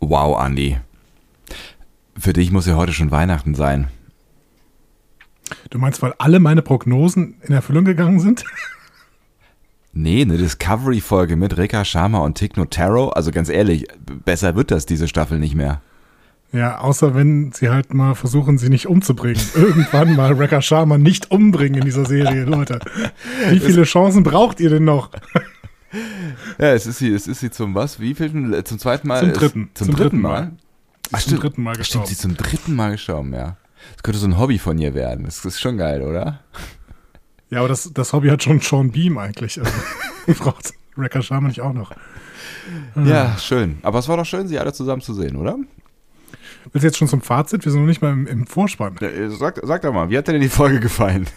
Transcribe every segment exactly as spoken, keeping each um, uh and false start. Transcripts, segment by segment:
Wow, Andi. Für dich muss ja heute schon Weihnachten sein. Du meinst, weil alle meine Prognosen in Erfüllung gegangen sind? Nee, eine Discovery-Folge mit Rekha Sharma und Tig Notaro. Also ganz ehrlich, besser wird das diese Staffel nicht mehr. Ja, außer wenn sie halt mal versuchen, sie nicht umzubringen. Irgendwann mal Rekha Sharma nicht umbringen in dieser Serie, Leute. Wie viele Chancen braucht ihr denn noch? Ja, es ist sie, es ist sie zum was? Wie viel? Zum zweiten Mal? Zum dritten. Zum, zum dritten Mal? Sie ist zum dritten Mal gestorben. Stimmt, sie ist zum dritten Mal gestorben, ja. Das könnte so ein Hobby von ihr werden. Das ist schon geil, oder? Ja, aber das, das Hobby hat schon Sean Beam eigentlich. Also, braucht Rekha Sharma nicht auch noch. Ja, schön. Aber es war doch schön, sie alle zusammen zu sehen, oder? Willst du jetzt schon zum Fazit? Wir sind noch nicht mal im, im Vorspann. Ja, sag, sag doch mal, wie hat dir denn die Folge gefallen?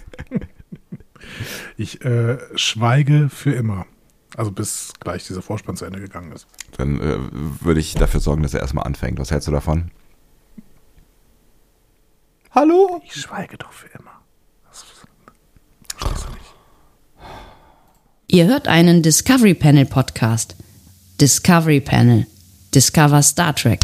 Ich äh, schweige für immer. Also bis gleich dieser Vorspann zu Ende gegangen ist. Dann äh, würde ich dafür sorgen, dass er erstmal anfängt. Was hältst du davon? Hallo? Ich schweige doch für immer. Das verstehst du nicht. Ihr hört einen Discovery Panel Podcast. Discovery Panel. Discover Star Trek.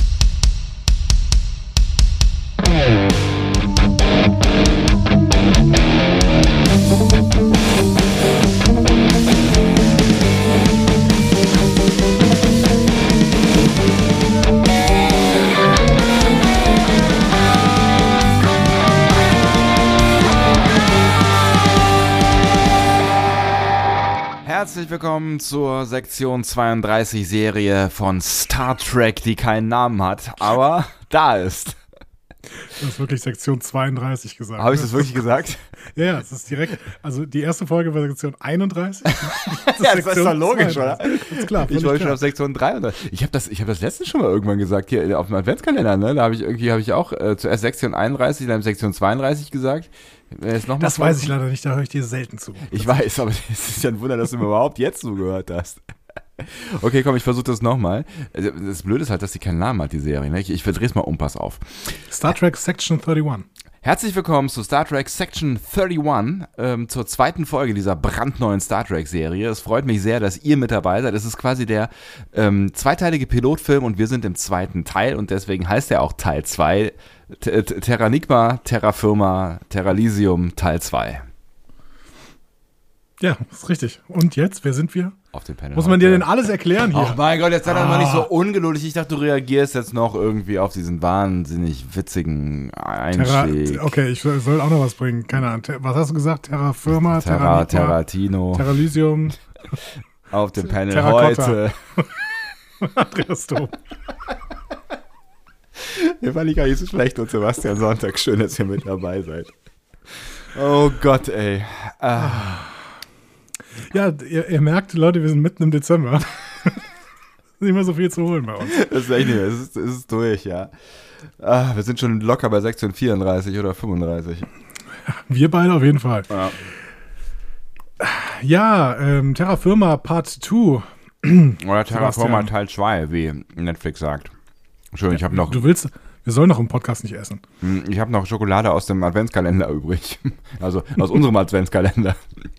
Herzlich willkommen zur Sektion zweiunddreißig Serie von Star Trek, die keinen Namen hat, aber da ist. Du hast wirklich Sektion zweiunddreißig gesagt. Habe ich das wirklich gesagt? Ja, ja, es ist direkt, also die erste Folge war Sektion einunddreißig. Das ja, das ist doch logisch, oder? Das ist klar. Ich wollte klar. schon auf Sektion dreiunddreißig. Ich habe das, ich hab das letztens schon mal irgendwann gesagt, hier auf dem Adventskalender, ne? Da habe ich irgendwie, habe ich auch äh, zuerst Sektion einunddreißig, dann Sektion zweiunddreißig gesagt. Jetzt noch mal das weiß ich leider nicht, da höre ich dir selten zu. Ich weiß, aber es ist ja ein Wunder, dass du mir überhaupt jetzt zugehört hast. Okay, komm, ich versuche das nochmal. Das Blöde ist halt, dass sie keinen Namen hat, die Serie. Ne? Ich, ich verdrehe es mal um, pass auf. Star Trek Section einunddreißig. Herzlich willkommen zu Star Trek Section einunddreißig, ähm, zur zweiten Folge dieser brandneuen Star Trek-Serie. Es freut mich sehr, dass ihr mit dabei seid. Es ist quasi der ähm, zweiteilige Pilotfilm und wir sind im zweiten Teil und deswegen heißt er auch Teil zwei. T- T- Terranigma, Terra Firma, Terralysium, Teil zwei. Ja, ist richtig. Und jetzt, wer sind wir? Auf dem Panel. Muss man dir denn alles erklären hier? Ach mein Gott, jetzt sei doch ah. mal nicht so ungeduldig. Ich dachte, du reagierst jetzt noch irgendwie auf diesen wahnsinnig witzigen Einstieg. Terra, okay, ich soll auch noch was bringen. Keine Ahnung. Was hast du gesagt? Terra Firma, Terra, Terratino. Terralysium. Auf dem Panel Terracotta. heute. Andreas Dom. Mir war nicht gar nicht so schlecht und Sebastian Sonntag. Schön, dass ihr mit dabei seid. Oh Gott, ey. Ah. Ja, ihr, ihr merkt, Leute, wir sind mitten im Dezember. Nicht mehr so viel zu holen bei uns. Das ist echt nicht mehr. Es ist, es ist durch, ja. Ah, wir sind schon locker bei Sektion vierunddreißig oder fünfunddreißig. Wir beide auf jeden Fall. Ja, ja ähm, Terra Firma Part zwei. oder Terra Firma Teil zwei, wie Netflix sagt. Schön, ich habe noch... Du willst... Wir sollen noch im Podcast nicht essen. Ich habe noch Schokolade aus dem Adventskalender übrig. Also aus unserem Adventskalender.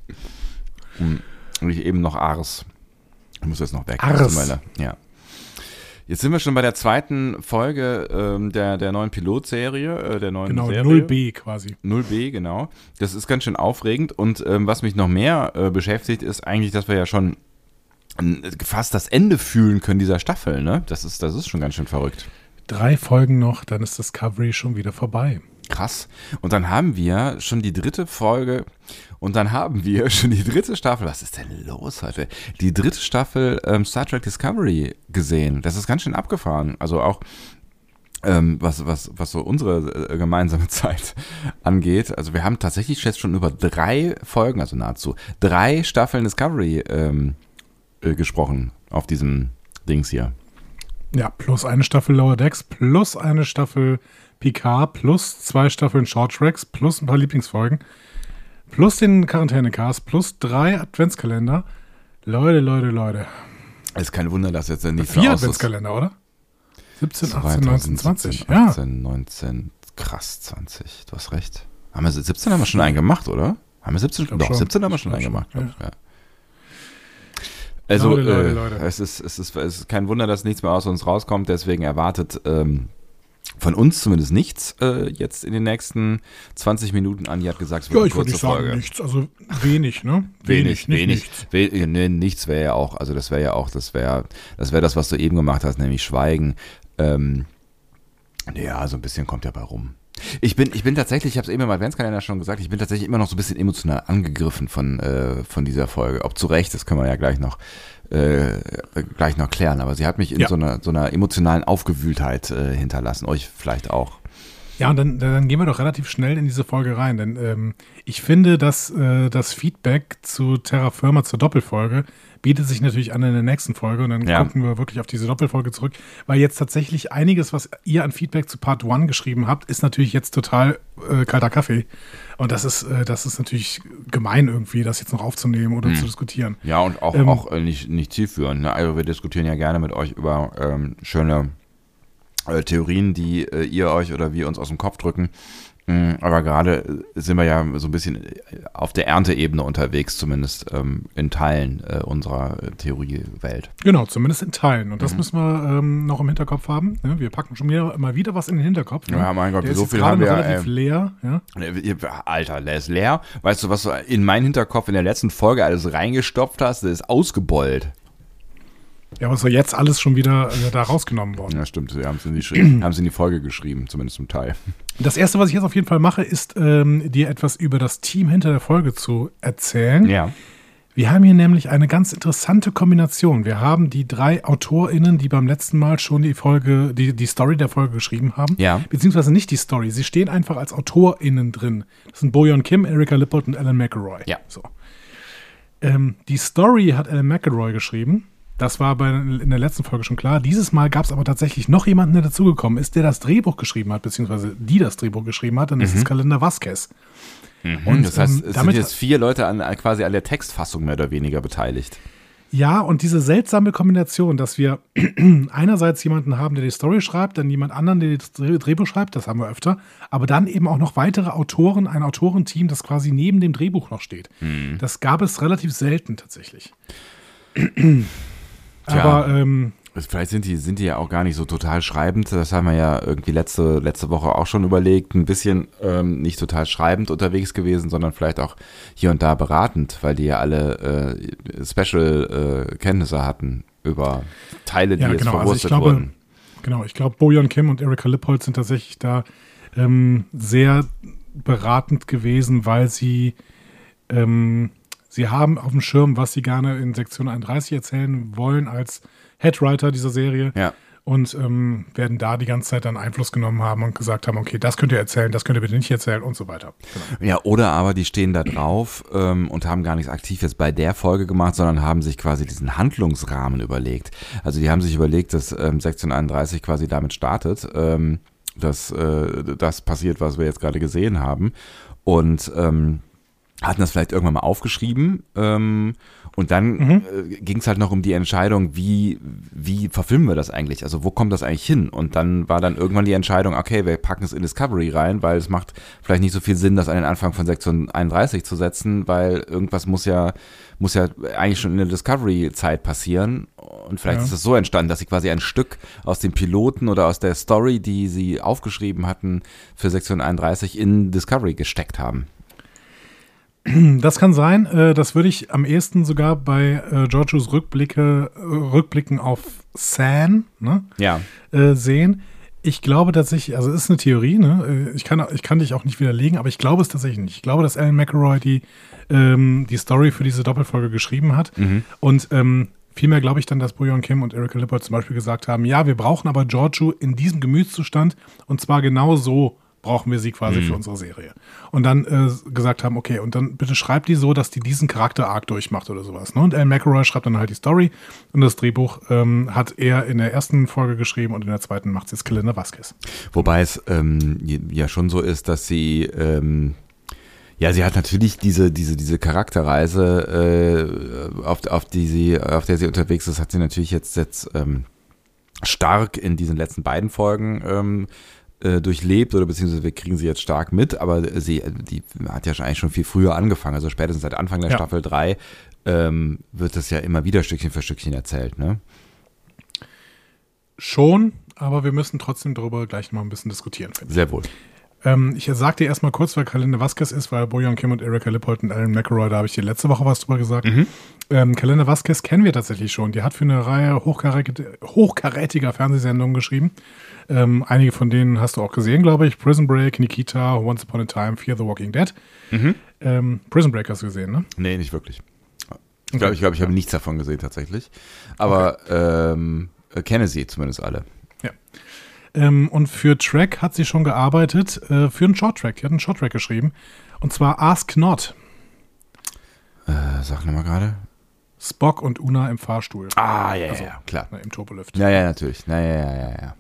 Und ich eben noch Ars. Ich muss jetzt noch weg. Ars. Meine, ja. Jetzt sind wir schon bei der zweiten Folge ähm, der, der neuen Pilotserie, äh, der neuen genau, Serie. null B quasi. null B, genau. Das ist ganz schön aufregend. Und ähm, was mich noch mehr äh, beschäftigt, ist eigentlich, dass wir ja schon äh, fast das Ende fühlen können dieser Staffel. Ne? Das ist, das ist schon ganz schön verrückt. Drei Folgen noch, dann ist Discovery schon wieder vorbei. Krass. Und dann haben wir schon die dritte Folge und dann haben wir schon die dritte Staffel. Was ist denn los heute? Die dritte Staffel ähm, Star Trek Discovery gesehen. Das ist ganz schön abgefahren. Also auch ähm, was, was, was so unsere äh, gemeinsame Zeit angeht. Also wir haben tatsächlich jetzt schon über drei Folgen, also nahezu drei Staffeln Discovery ähm, äh, gesprochen auf diesem Dings hier. Ja, plus eine Staffel Lower Decks, plus eine Staffel Picard, plus zwei Staffeln Short Tracks, plus ein paar Lieblingsfolgen, plus den Quarantäne-Cast, plus drei Adventskalender. Leute, Leute, Leute. Es ist kein Wunder, dass jetzt nicht Vier Adventskalender, oder? siebzehn, achtzehn, neunzehn, zwanzig. Ja. achtzehn, neunzehn, krass, zwanzig. Du hast recht. Haben wir siebzehn haben wir schon einen gemacht, oder? Haben wir siebzehn? Doch, schon. siebzehn haben wir schon Ich einen glaub gemacht. schon, Glaub ich, ja. Also Leute, Leute, äh, Leute. Es, ist, es, ist, es ist kein Wunder, dass nichts mehr aus uns rauskommt, deswegen erwartet ähm, von uns zumindest nichts äh, jetzt in den nächsten zwanzig Minuten. Andi hat gesagt, es wird Ja, eine ich würde kurze nicht sagen Folge. nichts, also wenig, ne? Wenig, nicht wenig. Nichts. We nee, nichts wäre ja auch, also das wäre ja auch, das wäre das, wär das, was du eben gemacht hast, nämlich Schweigen. Ähm, ja, so ein bisschen kommt ja bei rum. Ich bin, ich bin tatsächlich, ich habe es eben im Adventskalender schon gesagt, ich bin tatsächlich immer noch so ein bisschen emotional angegriffen von, äh, von dieser Folge. Ob zu Recht, das können wir ja gleich noch, äh, gleich noch klären. Aber sie hat mich in Ja. so einer, so einer emotionalen Aufgewühltheit äh, hinterlassen. Euch vielleicht auch. Ja, und dann, dann gehen wir doch relativ schnell in diese Folge rein, denn ähm, ich finde, dass äh, das Feedback zu Terra Firma zur Doppelfolge bietet sich natürlich an in der nächsten Folge und dann Ja. gucken wir wirklich auf diese Doppelfolge zurück, weil jetzt tatsächlich einiges, was ihr an Feedback zu Part eins geschrieben habt, ist natürlich jetzt total äh, kalter Kaffee und das ist, äh, das ist natürlich gemein irgendwie, das jetzt noch aufzunehmen oder Hm. zu diskutieren. Ja, und auch, Ähm, auch äh, nicht, nicht zielführend. Ne? Also wir diskutieren ja gerne mit euch über ähm, schöne äh, Theorien, die äh, ihr euch oder wir uns aus dem Kopf drücken. Mm, Aber gerade äh, sind wir ja so ein bisschen äh, auf der Ernteebene unterwegs, zumindest ähm, in Teilen äh, unserer äh, Theoriewelt. Genau, zumindest in Teilen und das Mhm. müssen wir ähm, noch im Hinterkopf haben. Ne? Wir packen schon wieder, mal wieder was in den Hinterkopf. Ne? Ja, mein Gott, Der ist so jetzt viel gerade haben wir, noch relativ ey. leer. Ja? Alter, der ist leer. Weißt du, was du in meinen Hinterkopf in der letzten Folge alles reingestopft hast? Der ist ausgebeult. Ja, was ist jetzt alles schon wieder äh, da rausgenommen worden. Ja, stimmt. Wir haben es in, die- haben es in die Folge geschrieben, zumindest zum Teil. Das Erste, was ich jetzt auf jeden Fall mache, ist, ähm, dir etwas über das Team hinter der Folge zu erzählen. Ja. Wir haben hier nämlich eine ganz interessante Kombination. Wir haben die drei AutorInnen, die beim letzten Mal schon die Folge, die, die Story der Folge geschrieben haben. Ja. Beziehungsweise nicht die Story. Sie stehen einfach als AutorInnen drin. Das sind Boyon Kim, Erika Lippert und Alan McElroy. Ja. So. Ähm, die Story hat Alan McElroy geschrieben. Das war bei, in der letzten Folge schon klar. Dieses Mal gab es aber tatsächlich noch jemanden, der dazugekommen ist, der das Drehbuch geschrieben hat, beziehungsweise die das Drehbuch geschrieben hat. Und das ist Kalender Vasquez. Und Und, das heißt, ähm, es sind damit- jetzt vier Leute an, quasi an der Textfassung mehr oder weniger beteiligt. Ja, und diese seltsame Kombination, dass wir einerseits jemanden haben, der die Story schreibt, dann jemand anderen, der das Dreh- Drehbuch schreibt, das haben wir öfter, aber dann eben auch noch weitere Autoren, ein Autorenteam, das quasi neben dem Drehbuch noch steht. Das gab es relativ selten tatsächlich. Aber ähm, Vielleicht sind die, sind die ja auch gar nicht so total schreibend. Das haben wir ja irgendwie letzte, letzte Woche auch schon überlegt. Ein bisschen ähm, nicht total schreibend unterwegs gewesen, sondern vielleicht auch hier und da beratend, weil die ja alle äh, Special-Kenntnisse hatten über Teile, die Ja, jetzt genau. Also ich verwurstet glaube, wurden. genau, ich glaube, Boyon Kim und Erika Lippold sind tatsächlich da ähm, sehr beratend gewesen, weil sie ähm, sie haben auf dem Schirm, was sie gerne in Sektion einunddreißig erzählen wollen als Headwriter dieser Serie. Ja. Und ähm, werden da die ganze Zeit dann Einfluss genommen haben und gesagt haben, okay, das könnt ihr erzählen, das könnt ihr bitte nicht erzählen und so weiter. Genau. Ja, oder aber die stehen da drauf ähm, und haben gar nichts aktiv jetzt bei der Folge gemacht, sondern haben sich quasi diesen Handlungsrahmen überlegt. Also die haben sich überlegt, dass ähm, Sektion einunddreißig quasi damit startet, ähm, dass äh, das passiert, was wir jetzt gerade gesehen haben. Und ähm, hatten das vielleicht irgendwann mal aufgeschrieben ähm, und dann Mhm. äh, ging es halt noch um die Entscheidung, wie, wie verfilmen wir das eigentlich? Also wo kommt das eigentlich hin? Und dann war dann irgendwann die Entscheidung, okay, wir packen es in Discovery rein, weil es macht vielleicht nicht so viel Sinn, das an den Anfang von Sektion einunddreißig zu setzen, weil irgendwas muss ja, muss ja eigentlich schon in der Discovery-Zeit passieren. Und vielleicht Ja. ist es so entstanden, dass sie quasi ein Stück aus dem Piloten oder aus der Story, die sie aufgeschrieben hatten für Sektion einunddreißig, in Discovery gesteckt haben. Das kann sein. Äh, das würde ich am ehesten sogar bei äh, Giorgios Rückblicke, äh, Rückblicken auf San, ne, Ja. äh, sehen. Ich glaube tatsächlich, also es ist eine Theorie, ne? Ich kann, ich kann dich auch nicht widerlegen, aber ich glaube es tatsächlich nicht. Ich glaube, dass Alan McElroy die, ähm, die Story für diese Doppelfolge geschrieben hat. Mhm. Und ähm, vielmehr glaube ich dann, dass Boyon Kim und Erika Lippert zum Beispiel gesagt haben, ja, wir brauchen aber Giorgio in diesem Gemütszustand und zwar genau so brauchen wir sie quasi Mhm. für unsere Serie. Und dann äh, gesagt haben, okay, und dann bitte schreibt die so, dass die diesen Charakter-Arc durchmacht oder sowas. Ne? Und Alan McElroy schreibt dann halt die Story und das Drehbuch ähm, hat er in der ersten Folge geschrieben und in der zweiten macht es jetzt Kalender Vasquez. Wobei es ähm, ja schon so ist, dass sie ähm, ja, sie hat natürlich diese diese diese Charakterreise, äh, auf, auf die sie auf der sie unterwegs ist, hat sie natürlich jetzt jetzt ähm, stark in diesen letzten beiden Folgen ähm, äh, durchlebt oder beziehungsweise wir kriegen sie jetzt stark mit, aber sie, die hat ja eigentlich schon viel früher angefangen, also spätestens seit Anfang der Ja. Staffel drei ähm, wird das ja immer wieder Stückchen für Stückchen erzählt, ne? Schon, aber wir müssen trotzdem darüber gleich mal ein bisschen diskutieren, finde ich. Sehr wohl. Ähm, ich sag dir erstmal kurz, wer Kalender Vasquez ist, weil Bojan Kim und Erika Lippold und Alan McElroy, da habe ich dir letzte Woche was drüber gesagt. Mhm. Ähm, Kalender Vasquez kennen wir tatsächlich schon. Die hat für eine Reihe hochkarät- hochkarätiger Fernsehsendungen geschrieben. Ähm, einige von denen hast du auch gesehen, glaube ich. Prison Break, Nikita, Once Upon a Time, Fear the Walking Dead. Mhm. Ähm, Prison Break hast du gesehen, ne? Nee, nicht wirklich. Ich glaube, ich, glaub, ich habe nichts davon gesehen tatsächlich. Aber okay. ähm, kenne sie zumindest alle. Ja. Ähm, und für Track hat sie schon gearbeitet, äh, für einen Shorttrack. Die hat einen Shorttrack geschrieben. Und zwar Ask Not. Äh, sag nochmal gerade. Spock und Una im Fahrstuhl. Ah, ja, Also, ja, klar. Na, im Turbolift. Ja, ja, natürlich. Na, ja, ja, ja, ja.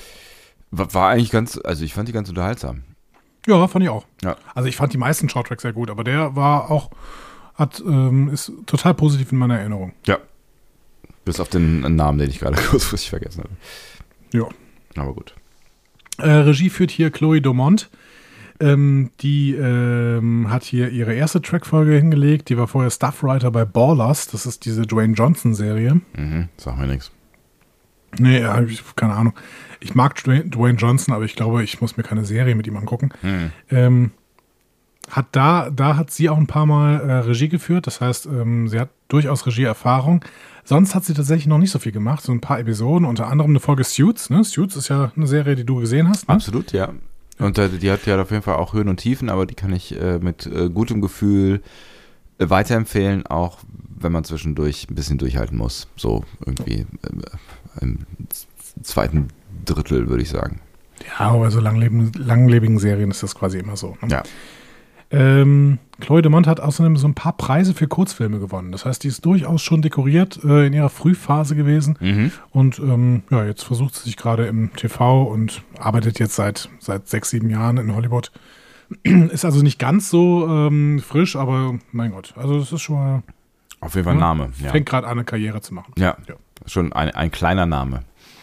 War, war eigentlich ganz, also ich fand die ganz unterhaltsam. Ja, fand ich auch. Ja. Also ich fand die meisten Shorttracks sehr gut, aber der war auch, hat, ähm, ist total positiv in meiner Erinnerung. Ja. Bis auf den Namen, den ich gerade kurzfristig vergessen habe. Ja. Aber gut. Äh, Regie führt hier Chloe Domont. Ähm, die ähm, hat hier ihre erste Trackfolge hingelegt. Die war vorher Staffwriter bei Ballers. Das ist diese Dwayne Johnson-Serie. Mhm, sag mir nichts. Nee, ja, ich, keine Ahnung. Ich mag Dwayne, Dwayne Johnson, aber ich glaube, ich muss mir keine Serie mit ihm angucken. Mhm. Ähm, hat da, da hat sie auch ein paar Mal äh, Regie geführt. Das heißt, ähm, sie hat durchaus Regieerfahrung. Sonst hat sie tatsächlich noch nicht so viel gemacht. So ein paar Episoden, unter anderem eine Folge Suits. Ne? Suits ist ja eine Serie, die du gesehen hast. Ne? Absolut, ja. Und äh, die hat ja auf jeden Fall auch Höhen und Tiefen, aber die kann ich äh, mit äh, gutem Gefühl äh, weiterempfehlen, auch wenn man zwischendurch ein bisschen durchhalten muss. So irgendwie äh, im zweiten Drittel, würde ich sagen. Ja, aber bei so langleben, langlebigen Serien ist das quasi immer so. Ne? Ja. Ähm, Chloe Domont hat außerdem so ein paar Preise für Kurzfilme gewonnen. Das heißt, die ist durchaus schon dekoriert äh, in ihrer Frühphase gewesen. Mhm. Und ähm, ja, jetzt versucht sie sich gerade im T V und arbeitet jetzt seit, seit sechs, sieben Jahren in Hollywood. Ist also nicht ganz so ähm, frisch, aber mein Gott, also das ist schon mal, Auf jeden Fall ein ja, Name. Ja, fängt gerade an, eine Karriere zu machen. ja. Ja. Schon ein, ein kleiner Name.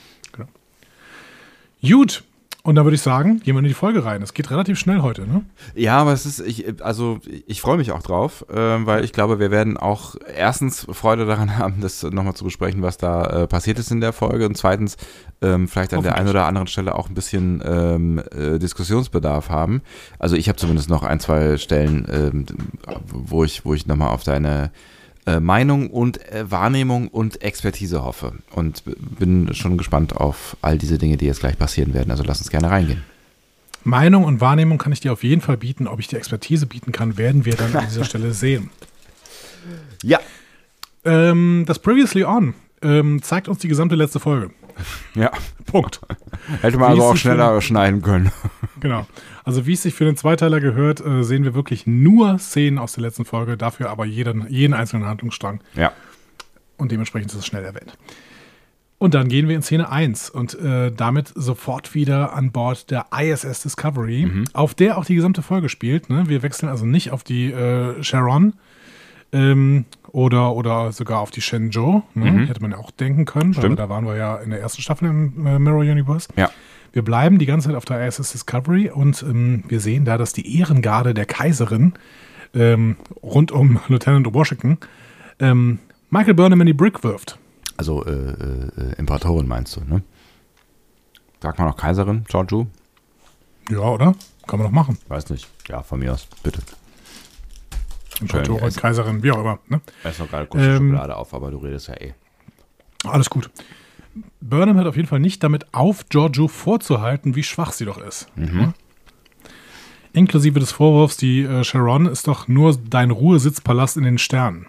Gut, und dann würde ich sagen, gehen wir in die Folge rein. Es geht relativ schnell heute, ne? Ja, aber es ist, ich, also ich freue mich auch drauf, äh, weil ich glaube, wir werden auch erstens Freude daran haben, das nochmal zu besprechen, was da äh, passiert ist in der Folge und zweitens ähm, vielleicht an der einen oder anderen Stelle auch ein bisschen ähm, äh, Diskussionsbedarf haben. Also ich habe zumindest noch ein, zwei Stellen, ähm, wo ich, wo ich nochmal auf deine äh, Meinung und äh, Wahrnehmung und Expertise hoffe und b- bin schon gespannt auf all diese Dinge, die jetzt gleich passieren werden. Also lass uns gerne reingehen. Meinung und Wahrnehmung kann ich dir auf jeden Fall bieten. Ob ich dir Expertise bieten kann, werden wir dann an dieser Stelle sehen. Ja. Ähm, das Previously On ähm, zeigt uns die gesamte letzte Folge. Ja. Punkt. Hätte man Wie also ist auch die schneller Film- schneiden können. Genau. Also wie es sich für den Zweiteiler gehört, äh, sehen wir wirklich nur Szenen aus der letzten Folge, dafür aber jeden, jeden einzelnen Handlungsstrang. Ja. Und dementsprechend ist es schnell erwähnt. Und dann gehen wir in Szene eins und äh, damit sofort wieder an Bord der I S S Discovery, Mhm. auf der auch die gesamte Folge spielt. Ne? Wir wechseln also nicht auf die äh, Charon ähm, oder, oder sogar auf die Shenzhou. Ne? Mhm. Hätte man ja auch denken können, weil Stimmt. da waren wir ja in der ersten Staffel im äh, Mirror Universe. Ja. Wir bleiben die ganze Zeit auf der I S S Discovery und ähm, wir sehen da, dass die Ehrengarde der Kaiserin ähm, rund um Lieutenant Washington ähm, Michael Burnham in die Brick wirft. Also äh, äh, Imperatorin meinst du, ne? Sagt man auch Kaiserin, Georgiou? Ja, oder? Kann man doch machen. Weiß nicht. Ja, von mir aus, bitte. Imperatorin, essen. Kaiserin, wie auch immer. Ne? Er ist noch gerade kurz Ähm, die Schokolade auf, aber du redest ja eh. Alles gut. Burnham hört auf jeden Fall nicht damit auf, Georgiou vorzuhalten, wie schwach sie doch ist. Mhm. Inklusive des Vorwurfs, die äh, Charon ist doch nur dein Ruhesitzpalast in den Sternen.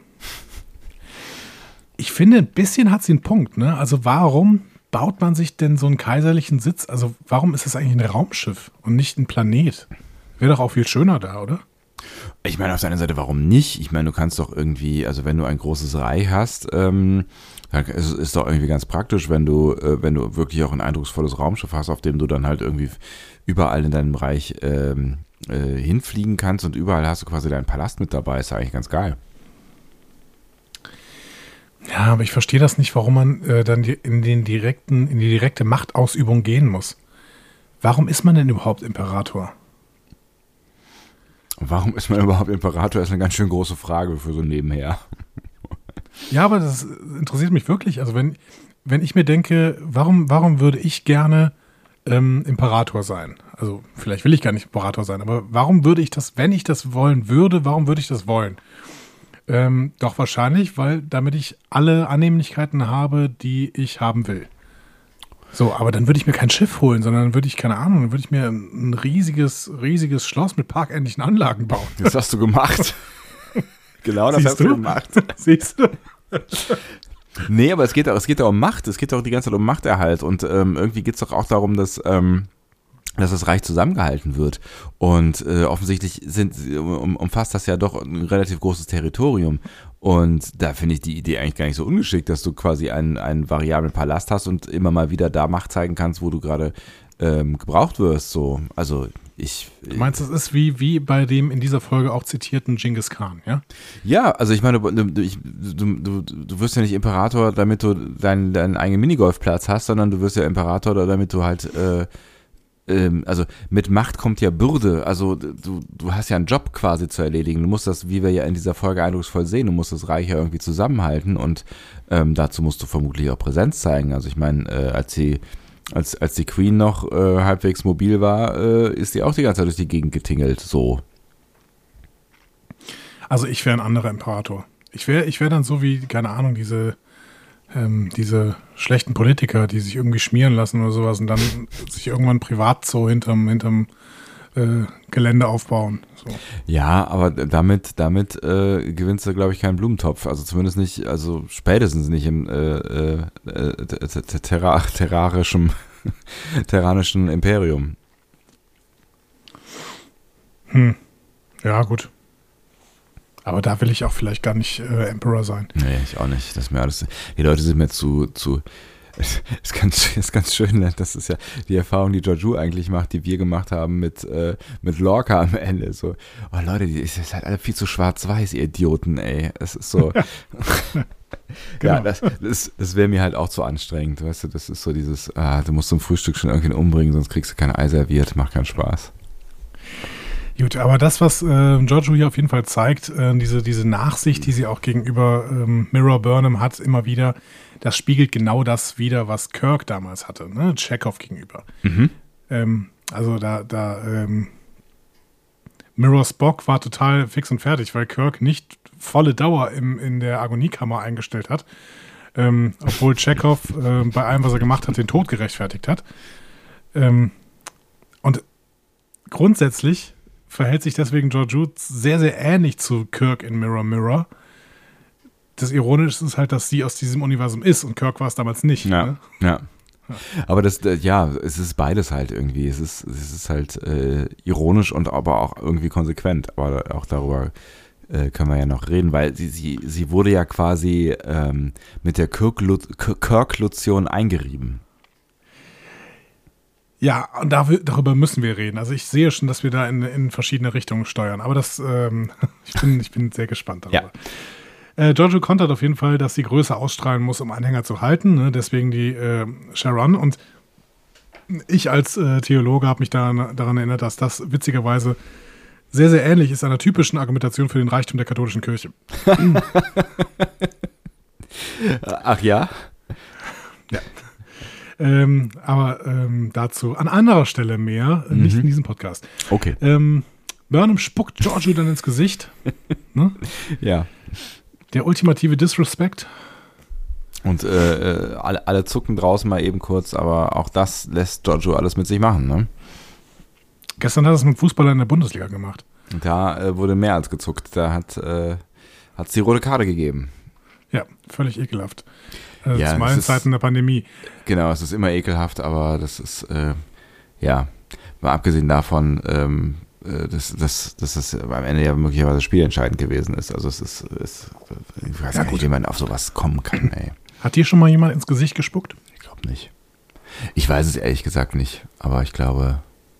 Ich finde, ein bisschen hat sie einen Punkt. Ne? Also warum baut man sich denn so einen kaiserlichen Sitz? Also warum ist das eigentlich ein Raumschiff und nicht ein Planet? Wäre doch auch viel schöner da, oder? Ich meine, auf der einen Seite, warum nicht? Ich meine, du kannst doch irgendwie, also wenn du ein großes Reich hast, ähm, dann ist es ist doch irgendwie ganz praktisch, wenn du, äh, wenn du wirklich auch ein eindrucksvolles Raumschiff hast, auf dem du dann halt irgendwie überall in deinem Reich ähm, äh, hinfliegen kannst und überall hast du quasi deinen Palast mit dabei. Ist ja eigentlich ganz geil. Ja, aber ich verstehe das nicht, warum man äh, dann die, in den direkten, in die direkte Machtausübung gehen muss. warum ist man denn überhaupt Imperator? Warum ist man überhaupt Imperator? Das ist eine ganz schön große Frage für so nebenher. Ja, aber das interessiert mich wirklich. Also wenn, wenn ich mir denke, warum, warum würde ich gerne ähm, Imperator sein? Also vielleicht will ich gar nicht Imperator sein, aber warum würde ich das, wenn ich das wollen würde, warum würde ich das wollen? Ähm, doch wahrscheinlich, weil damit ich alle Annehmlichkeiten habe, die ich haben will. So, aber dann würde ich mir kein Schiff holen, sondern dann würde ich, keine Ahnung, dann würde ich mir ein, ein riesiges, riesiges Schloss mit parkähnlichen Anlagen bauen. Das hast du gemacht. Genau, das Siehst hast du, du gemacht. Siehst du? Nee, aber es geht auch, es geht auch um Macht. Es geht auch die ganze Zeit um Machterhalt. Und ähm, irgendwie geht es doch auch darum, dass, ähm, dass das Reich zusammengehalten wird. Und äh, offensichtlich sind, um, umfasst das ja doch ein relativ großes Territorium. Und da finde ich die Idee eigentlich gar nicht so ungeschickt, dass du quasi einen, einen variablen Palast hast und immer mal wieder da Macht zeigen kannst, wo du gerade ähm, gebraucht wirst. So, also ich. Du meinst, es ist wie, wie bei dem in dieser Folge auch zitierten Genghis Khan, ja? Ja, also ich meine, du, ich, du, du, du wirst ja nicht Imperator, damit du deinen, deinen eigenen Minigolfplatz hast, sondern du wirst ja Imperator, damit du halt äh, also mit Macht kommt ja Bürde, also du, du hast ja einen Job quasi zu erledigen, du musst das, wie wir ja in dieser Folge eindrucksvoll sehen, du musst das Reich ja irgendwie zusammenhalten und ähm, dazu musst du vermutlich auch Präsenz zeigen, also ich meine, äh, als die als, als die Queen noch äh, halbwegs mobil war, äh, ist die auch die ganze Zeit durch die Gegend getingelt, so. Also ich wäre ein anderer Imperator. Ich wäre ich wär dann so wie, keine Ahnung, diese Ähm, diese schlechten Politiker, die sich irgendwie schmieren lassen oder sowas und dann sich irgendwann privat so hinterm, hinterm äh, Gelände aufbauen. So. Ja, aber damit, damit äh, gewinnst du, glaube ich, keinen Blumentopf. Also zumindest nicht, also spätestens nicht im äh, äh, äh, terra, terrarischen, terranischen Imperium. Hm. Ja, gut. Aber da will ich auch vielleicht gar nicht äh, Emperor sein. Nee, ich auch nicht. Das ist mir alles, die Leute sind mir zu, zu, ist ganz, ist ganz schön, das ist ja die Erfahrung, die Georgiou eigentlich macht, die wir gemacht haben mit, äh, mit Lorca am Ende. So, oh Leute, die ist halt alle viel zu schwarz-weiß, ihr Idioten, ey. Es ist so. Genau. Ja, das, das, das wäre mir halt auch zu anstrengend, weißt du, das ist so dieses, ah, du musst zum Frühstück schon irgendwen umbringen, sonst kriegst du kein Ei serviert, macht keinen Spaß. Gut, aber das, was äh, Georgiou hier auf jeden Fall zeigt, äh, diese, diese Nachsicht, die sie auch gegenüber ähm, Mira Burnham hat, immer wieder, das spiegelt genau das wider, was Kirk damals hatte, ne? Chekhov gegenüber. Mhm. Ähm, also da, da ähm, Mira Spock war total fix und fertig, weil Kirk nicht volle Dauer im, in der Agoniekammer eingestellt hat, ähm, obwohl Chekhov äh, bei allem, was er gemacht hat, den Tod gerechtfertigt hat. Ähm, und grundsätzlich verhält sich deswegen Georgiou sehr, sehr ähnlich zu Kirk in Mirror Mirror. Das Ironische ist halt, dass sie aus diesem Universum ist und Kirk war es damals nicht. Ja, ne? ja. Ja. Aber das, ja, es ist beides halt irgendwie. Es ist, es ist halt äh, ironisch und aber auch irgendwie konsequent. Aber auch darüber äh, können wir ja noch reden, weil sie, sie, sie wurde ja quasi ähm, mit der Kirk-Lotion eingerieben. Ja, und da, darüber müssen wir reden. Also ich sehe schon, dass wir da in, in verschiedene Richtungen steuern. Aber das, ähm, ich, bin, ich bin sehr gespannt darüber. Ja. Äh, Georgiou kontert auf jeden Fall, dass sie größer ausstrahlen muss, um Anhänger zu halten. Ne? Deswegen die äh, Sharon. Und ich als äh, Theologe habe mich daran, daran erinnert, dass das witzigerweise sehr, sehr ähnlich ist einer typischen Argumentation für den Reichtum der katholischen Kirche. Ach ja? Ja. Ähm, aber ähm, dazu an anderer Stelle mehr, mhm. nicht in diesem Podcast. Okay. Ähm, Burnham spuckt Georgiou dann ins Gesicht. Ne? Ja. Der ultimative Disrespect. Und äh, alle, alle zucken draußen mal eben kurz, aber auch das lässt Georgiou alles mit sich machen, ne? Gestern hat er es mit Fußballern in der Bundesliga gemacht. Und da äh, wurde mehr als gezuckt. Da hat es äh, die rote Karte gegeben. Ja, völlig ekelhaft. Äh, ja, zumal in Zeiten der Pandemie. Genau, es ist immer ekelhaft, aber das ist, äh, ja, mal abgesehen davon, ähm, äh, dass, dass, dass das am Ende ja möglicherweise spielentscheidend gewesen ist. Also es ist, ist ich weiß ja, gar nicht, wie man auf sowas kommen kann, ey. Hat dir schon mal jemand ins Gesicht gespuckt? Ich glaube nicht. Ich weiß es ehrlich gesagt nicht, aber ich glaube,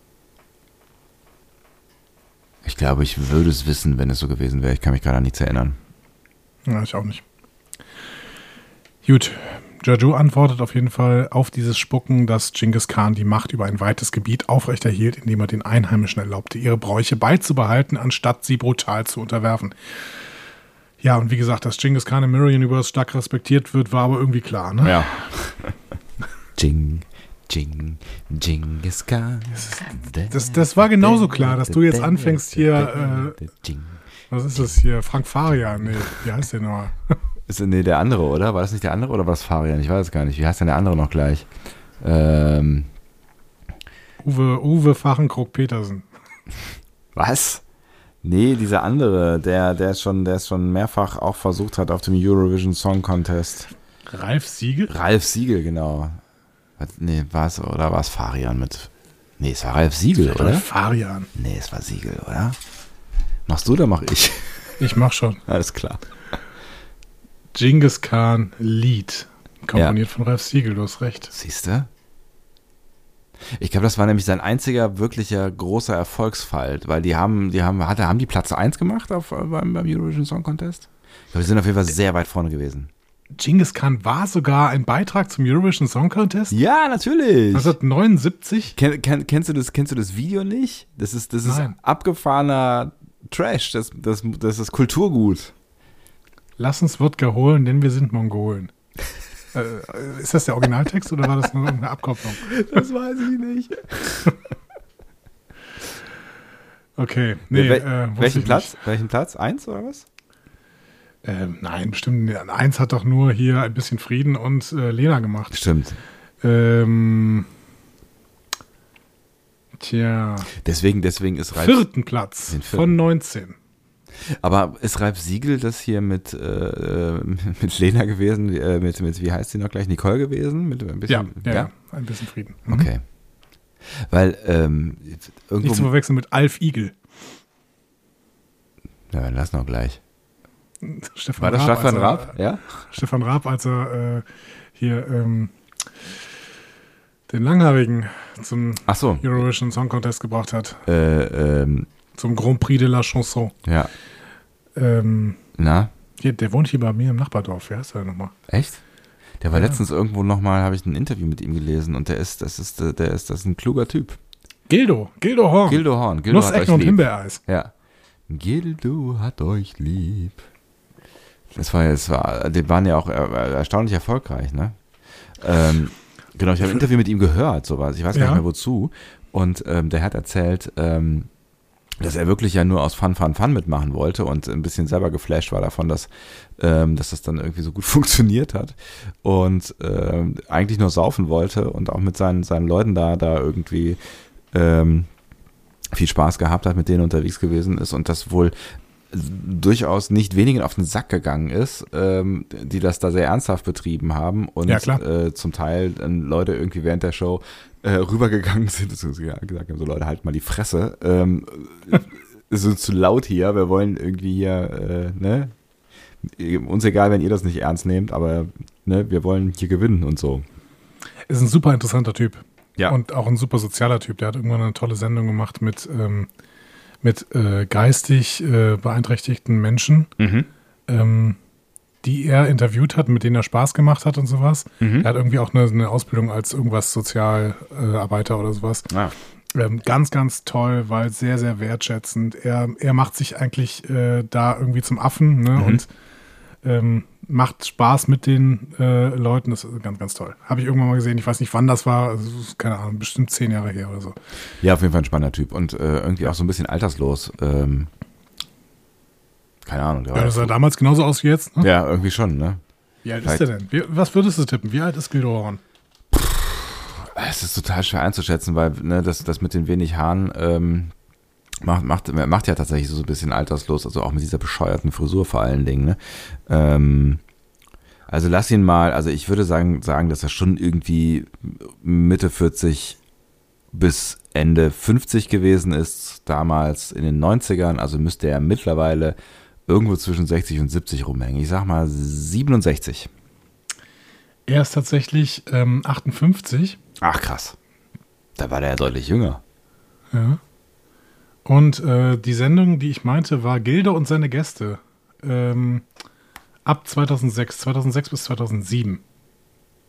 ich glaube, ich würde es wissen, wenn es so gewesen wäre. Ich kann mich gerade an nichts erinnern. Ja, ich auch nicht. Gut, Jarju antwortet auf jeden Fall auf dieses Spucken, dass Genghis Khan die Macht über ein weites Gebiet aufrechterhielt, indem er den Einheimischen erlaubte, ihre Bräuche beizubehalten, anstatt sie brutal zu unterwerfen. Ja, und wie gesagt, dass Genghis Khan im Mirror Universe stark respektiert wird, war aber irgendwie klar, ne? Ja. Jing, Jing, Genghis Khan. Das, das war genauso klar, dass du jetzt anfängst hier, äh, was ist das hier, Frank Farian, nee, wie heißt der nochmal? Ist, nee, der andere, oder? War das nicht der andere oder war das Farian? Ich weiß es gar nicht. Wie heißt denn der andere noch gleich? Ähm, Uwe, Uwe Fachenkrog-Petersen. Was? Nee, dieser andere, der, der, schon, der es schon mehrfach auch versucht hat auf dem Eurovision Song Contest. Ralf Siegel? Ralf Siegel, genau. Nee, war es, oder war es Farian mit. Nee, es war Ralf Siegel, oder? Ralf Farian. Nee, es war Siegel, oder? Machst du oder mach ich? Ich mach schon. Alles klar. Genghis Khan Lied. Komponiert ja. von Ralf Siegel, du hast recht. Siehst du? Ich glaube, das war nämlich sein einziger wirklicher großer Erfolgsfall, weil die haben, die haben, hatte, haben die Platz eins gemacht auf, beim, beim Eurovision Song Contest? Ich glaube, die sind auf jeden Fall sehr weit vorne gewesen. Genghis Khan war sogar ein Beitrag zum Eurovision Song Contest? Ja, natürlich. neunzehnhundertneunundsiebzig? Ken, ken, kennst, du das, kennst du das Video nicht? Das ist, das ist abgefahrener Trash. Das, das, das ist Kulturgut. Lass uns Wodka holen, denn wir sind Mongolen. äh, ist das der Originaltext oder war das nur irgendeine Abkopplung? Das weiß ich nicht. Okay. Nee, Wel äh, welchen Platz? Nicht. Welchen Platz? Eins oder was? Ähm, nein, bestimmt. Eins hat doch nur hier ein bisschen Frieden und äh, Lena gemacht. Stimmt. Ähm, tja. Deswegen, deswegen ist Ralf. Vierten Platz vierten. von neunzehn. Aber ist Ralf Siegel das hier mit, äh, mit Lena gewesen? Äh, mit, mit, wie heißt sie noch gleich? Nicole gewesen? Mit ein bisschen, ja, ja, ja, ein bisschen Frieden. Mhm. Okay. Weil, ähm, irgendwo. Nicht zu verwechseln mit Alf Igel. Ja, dann lass noch gleich. Stefan War das Raab, Stefan er, Raab? Ja? Stefan Raab, als er äh, hier ähm, den Langhaarigen zum Ach so. Eurovision Song Contest gebracht hat. Äh, ähm. Zum Grand Prix de la Chanson. Ja. Ähm, Na? Hier, der wohnt hier bei mir im Nachbardorf. Wie heißt der nochmal? Echt? Der war ja. letztens irgendwo nochmal, habe ich ein Interview mit ihm gelesen und der ist, das ist, der ist, das ist ein kluger Typ. Gildo, Gildo Horn. Gildo Horn. Gildo hat euch und lieb. Himbeereis. Ja. Gildo hat euch lieb. Das war, das war, die waren ja auch erstaunlich erfolgreich, ne? Ähm, genau, ich habe ein Interview mit ihm gehört, sowas. Ich weiß gar ja. nicht mehr wozu. Und ähm, der hat erzählt, ähm, dass er wirklich ja nur aus Fun, Fun, Fun mitmachen wollte und ein bisschen selber geflasht war davon, dass, ähm, dass das dann irgendwie so gut funktioniert hat und ähm, eigentlich nur saufen wollte und auch mit seinen, seinen Leuten da, da irgendwie ähm, viel Spaß gehabt hat, mit denen unterwegs gewesen ist und das wohl durchaus nicht wenigen auf den Sack gegangen ist, ähm, die das da sehr ernsthaft betrieben haben und ja, klar. Äh, zum Teil dann Leute irgendwie während der Show äh, rübergegangen sind und gesagt haben, so Leute, halt mal die Fresse, ähm, es ist zu laut hier, wir wollen irgendwie hier, äh, ne, uns egal, wenn ihr das nicht ernst nehmt, aber ne, wir wollen hier gewinnen und so. Ist ein super interessanter Typ. Ja. Und auch ein super sozialer Typ. Der hat irgendwann eine tolle Sendung gemacht mit ähm, mit äh, geistig äh, beeinträchtigten Menschen, mhm. ähm, die er interviewt hat, mit denen er Spaß gemacht hat und sowas. Mhm. Er hat irgendwie auch eine, eine Ausbildung als irgendwas Sozialarbeiter äh, oder sowas. Ah. Ähm, ganz, ganz toll, weil sehr, sehr wertschätzend. Er, er macht sich eigentlich äh, da irgendwie zum Affen, ne? Mhm. Und ähm, macht Spaß mit den äh, Leuten. Das ist ganz, ganz toll. Habe ich irgendwann mal gesehen. Ich weiß nicht, wann das war. Also, keine Ahnung, bestimmt zehn Jahre her oder so. Ja, auf jeden Fall ein spannender Typ und äh, irgendwie auch so ein bisschen alterslos. Ähm, keine Ahnung. Ja, das sah damals genauso aus wie jetzt. Ne? Ja, irgendwie schon, ne? Wie alt ist der denn? Wie, was würdest du tippen? Wie alt ist Gildo Horn? Es ist total schwer einzuschätzen, weil ne, das, das mit den wenig Haaren ähm, macht, macht, macht ja tatsächlich so ein bisschen alterslos, also auch mit dieser bescheuerten Frisur vor allen Dingen. Ne? Ähm, also lass ihn mal, also ich würde sagen, sagen, dass er schon irgendwie Mitte vierzig bis Ende fünfzig gewesen ist, damals in den neunzigern, also müsste er mittlerweile irgendwo zwischen sechzig und siebzig rumhängen. Ich sag mal siebenundsechzig. Er ist tatsächlich ähm, achtundfünfzig. Ach krass. Da war der ja deutlich jünger. Ja. Und äh, die Sendung, die ich meinte, war Gildo und seine Gäste. Ähm, ab zweitausendsechs, zweitausendsechs bis zweitausendsieben.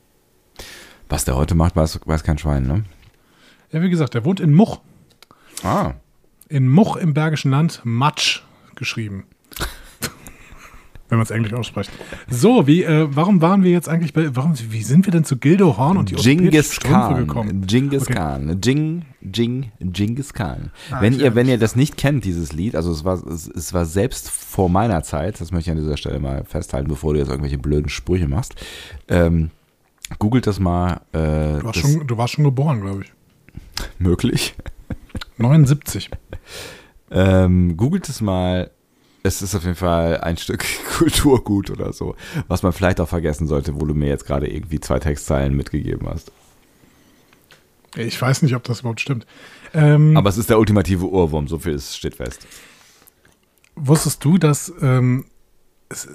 Was der heute macht, weiß, weiß kein Schwein, ne? Ja, wie gesagt, der wohnt in Much. Ah. In Much im Bergischen Land, Matsch geschrieben. Wenn man es Englisch ausspricht. So, wie, äh, warum waren wir jetzt eigentlich bei, warum, wie sind wir denn zu Gildo Horn und die Genghis Strümpfe Khan. gekommen? Genghis Okay. Khan. Jing, Jing, Genghis Khan. Ah, wenn ich ihr, erinnere wenn ihr mich. das nicht kennt, dieses Lied, also es war, es, es war selbst vor meiner Zeit, das möchte ich an dieser Stelle mal festhalten, bevor du jetzt irgendwelche blöden Sprüche machst. Ähm, googelt das mal. Äh, Du warst, das schon, du warst schon geboren, glaube ich. möglich. neunundsiebzig. Ähm, googelt es mal. Es ist auf jeden Fall ein Stück Kulturgut oder so, was man vielleicht auch vergessen sollte, wo du mir jetzt gerade irgendwie zwei Textzeilen mitgegeben hast. Ich weiß nicht, ob das überhaupt stimmt. Ähm, Aber es ist der ultimative Ohrwurm, so viel ist, steht fest. Wusstest du, dass ähm, es,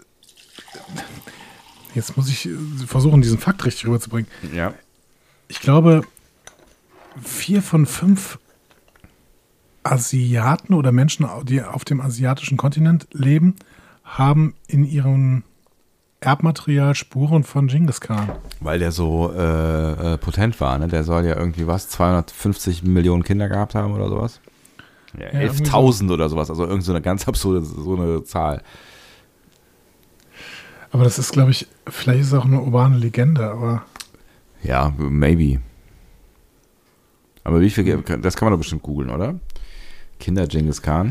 jetzt muss ich versuchen, diesen Fakt richtig rüberzubringen. Ja. Ich glaube, vier von fünf Asiaten oder Menschen, die auf dem asiatischen Kontinent leben, haben in ihrem Erbmaterial Spuren von Genghis Khan. Weil der so äh, äh, potent war, ne? Der soll ja irgendwie was, zweihundertfünfzig Millionen Kinder gehabt haben oder sowas. Ja, Ja, elftausend oder sowas, also irgend so eine ganz absurde so eine Zahl. Aber das ist, glaube ich, vielleicht ist es auch eine urbane Legende, aber Ja, maybe. Aber wie viel, das kann man doch bestimmt googeln, oder? Kinder Genghis Khan.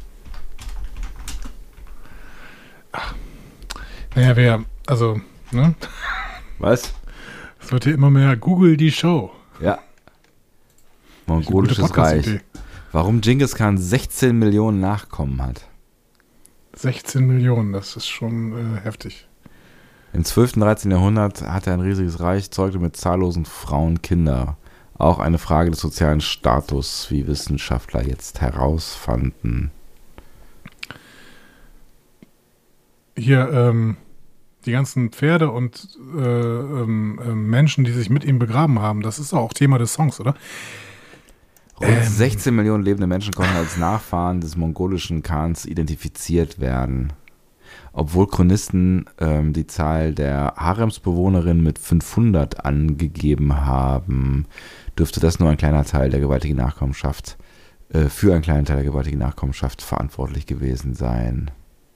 naja, wer, also, ne? Was? Es wird hier immer mehr Google die Show. Ja. Eine gute Mongolisches Reich. Podcast-Idee. Warum Genghis Khan sechzehn Millionen Nachkommen hat. sechzehn Millionen, das ist schon äh, heftig. Im zwölften. dreizehnten. Jahrhundert hatte er ein riesiges Reich, zeugte mit zahllosen Frauen Kinder. Auch eine Frage des sozialen Status, wie Wissenschaftler jetzt herausfanden. Hier, ähm, die ganzen Pferde und äh, ähm, äh, Menschen, die sich mit ihm begraben haben, das ist auch Thema des Songs, oder? Rund Ähm. sechzehn Millionen lebende Menschen konnten als Nachfahren des mongolischen Khans identifiziert werden. Obwohl Chronisten ähm, die Zahl der Haremsbewohnerinnen mit fünfhundert angegeben haben, dürfte das nur ein kleiner Teil der gewaltigen Nachkommenschaft, äh, für einen kleinen Teil der gewaltigen Nachkommenschaft verantwortlich gewesen sein.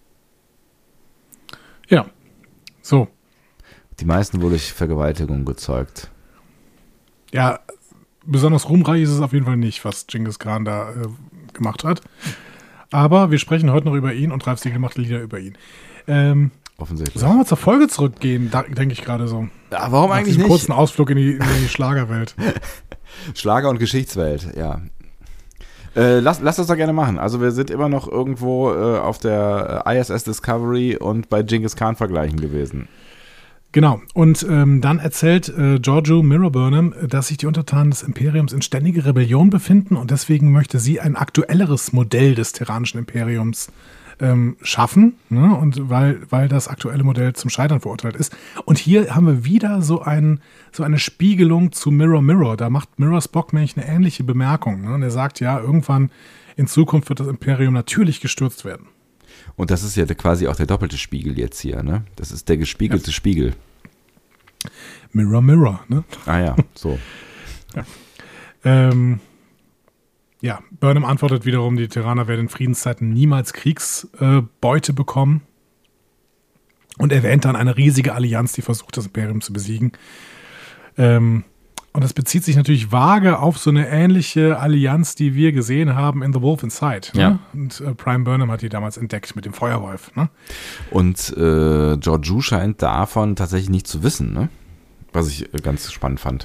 Ja, so. Die meisten wurde durch Vergewaltigung gezeugt. Ja, besonders ruhmreich ist es auf jeden Fall nicht, was Genghis Khan da äh, gemacht hat. Aber wir sprechen heute noch über ihn und Ralf Siegel macht Lieder über ihn. Ähm, Offensichtlich. sollen wir mal zur Folge zurückgehen, da, denke ich gerade so. Ja, warum Nach eigentlich diesem nicht? kurzen Ausflug in die, in die Schlagerwelt. Schlager- und Geschichtswelt, ja. Äh, lass, lass das doch gerne machen. Also wir sind immer noch irgendwo äh, auf der I S S Discovery und bei Genghis Khan vergleichen gewesen. Genau. Und ähm, dann erzählt äh, Giorgio Miro Burnham, dass sich die Untertanen des Imperiums in ständiger Rebellion befinden und deswegen möchte sie ein aktuelleres Modell des Terranischen Imperiums ähm, schaffen, ne? Und weil, weil das aktuelle Modell zum Scheitern verurteilt ist. Und hier haben wir wieder so, ein, so eine Spiegelung zu Mirror Mirror. Da macht Mirror Spock nämlich eine ähnliche Bemerkung. Ne? Und er sagt, ja, irgendwann in Zukunft wird das Imperium natürlich gestürzt werden. Und das ist ja quasi auch der doppelte Spiegel jetzt hier, ne? Das ist der gespiegelte ja. Spiegel. Mirror Mirror, ne? Ah ja, so. ja. Ähm, ja, Burnham antwortet wiederum, die Terraner werden in Friedenszeiten niemals Kriegsbeute äh, bekommen und erwähnt dann eine riesige Allianz, die versucht, das Imperium zu besiegen. Ähm, und das bezieht sich natürlich vage auf so eine ähnliche Allianz, die wir gesehen haben in The Wolf Inside. Ne? Ja. Und äh, Prime Burnham hat die damals entdeckt mit dem Feuerwolf. Ne? Und äh, Georgiou scheint davon tatsächlich nicht zu wissen, ne? Was ich äh, ganz spannend fand.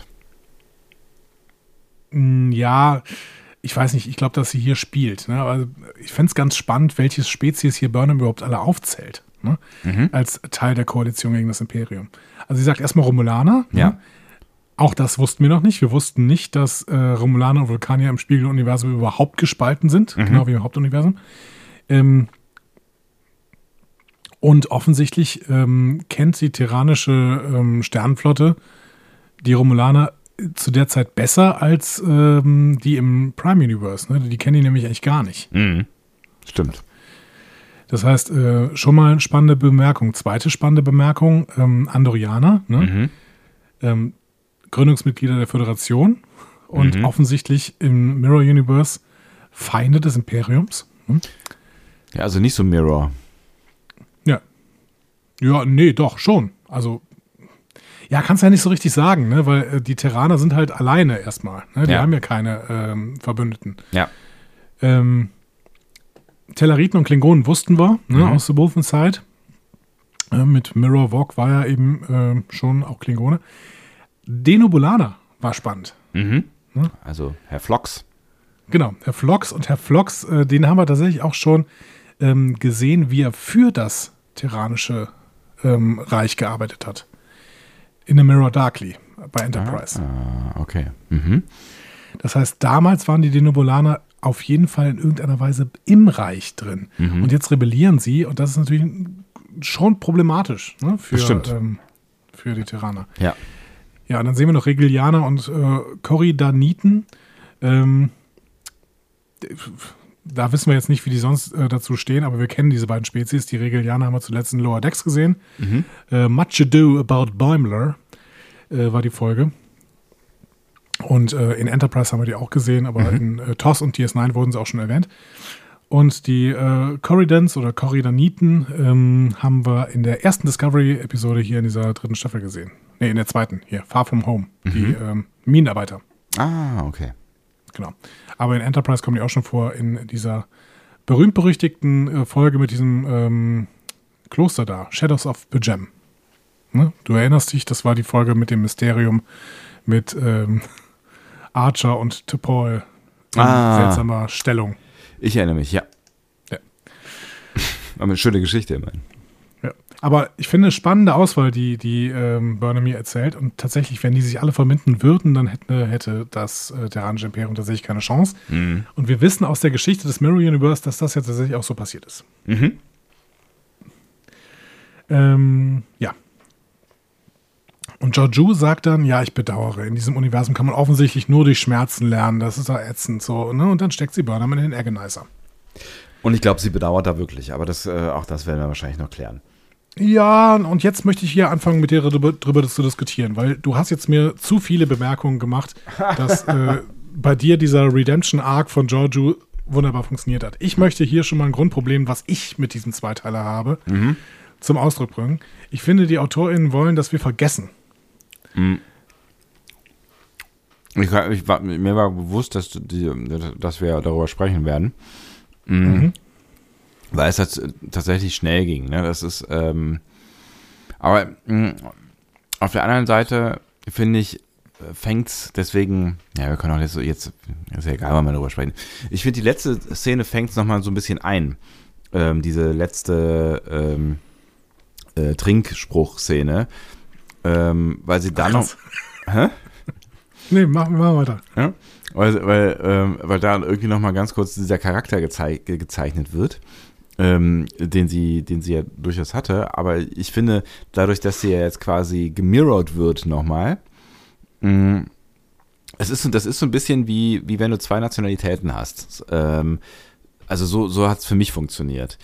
Ja, ich weiß nicht, ich glaube, dass sie hier spielt. Ne? Aber ich fände es ganz spannend, welche Spezies hier Burnham überhaupt alle aufzählt. Ne? Mhm. Als Teil der Koalition gegen das Imperium. Also sie sagt erstmal Romulaner. Ja. Ne? Auch das wussten wir noch nicht. Wir wussten nicht, dass äh, Romulaner und Vulkanier im Spiegeluniversum überhaupt gespalten sind. Mhm. Genau wie im Hauptuniversum. Ähm, und offensichtlich ähm, kennt die terranische ähm, Sternenflotte die Romulaner zu der Zeit besser als ähm, die im Prime Universe. Ne? Die kennen die nämlich eigentlich gar nicht. Mhm. Stimmt. Das heißt, äh, schon mal eine spannende Bemerkung. Zweite spannende Bemerkung, ähm, Andorianer. Ne? Mhm. Ähm, Gründungsmitglieder der Föderation und Mhm. offensichtlich im Mirror Universe Feinde des Imperiums. Hm? Ja, also nicht so Mirror. Ja. Ja, nee, doch, schon. Also, ja, kannst ja nicht so richtig sagen, ne? Weil äh, die Terraner sind halt alleine erstmal. Ne? Die Ja. haben ja keine ähm, Verbündeten. Ja. Ähm, Tellariten und Klingonen wussten wir, ne, Mhm. aus The Wolf Inside. Äh, mit Mirror Vogue war ja eben äh, schon auch Klingone. Denobulaner war spannend. Mhm. Ja. Also Herr Phlox. Genau, Herr Phlox und Herr Phlox, äh, den haben wir tatsächlich auch schon ähm, gesehen, wie er für das Terranische ähm, Reich gearbeitet hat. In The Mirror Darkly bei Enterprise. Ah, okay. Mhm. Das heißt, damals waren die Denobulaner auf jeden Fall in irgendeiner Weise im Reich drin. Mhm. Und jetzt rebellieren sie und das ist natürlich schon problematisch, ne, für, Das stimmt. ähm, für die Terraner. Ja. Ja, und dann sehen wir noch Regilianer und äh, Korridaniten. Ähm, da wissen wir jetzt nicht, wie die sonst äh, dazu stehen, aber wir kennen diese beiden Spezies. Die Regilianer haben wir zuletzt in Lower Decks gesehen. Mhm. Äh, Much Ado About Boimler äh, war die Folge. Und äh, in Enterprise haben wir die auch gesehen, aber Mhm. in äh, T O S und D S neun wurden sie auch schon erwähnt. Und die äh, Corridans oder Corridaniten ähm, haben wir in der ersten Discovery-Episode hier in dieser dritten Staffel gesehen. Nee, in der zweiten, hier, Far From Home, die ähm, Minenarbeiter. Ah, okay. Genau. Aber in Enterprise kommen die auch schon vor in dieser berühmt-berüchtigten äh, Folge mit diesem ähm, Kloster da, Shadows of P'Jem. Ne? Du erinnerst dich, das war die Folge mit dem Mysterium mit ähm, Archer und T'Pol in Ah. seltsamer Stellung. Ich erinnere mich, ja. Ja. Aber eine schöne Geschichte immerhin. Ja. Aber ich finde eine spannende Auswahl, die, die ähm, Burnham mir erzählt. Und tatsächlich, wenn die sich alle verbinden würden, dann hätte, hätte das äh, Terranische Imperium tatsächlich keine Chance. Mhm. Und wir wissen aus der Geschichte des Mirror Universe, dass das ja tatsächlich auch so passiert ist. Mhm. Ähm, ja. Und Georgiou sagt dann, ja, ich bedauere, in diesem Universum kann man offensichtlich nur durch Schmerzen lernen, das ist ja ätzend so, ne? Und dann steckt sie Burnham in den Agonizer. Und ich glaube, sie bedauert da wirklich, aber das, äh, auch das werden wir wahrscheinlich noch klären. Ja, und jetzt möchte ich hier anfangen, mit dir darüber, darüber zu diskutieren, weil du hast jetzt mir zu viele Bemerkungen gemacht, dass äh, bei dir dieser Redemption-Arc von Georgiou wunderbar funktioniert hat. Ich möchte hier schon mal ein Grundproblem, was ich mit diesem Zweiteiler habe, Mhm. zum Ausdruck bringen. Ich finde, die AutorInnen wollen, dass wir vergessen. Ich, ich war, mir war bewusst, dass, die, dass wir darüber sprechen werden. Mhm. Mhm. Weil es halt tatsächlich schnell ging. Ne? Das ist, ähm, aber mh, auf der anderen Seite finde ich, fängt es deswegen, ja, wir können auch jetzt, so jetzt ist ja egal, wann wir darüber sprechen. Ich finde, die letzte Szene fängt es nochmal so ein bisschen ein. Ähm, diese letzte ähm, äh, Trinkspruch-Szene. Ähm, weil sie dann noch. Hä? Nee, mach, mach weiter. Ja? Weil, weil, ähm, weil da irgendwie nochmal ganz kurz dieser Charakter gezei gezeichnet wird, ähm, den sie, den sie ja durchaus hatte. Aber ich finde, dadurch, dass sie ja jetzt quasi gemirrored wird nochmal, mh, es ist, das ist so ein bisschen wie, wie wenn du zwei Nationalitäten hast. Ähm, also so, so hat es für mich funktioniert.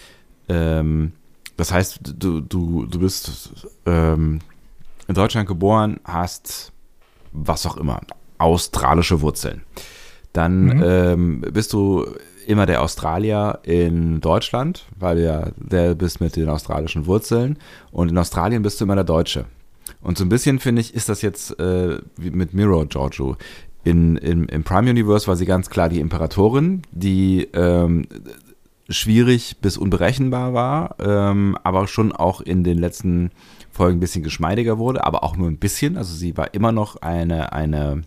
Ähm, das heißt, du, du, du bist ähm, in Deutschland geboren, hast was auch immer, australische Wurzeln. Dann Mhm. ähm, bist du immer der Australier in Deutschland, weil du ja der bist mit den australischen Wurzeln. Und in Australien bist du immer der Deutsche. Und so ein bisschen, finde ich, ist das jetzt äh, wie mit Mirror Georgiou. In, in, Im Prime Universe war sie ganz klar die Imperatorin, die ähm, schwierig bis unberechenbar war, ähm, aber schon auch in den letzten Folgen ein bisschen geschmeidiger wurde, aber auch nur ein bisschen. Also sie war immer noch eine, eine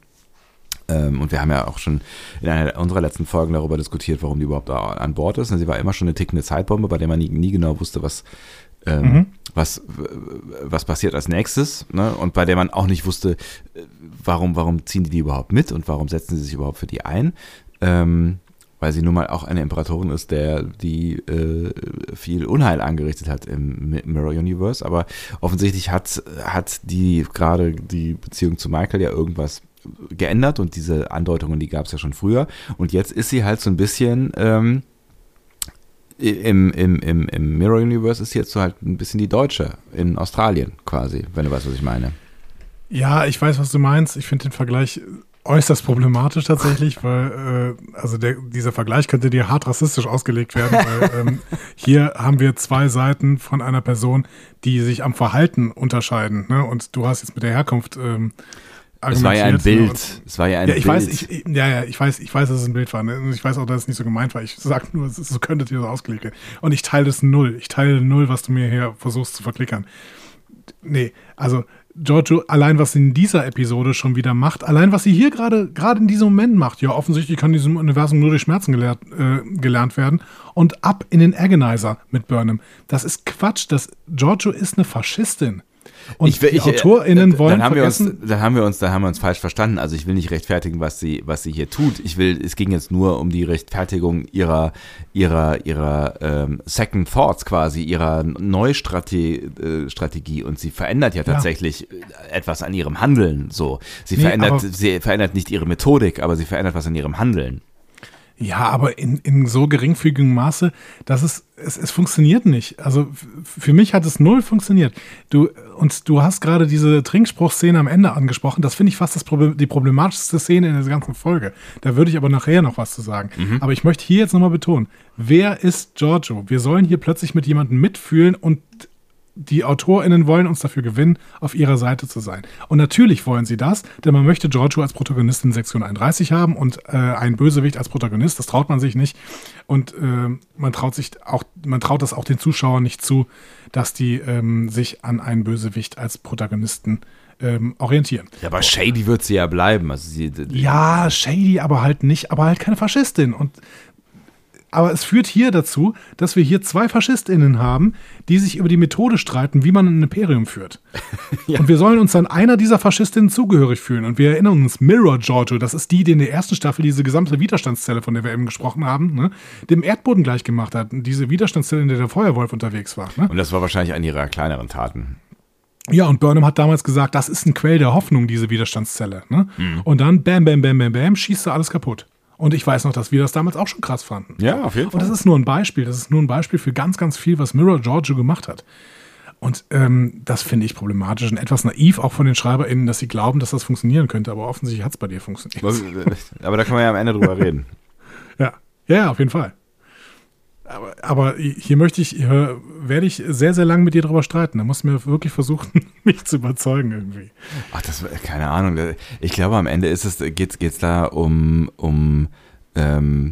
ähm, und wir haben ja auch schon in einer unserer letzten Folgen darüber diskutiert, warum die überhaupt an Bord ist. Und sie war immer schon eine tickende Zeitbombe, bei der man nie, nie genau wusste, was, ähm, Mhm. was, was passiert als nächstes. Ne? Und bei der man auch nicht wusste, warum, warum ziehen die die überhaupt mit und warum setzen sie sich überhaupt für die ein. Ähm, weil sie nun mal auch eine Imperatorin ist, der die äh, viel Unheil angerichtet hat im Mirror Universe, aber offensichtlich hat, hat die gerade die Beziehung zu Michael ja irgendwas geändert und diese Andeutungen, die gab es ja schon früher und jetzt ist sie halt so ein bisschen ähm, im, im, im, im Mirror Universe ist sie jetzt so halt ein bisschen die Deutsche in Australien quasi, wenn du weißt, was ich meine. Ja, ich weiß, was du meinst. Ich finde den Vergleich äußerst problematisch tatsächlich, weil äh, also der, dieser Vergleich könnte dir hart rassistisch ausgelegt werden, weil ähm, hier haben wir zwei Seiten von einer Person, die sich am Verhalten unterscheiden. Ne? Und du hast jetzt mit der Herkunft ähm, es war ja ein Bild. Und, es war ja ein ja, ich Bild. Weiß, ich, ja, ja, ich weiß, ich weiß, dass es ein Bild war. Ne? Und ich weiß auch, dass es nicht so gemeint war. Ich sag nur, es ist, so könnte dir das ausgelegt werden. Und ich teile das null. Ich teile null, was du mir hier versuchst zu verklickern. Nee, also Giorgio, allein was sie in dieser Episode schon wieder macht, allein was sie hier gerade gerade in diesem Moment macht, ja, offensichtlich kann in diesem Universum nur durch Schmerzen gelehrt, äh, gelernt werden und ab in den Agonizer mit Burnham. Das ist Quatsch, das Giorgio ist eine Faschistin. Und ich, will, die ich, AutorInnen wollen dann haben vergessen... Wir uns, dann haben wir uns, dann haben wir uns falsch verstanden. Also ich will nicht rechtfertigen, was sie, was sie hier tut. Ich will, es ging jetzt nur um die Rechtfertigung ihrer, ihrer, ihrer ähm, Second Thoughts quasi, ihrer Neustrategie. Und sie verändert ja tatsächlich ja. etwas an ihrem Handeln. So, sie nee, verändert, sie verändert nicht ihre Methodik, aber sie verändert was an ihrem Handeln. Ja, aber in, in so geringfügigem Maße, dass es, es, es funktioniert nicht. Also f- für mich hat es null funktioniert. Du, und du hast gerade diese Trinkspruchszene am Ende angesprochen. Das finde ich fast das Problem, die problematischste Szene in der ganzen Folge. Da würde ich aber nachher noch was zu sagen. Mhm. Aber ich möchte hier jetzt nochmal betonen, wer ist Giorgio? Wir sollen hier plötzlich mit jemandem mitfühlen und die AutorInnen wollen uns dafür gewinnen, auf ihrer Seite zu sein. Und natürlich wollen sie das, denn man möchte Giorgio als Protagonist in Sektion einunddreißig haben und äh, einen Bösewicht als Protagonist, das traut man sich nicht. Und äh, man traut sich auch, man traut das auch den Zuschauern nicht zu, dass die ähm, sich an einen Bösewicht als Protagonisten ähm, orientieren. Ja, aber shady wird sie ja bleiben. Also sie, ja, shady, aber halt nicht, aber halt keine Faschistin. Und aber es führt hier dazu, dass wir hier zwei FaschistInnen haben, die sich über die Methode streiten, wie man ein Imperium führt. Ja. Und wir sollen uns dann einer dieser Faschistinnen zugehörig fühlen. Und wir erinnern uns, Mirror Giorgio, das ist die, die in der ersten Staffel diese gesamte Widerstandszelle, von der wir eben gesprochen haben, ne, dem Erdboden gleich gemacht hat. Diese Widerstandszelle, in der der Feuerwolf unterwegs war. Ne? Und das war wahrscheinlich eine ihrer kleineren Taten. Ja, und Burnham hat damals gesagt, das ist ein Quell der Hoffnung, diese Widerstandszelle. Ne? Mhm. Und dann bam, bam, bam, bam, bam, schießt da alles kaputt. Und ich weiß noch, dass wir das damals auch schon krass fanden. Ja, auf jeden Fall. Und das ist nur ein Beispiel. Das ist nur ein Beispiel für ganz, ganz viel, was Mirror Giorgio gemacht hat. Und ähm, das finde ich problematisch und etwas naiv auch von den SchreiberInnen, dass sie glauben, dass das funktionieren könnte. Aber offensichtlich hat es bei dir funktioniert. Aber da können wir ja am Ende drüber reden. Ja, ja, auf jeden Fall. Aber, aber hier möchte ich, hier werde ich sehr, sehr lange mit dir drüber streiten. Da musst du mir wirklich versuchen, mich zu überzeugen irgendwie. Ach, das, keine Ahnung. Ich glaube, am Ende ist es, geht's, geht's da um, um, ähm,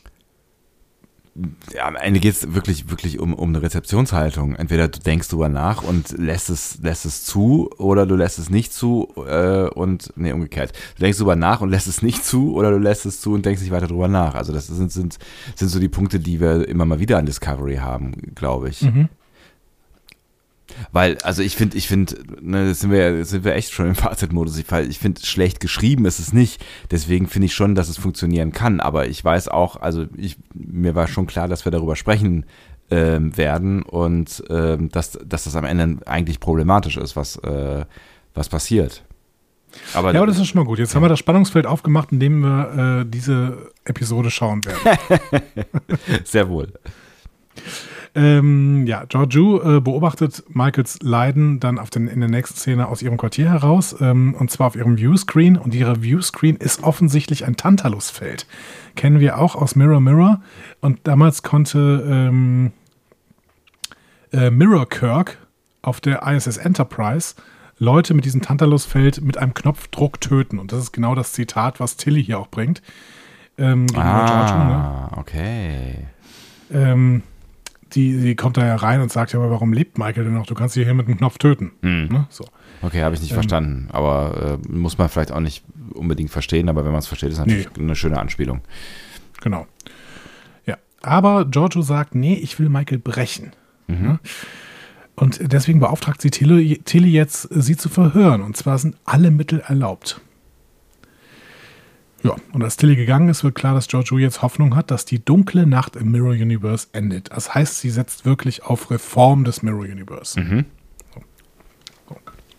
ja, am Ende geht es wirklich, wirklich um, um eine Rezeptionshaltung. Entweder du denkst drüber nach und lässt es, lässt es zu oder du lässt es nicht zu äh, und, nee, umgekehrt. Du denkst drüber nach und lässt es nicht zu oder du lässt es zu und denkst nicht weiter drüber nach. Also das sind, sind, sind so die Punkte, die wir immer mal wieder an Discovery haben, glaube ich. Mhm. Weil, also ich finde, ich finde, ne, sind wir, sind wir echt schon im Fazitmodus. Ich, ich finde, schlecht geschrieben ist es nicht. Deswegen finde ich schon, dass es funktionieren kann. Aber ich weiß auch, also ich, mir war schon klar, dass wir darüber sprechen ähm, werden und ähm, dass, dass das am Ende eigentlich problematisch ist, was, äh, was passiert. Aber, ja, aber das ist schon mal gut. Jetzt ja. haben wir das Spannungsfeld aufgemacht, in dem wir äh, diese Episode schauen werden. Sehr wohl. Ähm, ja, Giorgio äh, beobachtet Michaels Leiden dann auf den, in der nächsten Szene aus ihrem Quartier heraus, ähm, und zwar auf ihrem Viewscreen. Und ihre Viewscreen ist offensichtlich ein Tantalusfeld. Kennen wir auch aus Mirror Mirror. Und damals konnte ähm, äh, Mirror Kirk auf der I S S Enterprise Leute mit diesem Tantalusfeld mit einem Knopfdruck töten. Und das ist genau das Zitat, was Tilly hier auch bringt. Ähm, ah, Giorgio, ne? Okay. Ähm, Die, die kommt da ja rein und sagt ja, aber warum lebt Michael denn noch? Du kannst sie hier mit einem Knopf töten. Mhm. Ne? So. Okay, habe ich nicht ähm, verstanden. Aber äh, muss man vielleicht auch nicht unbedingt verstehen. Aber wenn man es versteht, ist natürlich nee. eine schöne Anspielung. Genau. Ja, aber Giorgio sagt, nee, ich will Michael brechen. Mhm. Ne? Und deswegen beauftragt sie Tilly, Tilly jetzt, sie zu verhören. Und zwar sind alle Mittel erlaubt. Ja, und als Tilly gegangen ist, wird klar, dass Giorgio jetzt Hoffnung hat, dass die dunkle Nacht im Mirror Universe endet. Das heißt, sie setzt wirklich auf Reform des Mirror Universe. Mhm. So. So.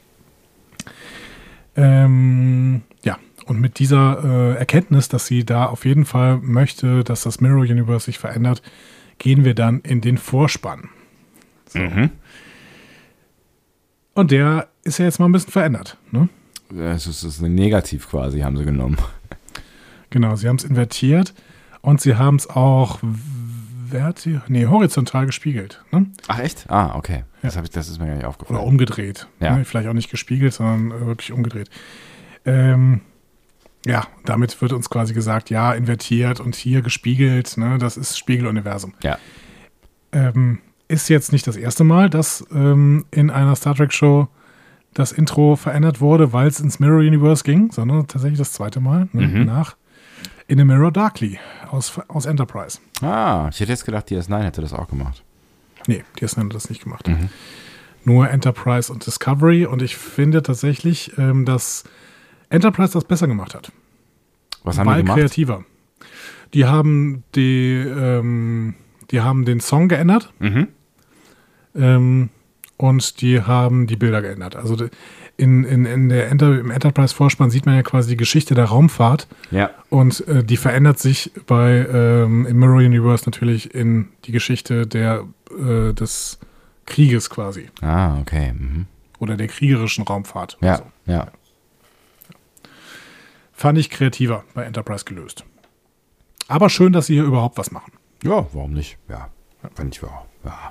Ähm, ja, und mit dieser äh, Erkenntnis, dass sie da auf jeden Fall möchte, dass das Mirror Universe sich verändert, gehen wir dann in den Vorspann. So. Mhm. Und der ist ja jetzt mal ein bisschen verändert, ne? Es ist, es ist negativ quasi, haben sie genommen. Genau, sie haben es invertiert und sie haben es auch verti- nee, horizontal gespiegelt. Ne? Ach echt? Ah, okay. Das, Ja. hab ich, das ist mir gar nicht aufgefallen. Oder umgedreht. Ja. Ne? Vielleicht auch nicht gespiegelt, sondern äh, wirklich umgedreht. Ähm, ja, damit wird uns quasi gesagt, ja, invertiert und hier gespiegelt. Ne? Das ist Spiegeluniversum. Ja. Ähm, ist jetzt nicht das erste Mal, dass ähm, in einer Star Trek-Show das Intro verändert wurde, weil es ins Mirror Universe ging, sondern tatsächlich das zweite Mal ne? Mhm. nach In a Mirror Darkly aus, aus Enterprise. Ah, ich hätte jetzt gedacht, D S neun hätte das auch gemacht. Nee, D S neun hat das nicht gemacht. Mhm. Nur Enterprise und Discovery und ich finde tatsächlich, ähm, dass Enterprise das besser gemacht hat. Was haben weil die gemacht? kreativer. Die haben die, ähm, die haben den Song geändert. Mhm. Ähm, und die haben die Bilder geändert. Also in, in, in der Enter, im Enterprise-Vorspann sieht man ja quasi die Geschichte der Raumfahrt. Ja. Und äh, die verändert sich bei ähm, im Mirror Universe natürlich in die Geschichte der, äh, des Krieges quasi. Ah, okay. Mhm. Oder der kriegerischen Raumfahrt. Ja, Also, ja. fand ich kreativer bei Enterprise gelöst. Aber schön, dass sie hier überhaupt was machen. Ja, warum nicht? Ja, wenn ich war. Ja.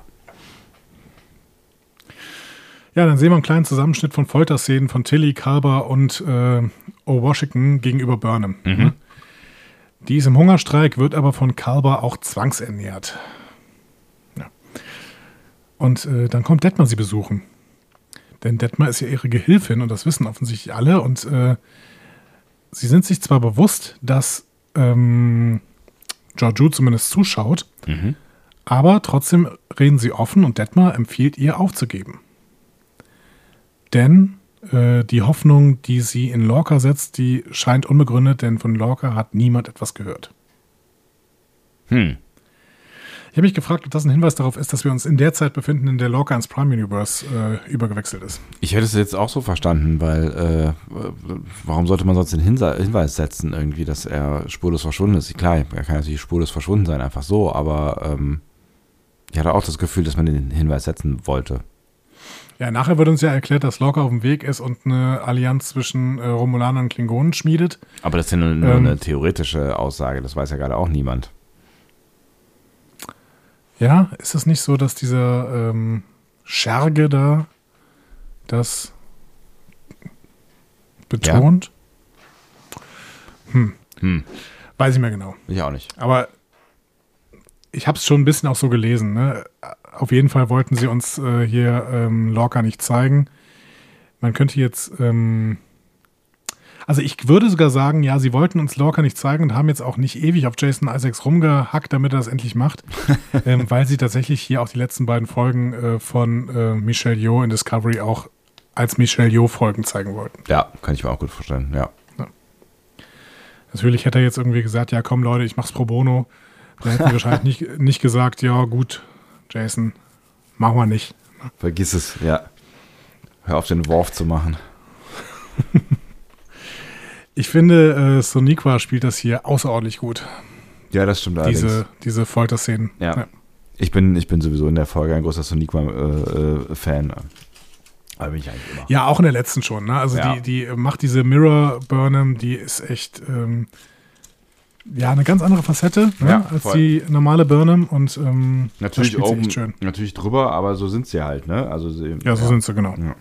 Ja, dann sehen wir einen kleinen Zusammenschnitt von Folterszenen von Tilly, Culber und äh, O'Washington gegenüber Burnham. Mhm. Die ist im Hungerstreik, wird aber von Culber auch zwangsernährt. Ja. Und äh, dann kommt Detmer sie besuchen. Denn Detmer ist ja ihre Gehilfin und das wissen offensichtlich alle. Und äh, sie sind sich zwar bewusst, dass ähm, Georgiou zumindest zuschaut, Mhm. aber trotzdem reden sie offen und Detmer empfiehlt ihr aufzugeben. Denn äh, die Hoffnung, die sie in Lorca setzt, die scheint unbegründet, denn von Lorca hat niemand etwas gehört. Hm. Ich habe mich gefragt, ob das ein Hinweis darauf ist, dass wir uns in der Zeit befinden, in der Lorca ins Prime Universe äh, übergewechselt ist. Ich hätte es jetzt auch so verstanden, weil äh, warum sollte man sonst den Hinsa- Hinweis setzen, irgendwie, dass er spurlos verschwunden ist? Klar, er kann natürlich spurlos verschwunden sein, einfach so, aber ähm, ich hatte auch das Gefühl, dass man den Hinweis setzen wollte. Ja, nachher wird uns ja erklärt, dass Lorca auf dem Weg ist und eine Allianz zwischen äh, Romulanern und Klingonen schmiedet. Aber das ist ja nur, nur Ähm. eine theoretische Aussage, das weiß ja gerade auch niemand. Ja, ist es nicht so, dass dieser ähm, Scherge da das betont? Hm, Hm, weiß ich mehr genau. ich auch nicht. Aber ich habe es schon ein bisschen auch so gelesen. Ne? Auf jeden Fall wollten sie uns äh, hier ähm, Lorca nicht zeigen. Man könnte jetzt, ähm, also ich würde sogar sagen, ja, sie wollten uns Lorca nicht zeigen und haben jetzt auch nicht ewig auf Jason Isaacs rumgehackt, damit er das endlich macht, ähm, weil sie tatsächlich hier auch die letzten beiden Folgen äh, von äh, Michelle Yeoh in Discovery auch als Michelle Yeoh Folgen zeigen wollten. Ja, kann ich mir auch gut vorstellen, ja. Natürlich hätte er jetzt irgendwie gesagt, ja komm Leute, ich mach's pro bono. Dann hätten sie wahrscheinlich nicht, nicht gesagt, ja gut, Jason, machen wir nicht. Vergiss es, ja. Hör auf, den Worf zu machen. Ich finde, äh, Soniqua spielt das hier außerordentlich gut. Ja, das stimmt allerdings. Diese, diese Folterszenen. Ja. Ja. Ich bin, ich bin sowieso in der Folge ein großer Soniqua-Fan. Aber bin ich eigentlich immer. Ja, auch in der letzten schon. Ne? Also Ja. die, die macht diese Mirror Burnham, die ist echt ähm, ja eine ganz andere Facette ne? Ja, als voll. die normale Burnham und ähm, Natürlich da spielt sie oben, echt schön. natürlich drüber, aber so sind sie halt, ne? Also sie, Ja, so sind sie, genau. Ja.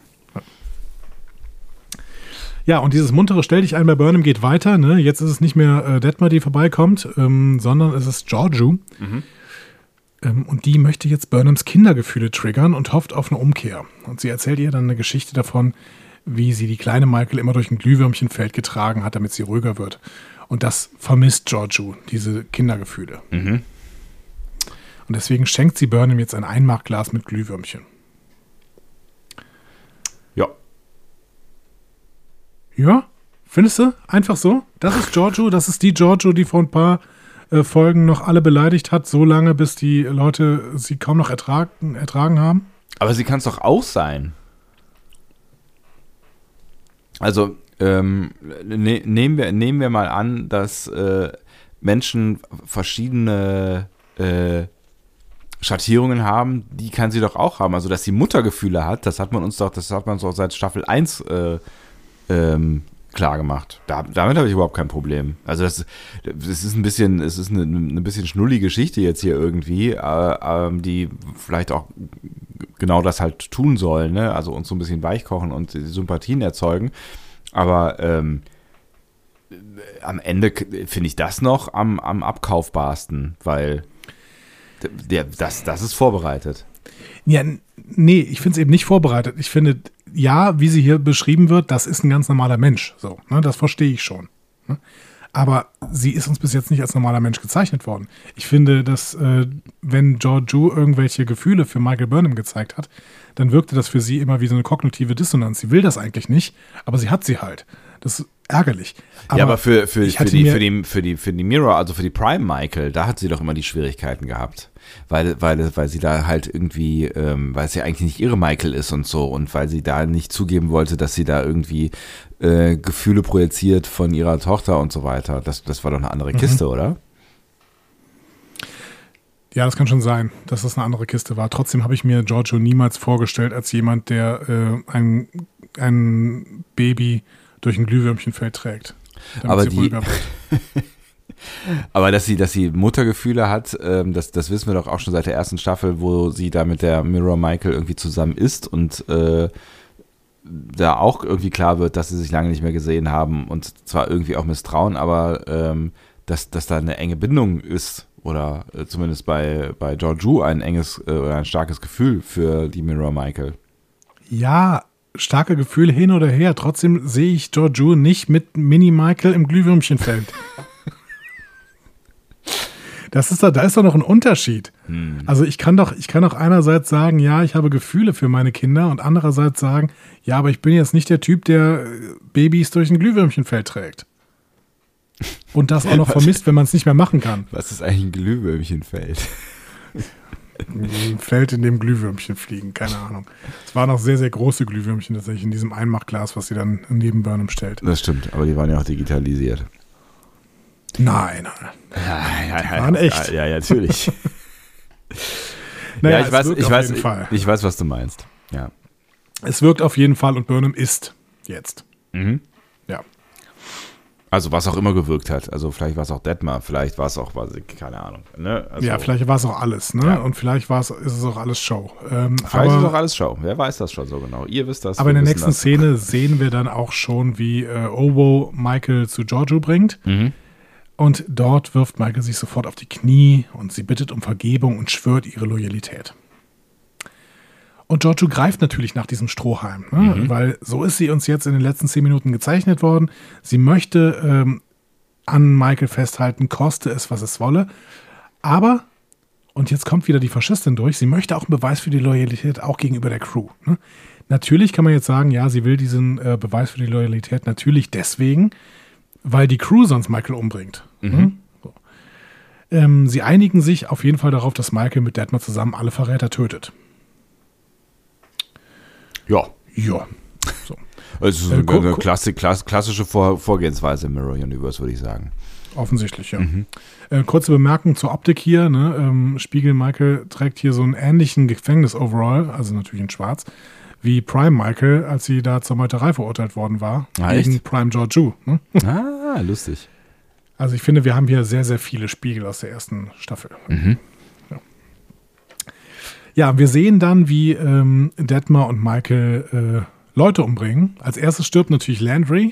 Ja, und dieses muntere Stell dich ein bei Burnham geht weiter. Ne? Jetzt ist es nicht mehr äh, Detmer, die vorbeikommt, ähm, sondern es ist Georgiou. Mhm. Ähm, und die möchte jetzt Burnhams Kindergefühle triggern und hofft auf eine Umkehr. Und sie erzählt ihr dann eine Geschichte davon, wie sie die kleine Michael immer durch ein Glühwürmchenfeld getragen hat, damit sie ruhiger wird. Und das vermisst Georgiou, diese Kindergefühle. Mhm. Und deswegen schenkt sie Burnham jetzt ein Einmachglas mit Glühwürmchen. Ja. Ja, findest du? Einfach so? Das ist Georgiou, das ist die Georgiou, die vor ein paar äh, Folgen noch alle beleidigt hat, so lange, bis die Leute sie kaum noch ertragen, ertragen haben. Aber sie kann es doch auch sein. Also, ähm, ne, nehmen, wir, nehmen wir mal an, dass äh, Menschen verschiedene äh, Schattierungen haben, die kann sie doch auch haben. Also, dass sie Muttergefühle hat, das hat man uns doch, das hat man uns doch seit Staffel eins äh, ähm, klar gemacht. Da, damit habe ich überhaupt kein Problem. Also das, das ist ein bisschen, es ist eine, eine bisschen schnullige Geschichte jetzt hier irgendwie, äh, äh, die vielleicht auch genau das halt tun soll, ne? Also uns so ein bisschen weichkochen und Sympathien erzeugen. Aber ähm, am Ende finde ich das noch am, am abkaufbarsten, weil der, das, das ist vorbereitet. Ja, nee, ich finde es eben nicht vorbereitet. Ich finde, ja, wie sie hier beschrieben wird, das ist ein ganz normaler Mensch. So, ne, das verstehe ich schon. Ne? Aber sie ist uns bis jetzt nicht als normaler Mensch gezeichnet worden. Ich finde, dass äh, wenn Georgiou irgendwelche Gefühle für Michael Burnham gezeigt hat, dann wirkte das für sie immer wie so eine kognitive Dissonanz. Sie will das eigentlich nicht, aber sie hat sie halt. Das ist ärgerlich. Aber ja, aber für, für, für, die, mir, für, die, für, die, für die Mirror, also für die Prime Michael, da hat sie doch immer die Schwierigkeiten gehabt. Weil, weil, weil sie da halt irgendwie, ähm, weil es ja eigentlich nicht ihre Michael ist und so und weil sie da nicht zugeben wollte, dass sie da irgendwie äh, Gefühle projiziert von ihrer Tochter und so weiter. Das, das war doch eine andere Kiste, mhm. oder? Ja, das kann schon sein, dass das eine andere Kiste war. Trotzdem habe ich mir Georgiou niemals vorgestellt als jemand, der äh, ein, ein Baby durch ein Glühwürmchenfeld trägt. Aber die... Aber dass sie, dass sie Muttergefühle hat, ähm, das, das wissen wir doch auch schon seit der ersten Staffel, wo sie da mit der Mirror Michael irgendwie zusammen ist und äh, da auch irgendwie klar wird, dass sie sich lange nicht mehr gesehen haben und zwar irgendwie auch misstrauen, aber ähm, dass, dass da eine enge Bindung ist oder äh, zumindest bei, bei Georgiou ein enges äh, oder ein starkes Gefühl für die Mirror Michael. Ja, starke Gefühle hin oder her. Trotzdem sehe ich Georgiou nicht mit Mini Michael im Glühwürmchenfeld. Das ist da, da ist doch noch ein Unterschied. Hm. Also ich kann doch, ich kann doch einerseits sagen, ja, ich habe Gefühle für meine Kinder und andererseits sagen, ja, aber ich bin jetzt nicht der Typ, der Babys durch ein Glühwürmchenfeld trägt. Und das auch noch vermisst, wenn man es nicht mehr machen kann. Was ist eigentlich ein Glühwürmchenfeld? Ein Feld, in dem Glühwürmchen fliegen, keine Ahnung. Es waren auch sehr, sehr große Glühwürmchen tatsächlich in diesem Einmachglas, was sie dann neben Burnham stellt. Das stimmt, aber die waren ja auch digitalisiert. Nein, nein. Ja, ja, die waren ja, echt. Ja, ja, natürlich. naja, ja, ich weiß, ich weiß, ich, ich weiß, was du meinst. Ja. Es wirkt auf jeden Fall und Burnham ist jetzt. Mhm. Ja. Also was auch immer gewirkt hat. Also vielleicht war es auch Detmar, vielleicht war es auch, weiß ich, keine Ahnung. Ne? Also, ja, vielleicht war es auch alles. Ne? Ja. Und vielleicht war es, ist es auch alles Show. Ähm, vielleicht aber, ist es auch alles Show. Wer weiß das schon so genau. Ihr wisst das. Aber in der nächsten das. Szene sehen wir dann auch schon, wie äh, Obo Michael zu Georgiou bringt. Mhm. Und dort wirft Michael sich sofort auf die Knie und sie bittet um Vergebung und schwört ihre Loyalität. Und Georgiou greift natürlich nach diesem Strohhalm, ne? Mhm. Weil so ist sie uns jetzt in den letzten zehn Minuten gezeichnet worden. Sie möchte ähm, an Michael festhalten, koste es, was es wolle. Aber, und jetzt kommt wieder die Faschistin durch, sie möchte auch einen Beweis für die Loyalität auch gegenüber der Crew. Ne? Natürlich kann man jetzt sagen, ja, sie will diesen äh, Beweis für die Loyalität natürlich deswegen, weil die Crew sonst Michael umbringt. Mhm. So. Ähm, sie einigen sich auf jeden Fall darauf, dass Michael mit Detmar zusammen alle Verräter tötet. Ja. Ja. So. Also äh, eine Klassik, klass, klassische Vor, Vorgehensweise im Mirror Universe, würde ich sagen. Offensichtlich, ja. Mhm. Äh, kurze Bemerkung zur Optik hier. Ne? Ähm, Spiegel Michael trägt hier so einen ähnlichen Gefängnis-Overall, also natürlich in schwarz, wie Prime Michael, als sie da zur Meuterei verurteilt worden war. Ah, gegen echt? Prime Georgiou. Ne? Ah, lustig. Also ich finde, wir haben hier sehr, sehr viele Spiegel aus der ersten Staffel. Mhm. Ja. ja, wir sehen dann, wie ähm, Detmar und Michael äh, Leute umbringen. Als erstes stirbt natürlich Landry.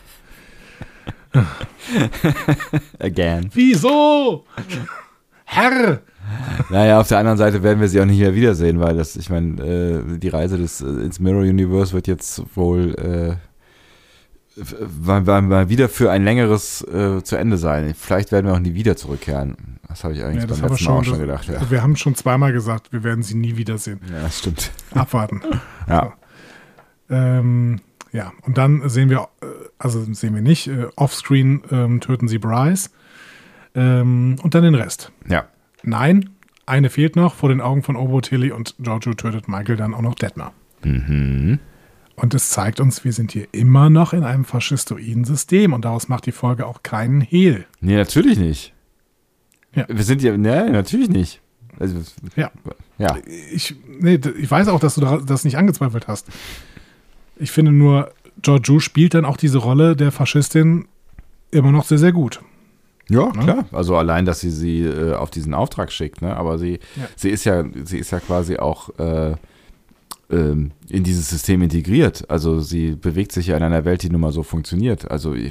Again. Wieso? Herr! Naja, auf der anderen Seite werden wir sie auch nicht mehr wiedersehen, weil das, ich meine, äh, die Reise des, äh, ins Mirror Universe wird jetzt wohl äh, mal, mal wieder für ein längeres äh, zu Ende sein. Vielleicht werden wir auch nie wieder zurückkehren. Das habe ich eigentlich ja, beim letzten Mal auch schon gedacht. Ja. Ja. Wir haben schon zweimal gesagt, wir werden sie nie wiedersehen. Ja, das stimmt. Abwarten. Ja. So. Ähm, ja, und dann sehen wir, also sehen wir nicht, äh, offscreen ähm, töten sie Bryce ähm, und dann den Rest. Ja. Nein, eine fehlt noch vor den Augen von Obo, Tilly und Georgiou tötet Michael dann auch noch Detmar. Mhm. Und es zeigt uns, wir sind hier immer noch in einem faschistoiden System und daraus macht die Folge auch keinen Hehl. Nee, natürlich nicht. Ja. Wir sind ja, nee, natürlich nicht. Also, ja. Ja. Ich, nee, ich weiß auch, dass du das nicht angezweifelt hast. Ich finde nur, Georgiou spielt dann auch diese Rolle der Faschistin immer noch sehr, sehr gut. Ja, ne? Klar. Also allein, dass sie sie äh, auf diesen Auftrag schickt, ne? Aber sie, ja. sie ist ja, sie ist ja quasi auch äh, ähm, in dieses System integriert. Also sie bewegt sich ja in einer Welt, die nun mal so funktioniert. Also ich,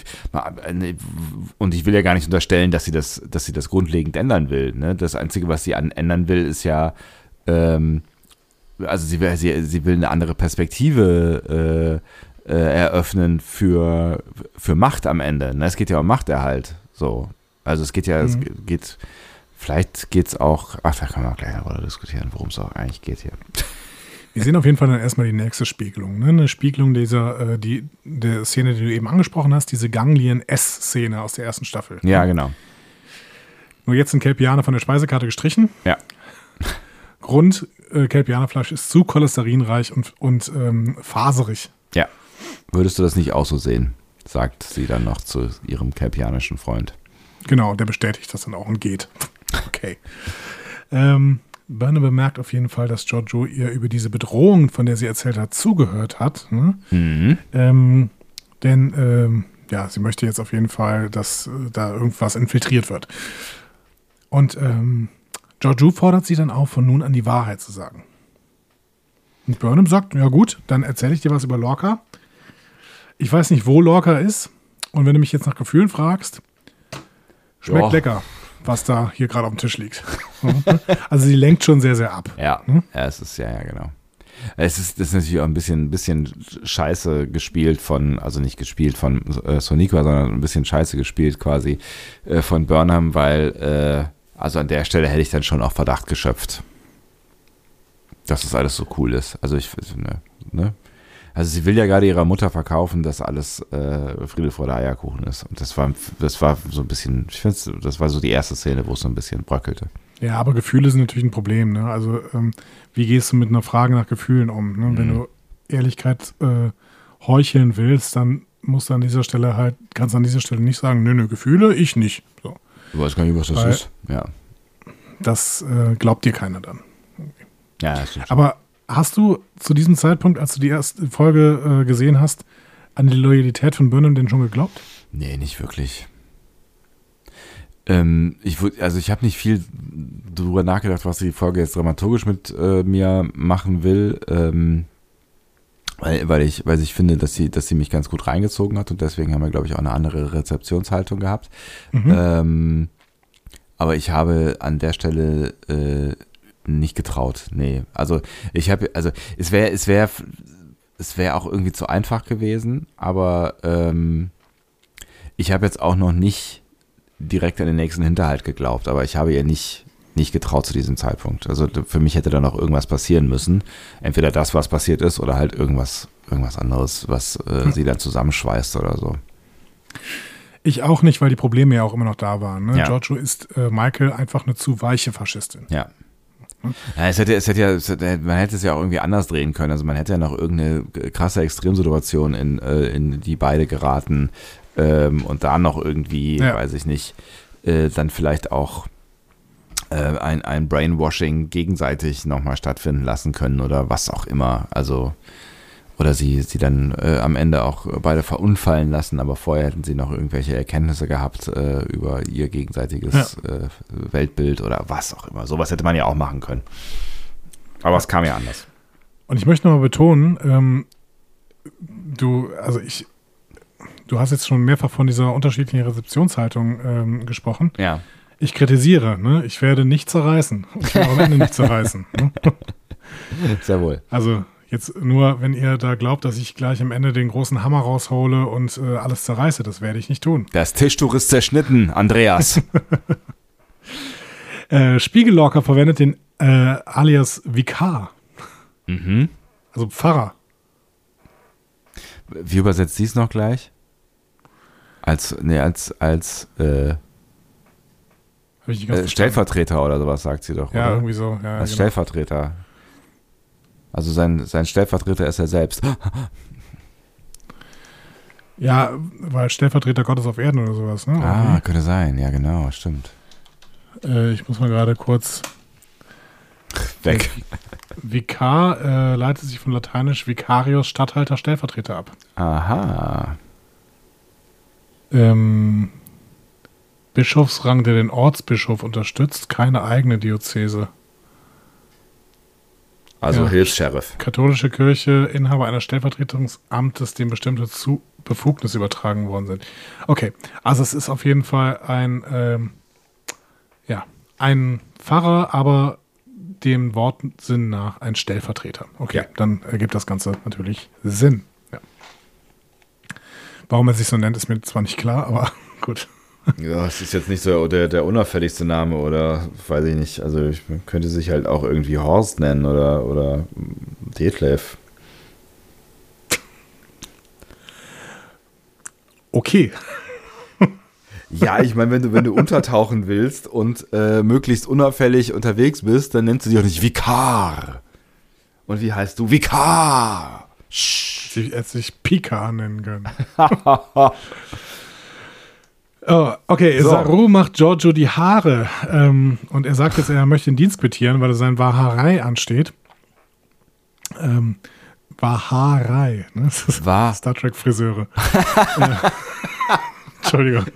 und ich will ja gar nicht unterstellen, dass sie das, dass sie das grundlegend ändern will. Ne? Das Einzige, was sie an, ändern will, ist ja, ähm, also sie will, sie, sie will eine andere Perspektive äh, äh, eröffnen für, für Macht am Ende. Ne? Es geht ja um Machterhalt. So. Also es geht ja, mhm. es geht, vielleicht geht es auch, ach, da können wir auch gleich darüber diskutieren, worum es auch eigentlich geht hier. Wir sehen auf jeden Fall dann erstmal die nächste Spiegelung. Ne? Eine Spiegelung dieser, äh, die, der Szene, die du eben angesprochen hast, diese Ganglien-S-Szene aus der ersten Staffel. Ja, genau. Nur jetzt sind Kelpianer von der Speisekarte gestrichen. Ja. Grund, äh, Kelpianerfleisch ist zu cholesterinreich und, und ähm, faserig. Ja. Würdest du das nicht auch so sehen? Sagt sie dann noch zu ihrem kelpianischen Freund. Genau, der bestätigt das dann auch und geht. Okay. Ähm, Burnham bemerkt auf jeden Fall, dass Georgiou ihr über diese Bedrohung, von der sie erzählt hat, zugehört hat. Ne? Mhm. Ähm, denn ähm, ja, sie möchte jetzt auf jeden Fall, dass äh, da irgendwas infiltriert wird. Und ähm, Georgiou fordert sie dann auf, von nun an die Wahrheit zu sagen. Und Burnham sagt, ja gut, dann erzähle ich dir was über Lorca. Ich weiß nicht, wo Lorca ist. Und wenn du mich jetzt nach Gefühlen fragst, schmeckt ja. lecker, was da hier gerade auf dem Tisch liegt. Also sie lenkt schon sehr, sehr ab. Ja, hm? ja, es ist, ja, ja, genau. Es ist, das ist natürlich auch ein bisschen, bisschen scheiße gespielt von, also nicht gespielt von äh, Sonequa, sondern ein bisschen scheiße gespielt quasi äh, von Burnham, weil, äh, also an der Stelle hätte ich dann schon auch Verdacht geschöpft, dass das alles so cool ist. Also ich, ne, ne? Also sie will ja gerade ihrer Mutter verkaufen, dass alles äh, Friede vor der Eierkuchen ist. Und das war, das war so ein bisschen, ich finde, das war so die erste Szene, wo es so ein bisschen bröckelte. Ja, aber Gefühle sind natürlich ein Problem. Ne? Also ähm, wie gehst du mit einer Frage nach Gefühlen um? Ne? Mhm. Wenn du Ehrlichkeit äh, heucheln willst, dann musst du an dieser Stelle halt, kannst du an dieser Stelle nicht sagen, nö, nö, Gefühle, ich nicht. So. Du weißt gar nicht, was das Weil ist. Ja. Das äh, glaubt dir keiner dann. Okay. Ja, das stimmt. Aber hast du zu diesem Zeitpunkt, als du die erste Folge äh, gesehen hast, an die Loyalität von Burnham denn schon geglaubt? Nee, nicht wirklich. Ähm, ich also ich habe nicht viel darüber nachgedacht, was die Folge jetzt dramaturgisch mit äh, mir machen will, ähm, weil, weil ich, weil ich finde, dass sie, dass sie mich ganz gut reingezogen hat und deswegen haben wir, glaube ich, auch eine andere Rezeptionshaltung gehabt. Mhm. Ähm, aber ich habe an der Stelle äh, nicht getraut, nee. Also ich habe, also es wäre, es wäre, es wäre auch irgendwie zu einfach gewesen, aber ähm, ich habe jetzt auch noch nicht direkt an den nächsten Hinterhalt geglaubt, aber ich habe ihr nicht, nicht getraut zu diesem Zeitpunkt. Also für mich hätte da noch irgendwas passieren müssen. Entweder das, was passiert ist, oder halt irgendwas, irgendwas anderes, was äh, sie dann zusammenschweißt oder so. Ich auch nicht, weil die Probleme ja auch immer noch da waren. Ne? Ja. Giorgio ist äh, Michael einfach eine zu weiche Faschistin. Ja. Ja, es hätte, es hätte ja, es hätte, man hätte es ja auch irgendwie anders drehen können. Also man hätte ja noch irgendeine krasse Extremsituation in, äh, in die beide geraten ähm, und da noch irgendwie, ja. weiß ich nicht, äh, dann vielleicht auch äh, ein, ein Brainwashing gegenseitig nochmal stattfinden lassen können oder was auch immer. Also oder sie, sie dann äh, am Ende auch beide verunfallen lassen, aber vorher hätten sie noch irgendwelche Erkenntnisse gehabt äh, über ihr gegenseitiges ja. äh, Weltbild oder was auch immer. Sowas hätte man ja auch machen können. Aber es kam ja anders. Und ich möchte nochmal betonen, ähm, du, also ich, du hast jetzt schon mehrfach von dieser unterschiedlichen Rezeptionshaltung ähm, gesprochen. Ja. Ich kritisiere, ne? Ich werde nicht zerreißen. Ich werde am Ende nicht zerreißen. Ne? Sehr wohl. Also jetzt nur, wenn ihr da glaubt, dass ich gleich am Ende den großen Hammer raushole und äh, alles zerreiße, das werde ich nicht tun. Das Tischtuch ist zerschnitten, Andreas. äh, Spiegellocker verwendet den äh, alias Vikar. Mhm. Also Pfarrer. Wie übersetzt sie es noch gleich? Als, nee, als, als äh, äh, Stellvertreter oder sowas sagt sie doch, ja, oder? Irgendwie so. Ja, als genau. Stellvertreter. Also sein, sein Stellvertreter ist er selbst. Ja, weil Stellvertreter Gottes auf Erden oder sowas, ne? Ah, irgendwie. Könnte sein, ja genau, stimmt. Äh, ich muss mal gerade kurz... weg. Vikar äh, leitet sich von lateinisch Vicarius, Statthalter, Stellvertreter ab. Aha. Ähm, Bischofsrang, der den Ortsbischof unterstützt, keine eigene Diözese. Also Ja. Hilfs-Sheriff. Katholische Kirche, Inhaber eines Stellvertretungsamtes, dem bestimmte Zu Befugnisse übertragen worden sind. Okay, also es ist auf jeden Fall ein, ähm, ja, ein Pfarrer, aber dem Wortsinn nach ein Stellvertreter. Okay, Ja. dann ergibt das Ganze natürlich Sinn. Ja. Warum er sich so nennt, ist mir zwar nicht klar, aber gut. Ja, es ist jetzt nicht so der, der unauffälligste Name oder weiß ich nicht. Also ich man könnte sich halt auch irgendwie Horst nennen oder, oder Detlef. Okay. Ja, ich meine, wenn du, wenn du untertauchen willst und äh, möglichst unauffällig unterwegs bist, dann nennst du dich auch nicht Vikar. Und wie heißt du? Vikar! Sie hätte sich Pika nennen können. Oh, okay, So. Saru macht Giorgio die Haare ähm, und er sagt jetzt, er möchte den Dienst quittieren, weil seine Waharei ansteht. Ähm, Waharei, ne? Das ist Wa- Star Trek Friseure. Ja. Entschuldigung.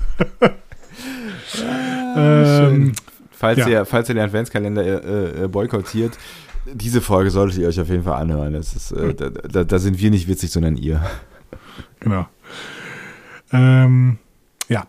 ähm, Falls, Ja. ihr, falls ihr den Adventskalender äh, äh, boykottiert, diese Folge solltet ihr euch auf jeden Fall anhören. Das ist, äh, da, da, da sind wir nicht witzig, sondern ihr. genau. Ähm, ja.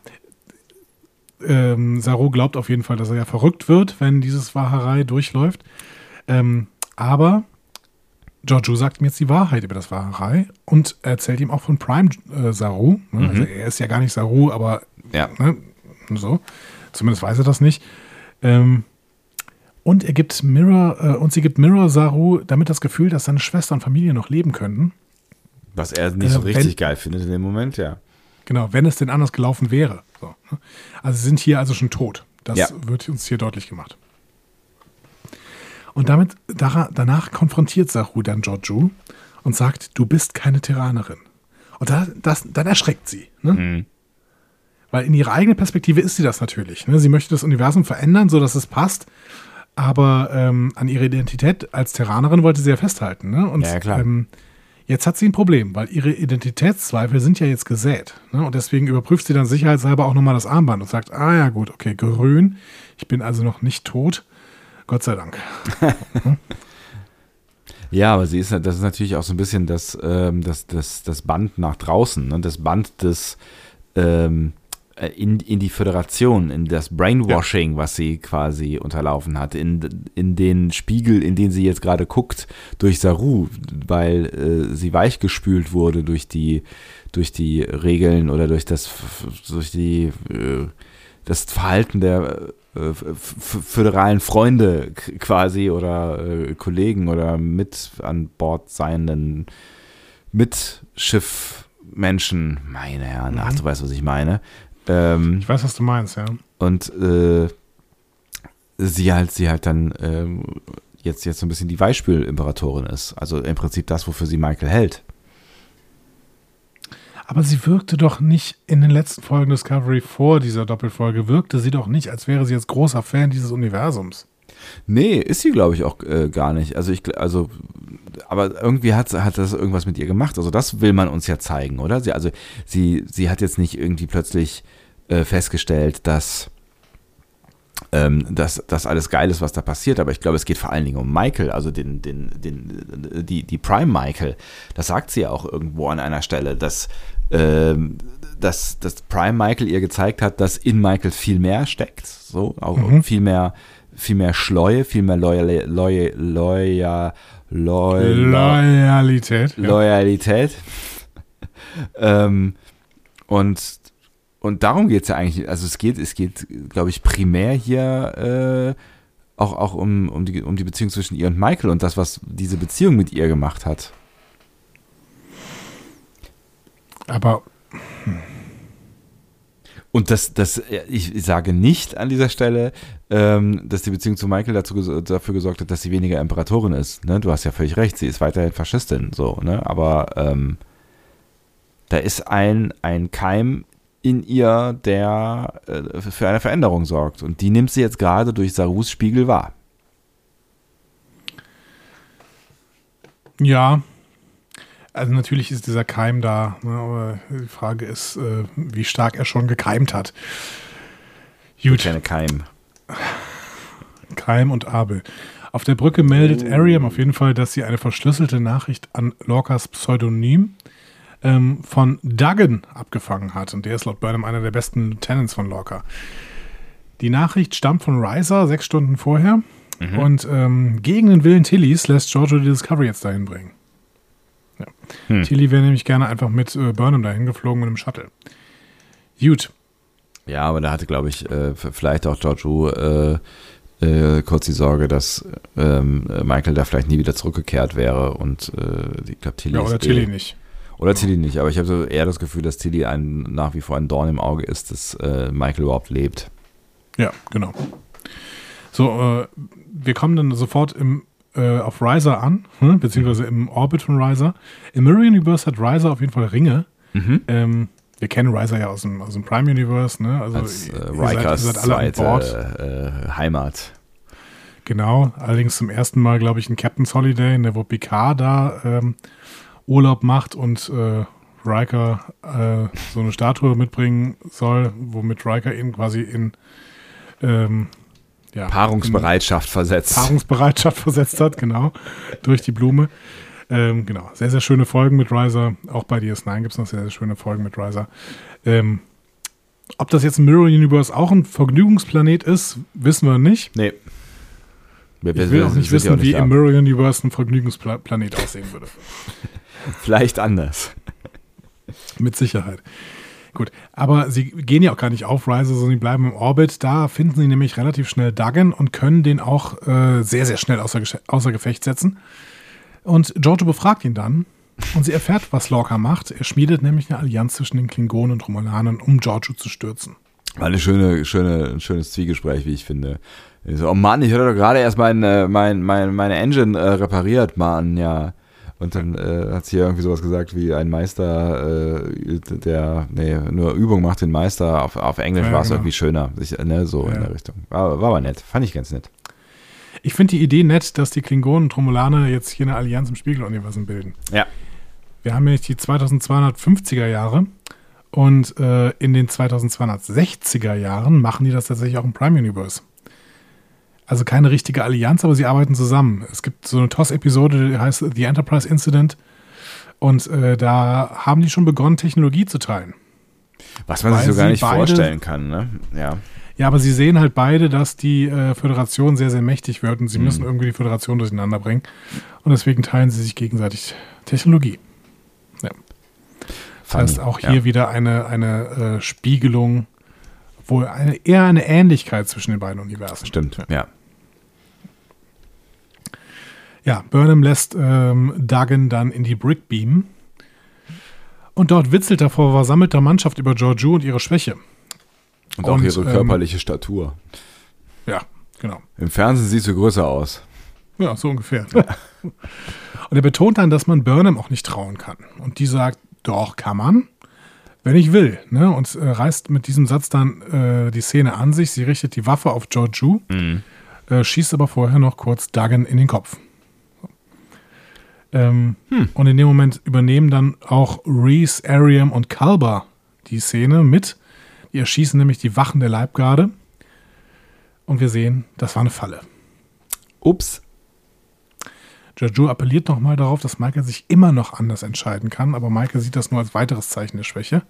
Ähm, Saru glaubt auf jeden Fall, dass er ja verrückt wird, wenn dieses Waharei durchläuft. Ähm, aber Giorgio sagt mir jetzt die Wahrheit über das Waharei und erzählt ihm auch von Prime äh, Saru. Ne? Also er ist ja gar nicht Saru, aber Ja. ne? so. Zumindest weiß er das nicht. Ähm, und er gibt Mirror, äh, und sie gibt Mirror Saru damit das Gefühl, dass seine Schwester und Familie noch leben könnten. Was er nicht so Äh, richtig wenn- geil findet in dem Moment, ja. Genau, wenn es denn anders gelaufen wäre. So, ne? Also sie sind hier also schon tot. Das Ja. wird uns hier deutlich gemacht. Und damit dara- danach konfrontiert Saru dann Giorgio und sagt, du bist keine Terranerin. Und da, das, dann erschreckt sie. Ne? Mhm. Weil in ihrer eigenen Perspektive ist sie das natürlich. Ne? Sie möchte das Universum verändern, sodass es passt. Aber ähm, an ihre Identität als Terranerin wollte sie ja festhalten. Ne? Und Ja, ja, klar. Ähm, jetzt hat sie ein Problem, weil ihre Identitätszweifel sind ja jetzt gesät. Ne? Und deswegen überprüft sie dann sicherheitshalber auch nochmal das Armband und sagt, ah ja gut, okay, grün. Ich bin also noch nicht tot. Gott sei Dank. Ja, aber sie ist, das ist natürlich auch so ein bisschen das, ähm, das, das, das Band nach draußen, ne? Das Band des ähm, in, in die Föderation, in das Brainwashing, ja. was sie quasi unterlaufen hat, in, in den Spiegel, in den sie jetzt gerade guckt, durch Saru, weil äh, sie weichgespült wurde durch die, durch die Regeln oder durch das, durch die, äh, das Verhalten der äh, föderalen Freunde quasi oder äh, Kollegen oder mit an Bord seienden Mitschiffmenschen, meine Herren, mhm. ach, du weißt, was ich meine. Ähm, ich weiß, was du meinst, ja. Und äh, sie halt, sie halt dann ähm, jetzt, jetzt so ein bisschen die Weichspül-Imperatorin ist. Also im Prinzip das, wofür sie Michael hält. Aber sie wirkte doch nicht in den letzten Folgen Discovery vor dieser Doppelfolge, wirkte sie doch nicht, als wäre sie jetzt großer Fan dieses Universums. Nee, ist sie, glaube ich, auch äh, gar nicht. Also ich, also, aber irgendwie hat, hat das irgendwas mit ihr gemacht. Also das will man uns ja zeigen, oder? Sie, also sie, sie hat jetzt nicht irgendwie plötzlich äh, festgestellt, dass ähm, dass das alles geil ist, was da passiert. Aber ich glaube, es geht vor allen Dingen um Michael, also den, den, den, die, die Prime Michael. Das sagt sie ja auch irgendwo an einer Stelle, dass ähm, dass, dass Prime Michael ihr gezeigt hat, dass in Michael viel mehr steckt, so auch mhm. viel mehr viel mehr Schleue, viel mehr Loyal, Loyal, Loyal, Loyal, Loyalität. Loyalität. Ja. ähm, und, und darum geht es ja eigentlich, also es geht, es geht, glaube ich, primär hier äh, auch, auch um, um, die, um die Beziehung zwischen ihr und Michael und das, was diese Beziehung mit ihr gemacht hat. Aber und das, das, ich sage nicht an dieser Stelle, ähm, dass die Beziehung zu Michael dazu, dafür gesorgt hat, dass sie weniger Imperatorin ist. Ne? Du hast ja völlig recht, sie ist weiterhin Faschistin, so, ne? Aber ähm, da ist ein, ein Keim in ihr, der äh, für eine Veränderung sorgt. Und die nimmt sie jetzt gerade durch Sarus Spiegel wahr. Ja, also natürlich ist dieser Keim da, ne, aber die Frage ist, äh, wie stark er schon gekeimt hat. Gut. Keine Keim. Keim und Abel. Auf der Brücke meldet oh. Airiam auf jeden Fall, dass sie eine verschlüsselte Nachricht an Lorcas Pseudonym ähm, von Duggan abgefangen hat. Und der ist laut Burnham einer der besten Lieutenants von Lorca. Die Nachricht stammt von Risa sechs Stunden vorher. Mhm. Und ähm, gegen den Willen Tillys lässt Giorgio die Discovery jetzt dahin bringen. Ja. Hm. Tilly wäre nämlich gerne einfach mit äh, Burnham dahin geflogen mit einem Shuttle. Gut. Ja, aber da hatte, glaube ich, äh, vielleicht auch Giorgio äh, äh, kurz die Sorge, dass ähm, Michael da vielleicht nie wieder zurückgekehrt wäre. Und äh, ich glaube, Tilly Ja, oder ist Tilly eh, nicht. Oder Tilly nicht, aber ich habe so eher das Gefühl, dass Tilly ein, nach wie vor ein Dorn im Auge ist, dass äh, Michael überhaupt lebt. Ja, genau. So, äh, wir kommen dann sofort im, äh, auf Risa an, hm? beziehungsweise im Orbit von Risa. Im Mirror Universe hat Risa auf jeden Fall Ringe. Mhm. Ähm, wir kennen Risa ja aus dem, aus dem Prime Universe. Ne? Also Als äh, Rikers zweite äh, Heimat. Genau, allerdings zum ersten Mal, glaube ich, in Captain's Holiday, ne, wo Picard da ähm, Urlaub macht und äh, Riker äh, so eine Statue mitbringen soll, womit Riker ihn quasi in ähm, ja, Paarungsbereitschaft versetzt. Paarungsbereitschaft versetzt hat, genau, durch die Blume. Ähm, genau, sehr, sehr schöne Folgen mit Risa. Auch bei D S neun gibt es noch sehr, sehr schöne Folgen mit Risa. Ähm, ob das jetzt im Mirror Universe auch ein Vergnügungsplanet ist, wissen wir nicht. Nee. Wir, ich will auch nicht wissen, nicht wie da. Im Mirror Universe ein Vergnügungsplanet aussehen würde. Vielleicht anders. Mit Sicherheit. Gut, aber sie gehen ja auch gar nicht auf Risa, sondern sie bleiben im Orbit. Da finden sie nämlich relativ schnell Duggan und können den auch äh, sehr, sehr schnell außer, außer Gefecht setzen. Und Giorgio befragt ihn dann und sie erfährt, was Lorca macht. Er schmiedet nämlich eine Allianz zwischen den Klingonen und Romulanern, um Giorgio zu stürzen. War eine schöne, schöne, ein schönes Zwiegespräch, wie ich finde. Ich so, oh Mann, ich hatte doch gerade erst mein, mein, mein, meine Engine äh, repariert, Mann, ja. Und dann äh, hat sie ja irgendwie sowas gesagt wie ein Meister, äh, der nee, nur Übung macht den Meister. Auf, auf Englisch ja, war es genau. irgendwie schöner, sich, ne, so ja. in der Richtung. War, war aber nett, fand ich ganz nett. Ich finde die Idee nett, dass die Klingonen und Romulaner jetzt hier eine Allianz im Spiegeluniversum bilden. Ja. Wir haben nämlich die zweitausendzweihundertfünfziger Jahre und äh, in den zweitausendzweihundertsechziger Jahren machen die das tatsächlich auch im Prime Universe. Also keine richtige Allianz, aber sie arbeiten zusammen. Es gibt so eine T O S-Episode, die heißt The Enterprise Incident. Und äh, da haben die schon begonnen, Technologie zu teilen. Was man sich so gar nicht beide, vorstellen kann, ne? Ja. Ja, aber sie sehen halt beide, dass die äh, Föderation sehr, sehr mächtig wird und sie mhm. müssen irgendwie die Föderation durcheinander bringen. Und deswegen teilen sie sich gegenseitig Technologie. Ja. Das heißt, auch hier ja. wieder eine, eine äh, Spiegelung, wohl eine, eher eine Ähnlichkeit zwischen den beiden Universen. Stimmt, ja. ja. Ja, Burnham lässt ähm, Duggan dann in die Brick beamen. Und dort witzelt er vor versammelter Mannschaft über Giorgio und ihre Schwäche. Und, und auch ihre körperliche ähm, Statur. Ja, genau. Im Fernsehen sieht sie größer aus. Ja, so ungefähr. Und er betont dann, dass man Burnham auch nicht trauen kann. Und die sagt, doch, kann man, wenn ich will. Ne? Und äh, reißt mit diesem Satz dann äh, die Szene an sich. Sie richtet die Waffe auf Giorgio, mhm. äh, schießt aber vorher noch kurz Duggan in den Kopf. Ähm, hm. Und in dem Moment übernehmen dann auch Reese, Airiam und Culber die Szene mit. Die erschießen nämlich die Wachen der Leibgarde. Und wir sehen, das war eine Falle. Ups. Giorgio appelliert nochmal darauf, dass Michael sich immer noch anders entscheiden kann. Aber Michael sieht das nur als weiteres Zeichen der Schwäche.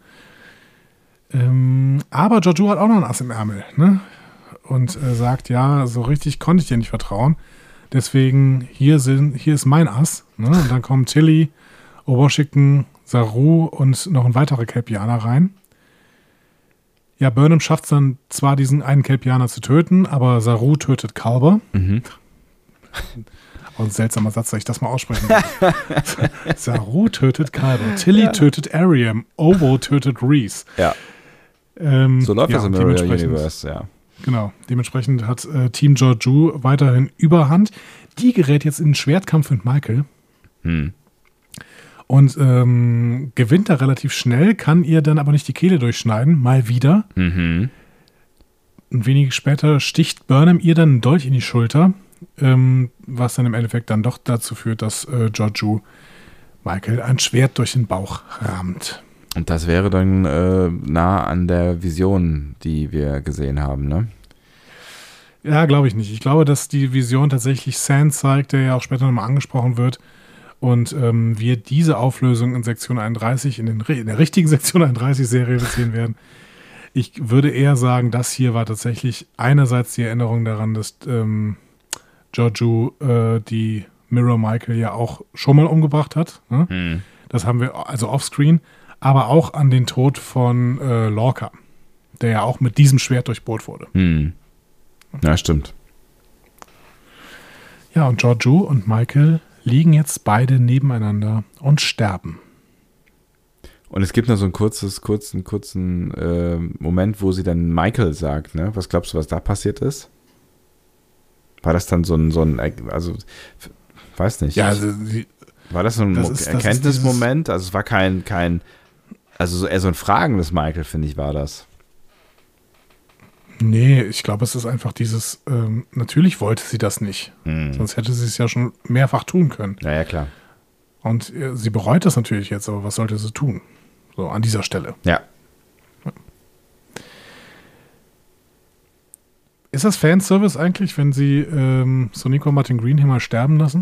Ähm, aber Giorgio hat auch noch ein Ass im Ärmel. Ne? Und äh, sagt, ja, so richtig konnte ich dir nicht vertrauen. Deswegen, hier, sind, hier ist mein Ass. Ne? Und dann kommen Tilly, Washington, Saru und noch ein weiterer Kelpianer rein. Ja, Burnham schafft es dann zwar, diesen einen Kelpianer zu töten, aber Saru tötet Culber. Mhm. Auch ein seltsamer Satz, soll ich das mal aussprechen? Saru tötet Culber. Tilly ja. tötet Airiam. Ovo tötet Reese. Ja. Ähm, so läuft ja, das im Mirror Universe, ja. Genau, dementsprechend hat äh, Team Giorgio weiterhin Überhand. Die gerät jetzt in den Schwertkampf mit Michael. Hm. Und ähm, gewinnt da relativ schnell, kann ihr dann aber nicht die Kehle durchschneiden, mal wieder. Mhm. Und wenige später sticht Burnham ihr dann einen Dolch in die Schulter. ähm, was dann im Endeffekt dann doch dazu führt, dass äh, Georgiou Michael ein Schwert durch den Bauch rammt. Und das wäre dann äh, nah an der Vision, die wir gesehen haben, ne? Ja, glaube ich nicht. Ich glaube, dass die Vision tatsächlich Sand zeigt, der ja auch später nochmal angesprochen wird. Und ähm, wir diese Auflösung in Sektion einunddreißig, in, den, in der richtigen Sektion einunddreißig-Serie sehen werden. Ich würde eher sagen, das hier war tatsächlich einerseits die Erinnerung daran, dass ähm, Georgiou äh, die Mirror Michael ja auch schon mal umgebracht hat. Ne? Hm. Das haben wir also offscreen. Aber auch an den Tod von äh, Lorca, der ja auch mit diesem Schwert durchbohrt wurde. Hm. Ja, stimmt. Ja, und Georgiou und Michael liegen jetzt beide nebeneinander und sterben. Und es gibt noch so einen kurzes, kurzen, kurzen äh, Moment, wo sie dann Michael sagt, ne? Was glaubst du, was da passiert ist? War das dann so ein, so ein also, weiß nicht. Ja, also die, war das so ein das ist, Erkenntnismoment? Das also es war kein, kein, also eher so ein fragendes Michael, finde ich, war das. Nee, ich glaube, es ist einfach dieses, ähm, natürlich wollte sie das nicht. Hm. Sonst hätte sie es ja schon mehrfach tun können. Ja, ja, klar. Und äh, sie bereut das natürlich jetzt, aber was sollte sie tun? So, an dieser Stelle. Ja. ja. Ist das Fanservice eigentlich, wenn sie ähm, Sonico Martin Green hier mal sterben lassen?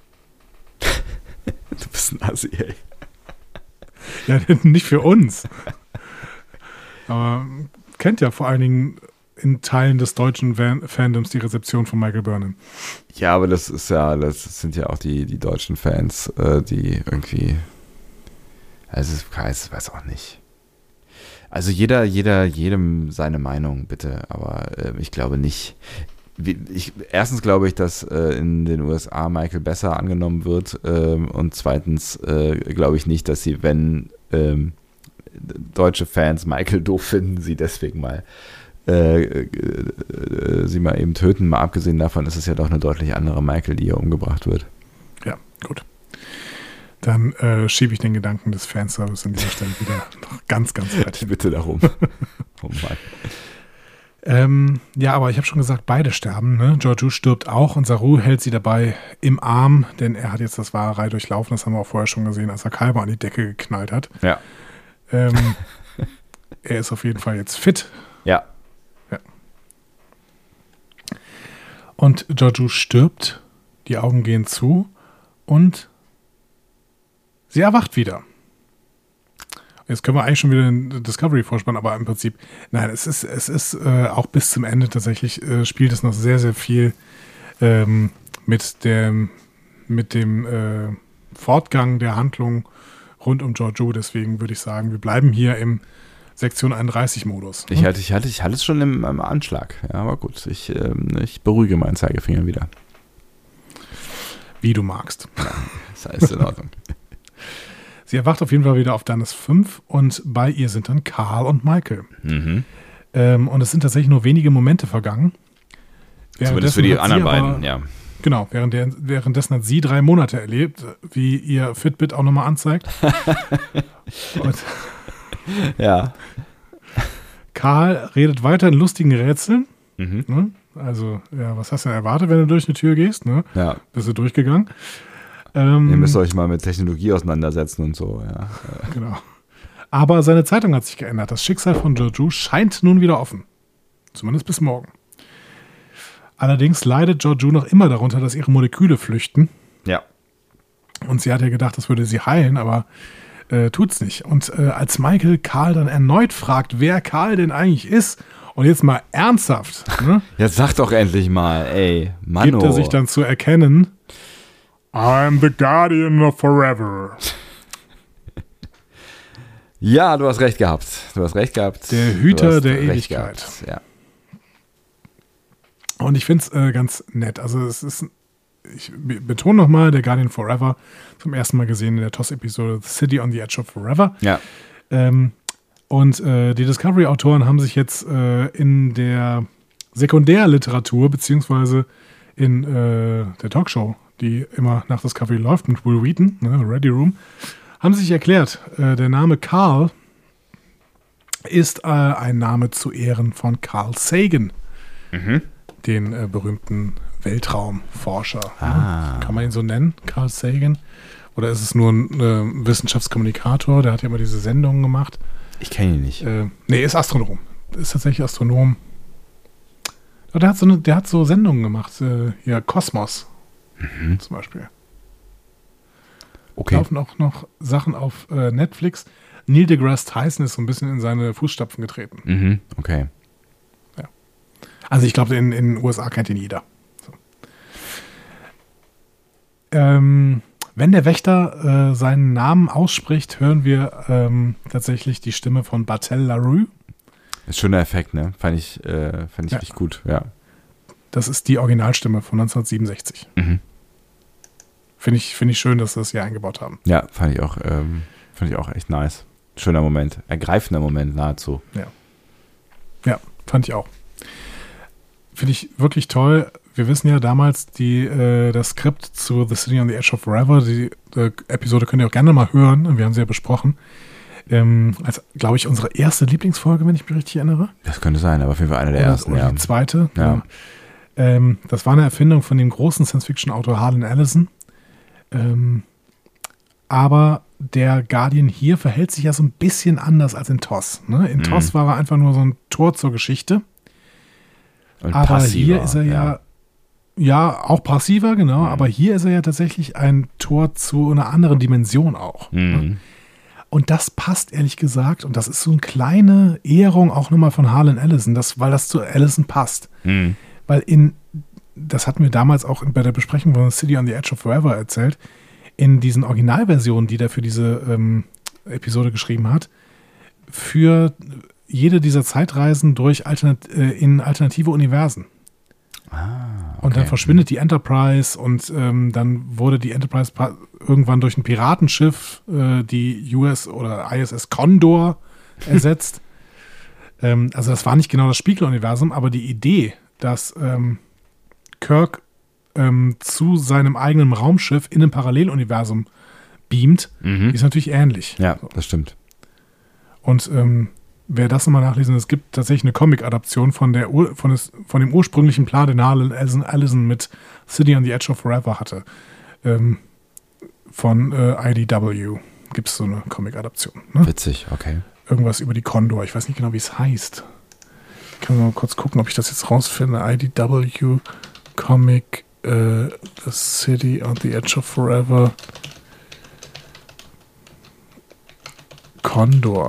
Du bist ein Assi, ey. Ja, nicht für uns. Aber kennt ja vor allen Dingen in Teilen des deutschen Van- Fandoms die Rezeption von Michael Burnham. Ja, aber das ist ja, das sind ja auch die, die deutschen Fans, äh, die irgendwie, also ich weiß, weiß auch nicht. Also jeder, jeder, jedem seine Meinung, bitte, aber äh, ich glaube nicht. Ich, erstens glaube ich, dass äh, in den U S A Michael besser angenommen wird äh, und zweitens äh, glaube ich nicht, dass sie, wenn ähm, deutsche Fans Michael doof finden, sie deswegen mal äh, äh, sie mal eben töten. Mal abgesehen davon ist es ja doch eine deutlich andere Michael, die hier umgebracht wird. Ja, gut. Dann äh, schiebe ich den Gedanken des Fanservice an dieser Stelle wieder noch ganz, ganz weit. Ich bitte darum. Oh Mann. Ähm, ja, aber ich habe schon gesagt, beide sterben. Ne? Georgiou stirbt auch und Saru hält sie dabei im Arm, denn er hat jetzt das Wahrerei durchlaufen. Das haben wir auch vorher schon gesehen, als er Kalber an die Decke geknallt hat. Ja. Ähm, er ist auf jeden Fall jetzt fit. Ja. ja. Und Georgiou stirbt, die Augen gehen zu und sie erwacht wieder. Jetzt können wir eigentlich schon wieder den Discovery vorspannen, aber im Prinzip, nein, es ist, es ist äh, auch bis zum Ende tatsächlich, äh, spielt es noch sehr, sehr viel ähm, mit dem, mit dem äh, Fortgang der Handlung rund um Georgiou. Deswegen würde ich sagen, wir bleiben hier im Sektion einunddreißig-Modus. Ich halte, ich halte, ich halte es schon im, im Anschlag. Ja, aber gut, ich, ähm, ich beruhige meinen Zeigefinger wieder. Wie du magst. Ja, das heißt in Ordnung. Sie erwacht auf jeden Fall wieder auf Danis fünf und bei ihr sind dann Carl und Michael. Mhm. Ähm, und es sind tatsächlich nur wenige Momente vergangen. Zumindest für die anderen beiden, aber, ja. Genau, während der, währenddessen hat sie drei Monate erlebt, wie ihr Fitbit auch nochmal anzeigt. Und ja. Carl redet weiter in lustigen Rätseln. Mhm. Ne? Also, ja, was hast du denn erwartet, wenn du durch eine Tür gehst? Ne? Ja. Bist du durchgegangen? Ähm, Ihr müsst euch mal mit Technologie auseinandersetzen und so, ja. Genau. Aber seine Zeitung hat sich geändert. Das Schicksal von Georgiou scheint nun wieder offen. Zumindest bis morgen. Allerdings leidet Georgiou noch immer darunter, dass ihre Moleküle flüchten. Ja. Und sie hat ja gedacht, das würde sie heilen, aber äh, tut's nicht. Und äh, als Michael Carl dann erneut fragt, wer Carl denn eigentlich ist, und jetzt mal ernsthaft, ne? Jetzt sag doch endlich mal, ey, Mann. Gibt er sich dann zu erkennen, I'm the Guardian of Forever. Ja, du hast recht gehabt. Du hast recht gehabt. Der Hüter der Ewigkeit. Ja. Und ich finde es äh, ganz nett. Also es ist, ich betone nochmal, der Guardian Forever, zum ersten Mal gesehen in der T O S-Episode The City on the Edge of Forever. Ja. Ähm, und äh, die Discovery-Autoren haben sich jetzt äh, in der Sekundärliteratur, beziehungsweise in äh, der Talkshow, die immer nach Discovery läuft, mit Will Wheaton, ne, Ready Room, haben sich erklärt, äh, der Name Carl ist äh, ein Name zu Ehren von Carl Sagan, mhm. den äh, berühmten Weltraumforscher. Ah. Ne? Kann man ihn so nennen, Carl Sagan? Oder ist es nur ein äh, Wissenschaftskommunikator? Der hat ja immer diese Sendungen gemacht. Ich kenne ihn nicht. Äh, nee, ist Astronom. Ist tatsächlich Astronom. Aber der hat so, eine, der hat so Sendungen gemacht. Äh, hier, Kosmos Mhm. zum Beispiel. Okay. Laufen auch noch Sachen auf äh, Netflix. Neil deGrasse Tyson ist so ein bisschen in seine Fußstapfen getreten. Mhm. Okay. Also ich glaube, in, in den U S A kennt ihn jeder. So. Ähm, wenn der Wächter äh, seinen Namen ausspricht, hören wir ähm, tatsächlich die Stimme von Bartel LaRue. Ist schon ein Effekt, ne? Fand ich, äh, fand ich Ja. richtig gut, ja. Das ist die Originalstimme von neunzehnhundertsiebenundsechzig. Mhm. Finde ich, find ich schön, dass sie das hier eingebaut haben. Ja, fand ich auch, ähm, fand ich auch echt nice. Schöner Moment. Ergreifender Moment nahezu. Ja, fand ich auch. Finde ich wirklich toll. Wir wissen ja damals, die, äh, das Skript zu The City on the Edge of Forever, die äh, Episode könnt ihr auch gerne mal hören. Wir haben sie ja besprochen. Ähm, als, glaube ich, unsere erste Lieblingsfolge, wenn ich mich richtig erinnere. Das könnte sein, aber auf jeden Fall einer der Oder, ersten, oder ja. die zweite. Ja. Ja. Ähm, das war eine Erfindung von dem großen Science-Fiction-Autor Harlan Ellison. Ähm, aber der Guardian hier verhält sich ja so ein bisschen anders als in T O S. Ne? In Mhm. T O S war er einfach nur so ein Tor zur Geschichte. Und Aber passiver, hier ist er ja, ja, auch passiver, genau. Mhm. Aber hier ist er ja tatsächlich ein Tor zu einer anderen Dimension auch. Ne? Mhm. Und das passt ehrlich gesagt, und das ist so eine kleine Ehrung auch nochmal von Harlan Ellison, das, weil das zu Ellison passt. Mhm. Weil in, das hatten wir damals auch bei der Besprechung von City on the Edge of Forever erzählt, in diesen Originalversionen, die der für diese ähm, Episode geschrieben hat, für jede dieser Zeitreisen durch Alternat äh, in alternative Universen. Ah, okay. Und dann verschwindet die Enterprise und ähm, dann wurde die Enterprise pa- irgendwann durch ein Piratenschiff, äh, die U S oder I S S Condor, ersetzt. ähm, also das war nicht genau das Spiegeluniversum, aber die Idee, dass ähm, Kirk ähm, zu seinem eigenen Raumschiff in einem Paralleluniversum beamt, Mhm. ist natürlich ähnlich. Ja, das stimmt. Und ähm, wer das nochmal nachlesen, es gibt tatsächlich eine Comic-Adaption von, der Ur- von, des, von dem ursprünglichen Plan, den Harlan Ellison, Ellison mit City on the Edge of Forever hatte. Ähm, von äh, I D W gibt es so eine Comic-Adaption. Ne? Witzig, okay. Irgendwas über die Condor. Ich weiß nicht genau, wie es heißt. Ich kann mal kurz gucken, ob ich das jetzt rausfinde. I D W Comic äh, The City on the Edge of Forever Condor.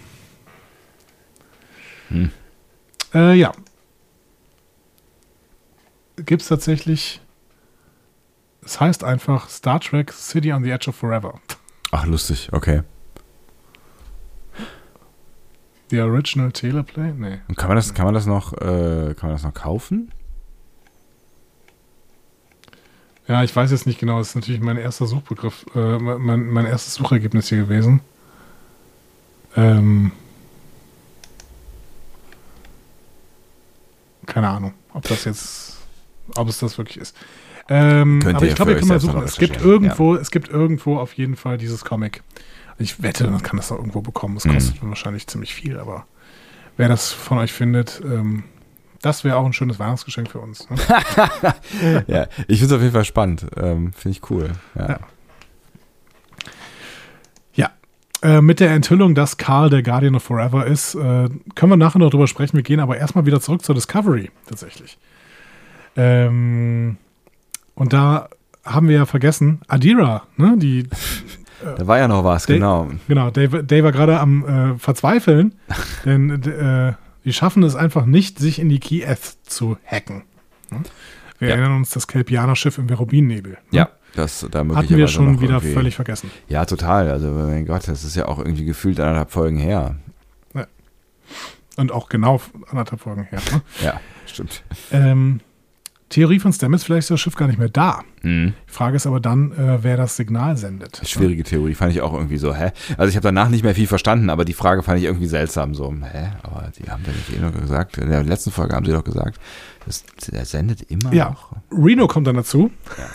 Hm. Äh, ja. Gibt es tatsächlich. Es heißt einfach Star Trek City on the Edge of Forever. Ach, lustig, okay. The Original Teleplay? Nee. Und kann man das, kann man das noch, äh, kann man das noch kaufen? Ja, ich weiß jetzt nicht genau. Das ist natürlich mein erster Suchbegriff, äh, mein, mein erstes Suchergebnis hier gewesen. Ähm. Keine Ahnung, ob das jetzt, ob es das wirklich ist. Ähm, Könnt aber ihr ich glaube, für wir können mal euch selbst suchen. noch Es gibt recherchieren, irgendwo, es gibt irgendwo auf jeden Fall dieses Comic. Ich wette, man kann das doch irgendwo bekommen. Es Mhm. kostet wahrscheinlich ziemlich viel, aber wer das von euch findet, ähm, das wäre auch ein schönes Weihnachtsgeschenk für uns. Ne? Ja, ich finde es auf jeden Fall spannend. Ähm, finde ich cool. Ja. Ja. Ja, äh, mit der Enthüllung, dass Carl der Guardian of Forever ist, äh, können wir nachher noch drüber sprechen. Wir gehen aber erstmal wieder zurück zur Discovery, tatsächlich. Ähm, und da haben wir ja vergessen, Adira, ne, die, Da war ja noch was, Dave- genau. genau, Dave, Dave war gerade am äh, Verzweifeln, denn äh, die schaffen es einfach nicht, sich in die Kiev zu hacken. Ne? Wir Ja. erinnern uns das Kelpianer-Schiff im Verubin-Nebel. Ne? Ja, das da möglicherweise Hatten wir schon noch wieder irgendwie- völlig vergessen. Ja, total. Also, mein Gott, das ist ja auch irgendwie gefühlt anderthalb Folgen her. Und auch genau anderthalb Folgen her. Ne? Ja, stimmt. ähm, Theorie von Stamets, vielleicht ist das Schiff gar nicht mehr da. Mhm. Die Frage ist aber dann, äh, wer das Signal sendet. Schwierige Theorie, fand ich auch irgendwie so, hä? Also ich habe danach nicht mehr viel verstanden, aber die Frage fand ich irgendwie seltsam, so, hä? Aber die haben ja nicht eh noch gesagt, in der letzten Folge haben sie doch gesagt, das, der sendet immer Ja, noch. Reno kommt dann dazu.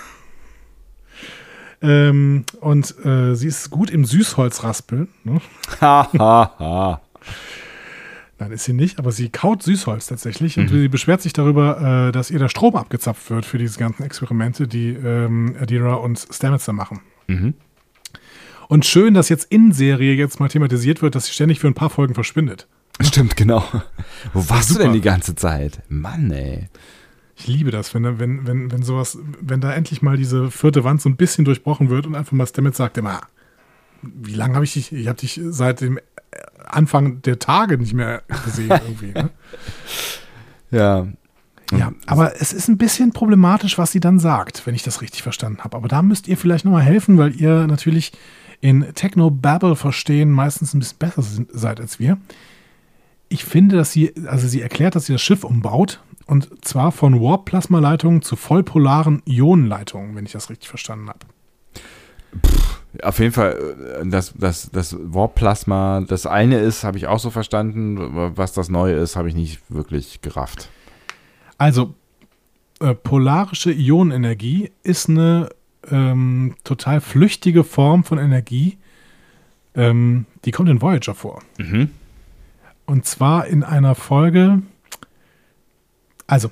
Ja. Ähm, und äh, sie ist gut im Süßholzraspeln. Ne? Ha, ha, ha. Nein, ist sie nicht, aber sie kaut Süßholz tatsächlich Mhm. und sie beschwert sich darüber, äh, dass ihr der Strom abgezapft wird für diese ganzen Experimente, die ähm, Adira und Stamets da machen. Mhm. Und schön, dass jetzt in Serie jetzt mal thematisiert wird, dass sie ständig für ein paar Folgen verschwindet. Stimmt, genau. Wo warst super. du denn die ganze Zeit? Mann, ey. Ich liebe das, wenn, da- wenn, wenn, wenn sowas, wenn da endlich mal diese vierte Wand so ein bisschen durchbrochen wird und einfach mal Stamets sagt immer, wie lange habe ich dich, ich habe dich seit dem Anfang der Tage nicht mehr gesehen irgendwie. Ne? Ja. Ja, aber es ist ein bisschen problematisch, was sie dann sagt, wenn ich das richtig verstanden habe. Aber da müsst ihr vielleicht nochmal helfen, weil ihr natürlich in Techno-Babble verstehen meistens ein bisschen besser sind, seid als wir. Ich finde, dass sie, also sie erklärt, dass sie das Schiff umbaut und zwar von Warp-Plasma-Leitungen zu vollpolaren Ionenleitungen, wenn ich das richtig verstanden habe. Auf jeden Fall, äh, das, das, das Warp-Plasma, das eine ist, habe ich auch so verstanden. Was das neue ist, habe ich nicht wirklich gerafft. Also, äh, polarische Ionenenergie ist eine ähm, total flüchtige Form von Energie. Ähm, die kommt in Voyager vor. Mhm. Und zwar in einer Folge, also,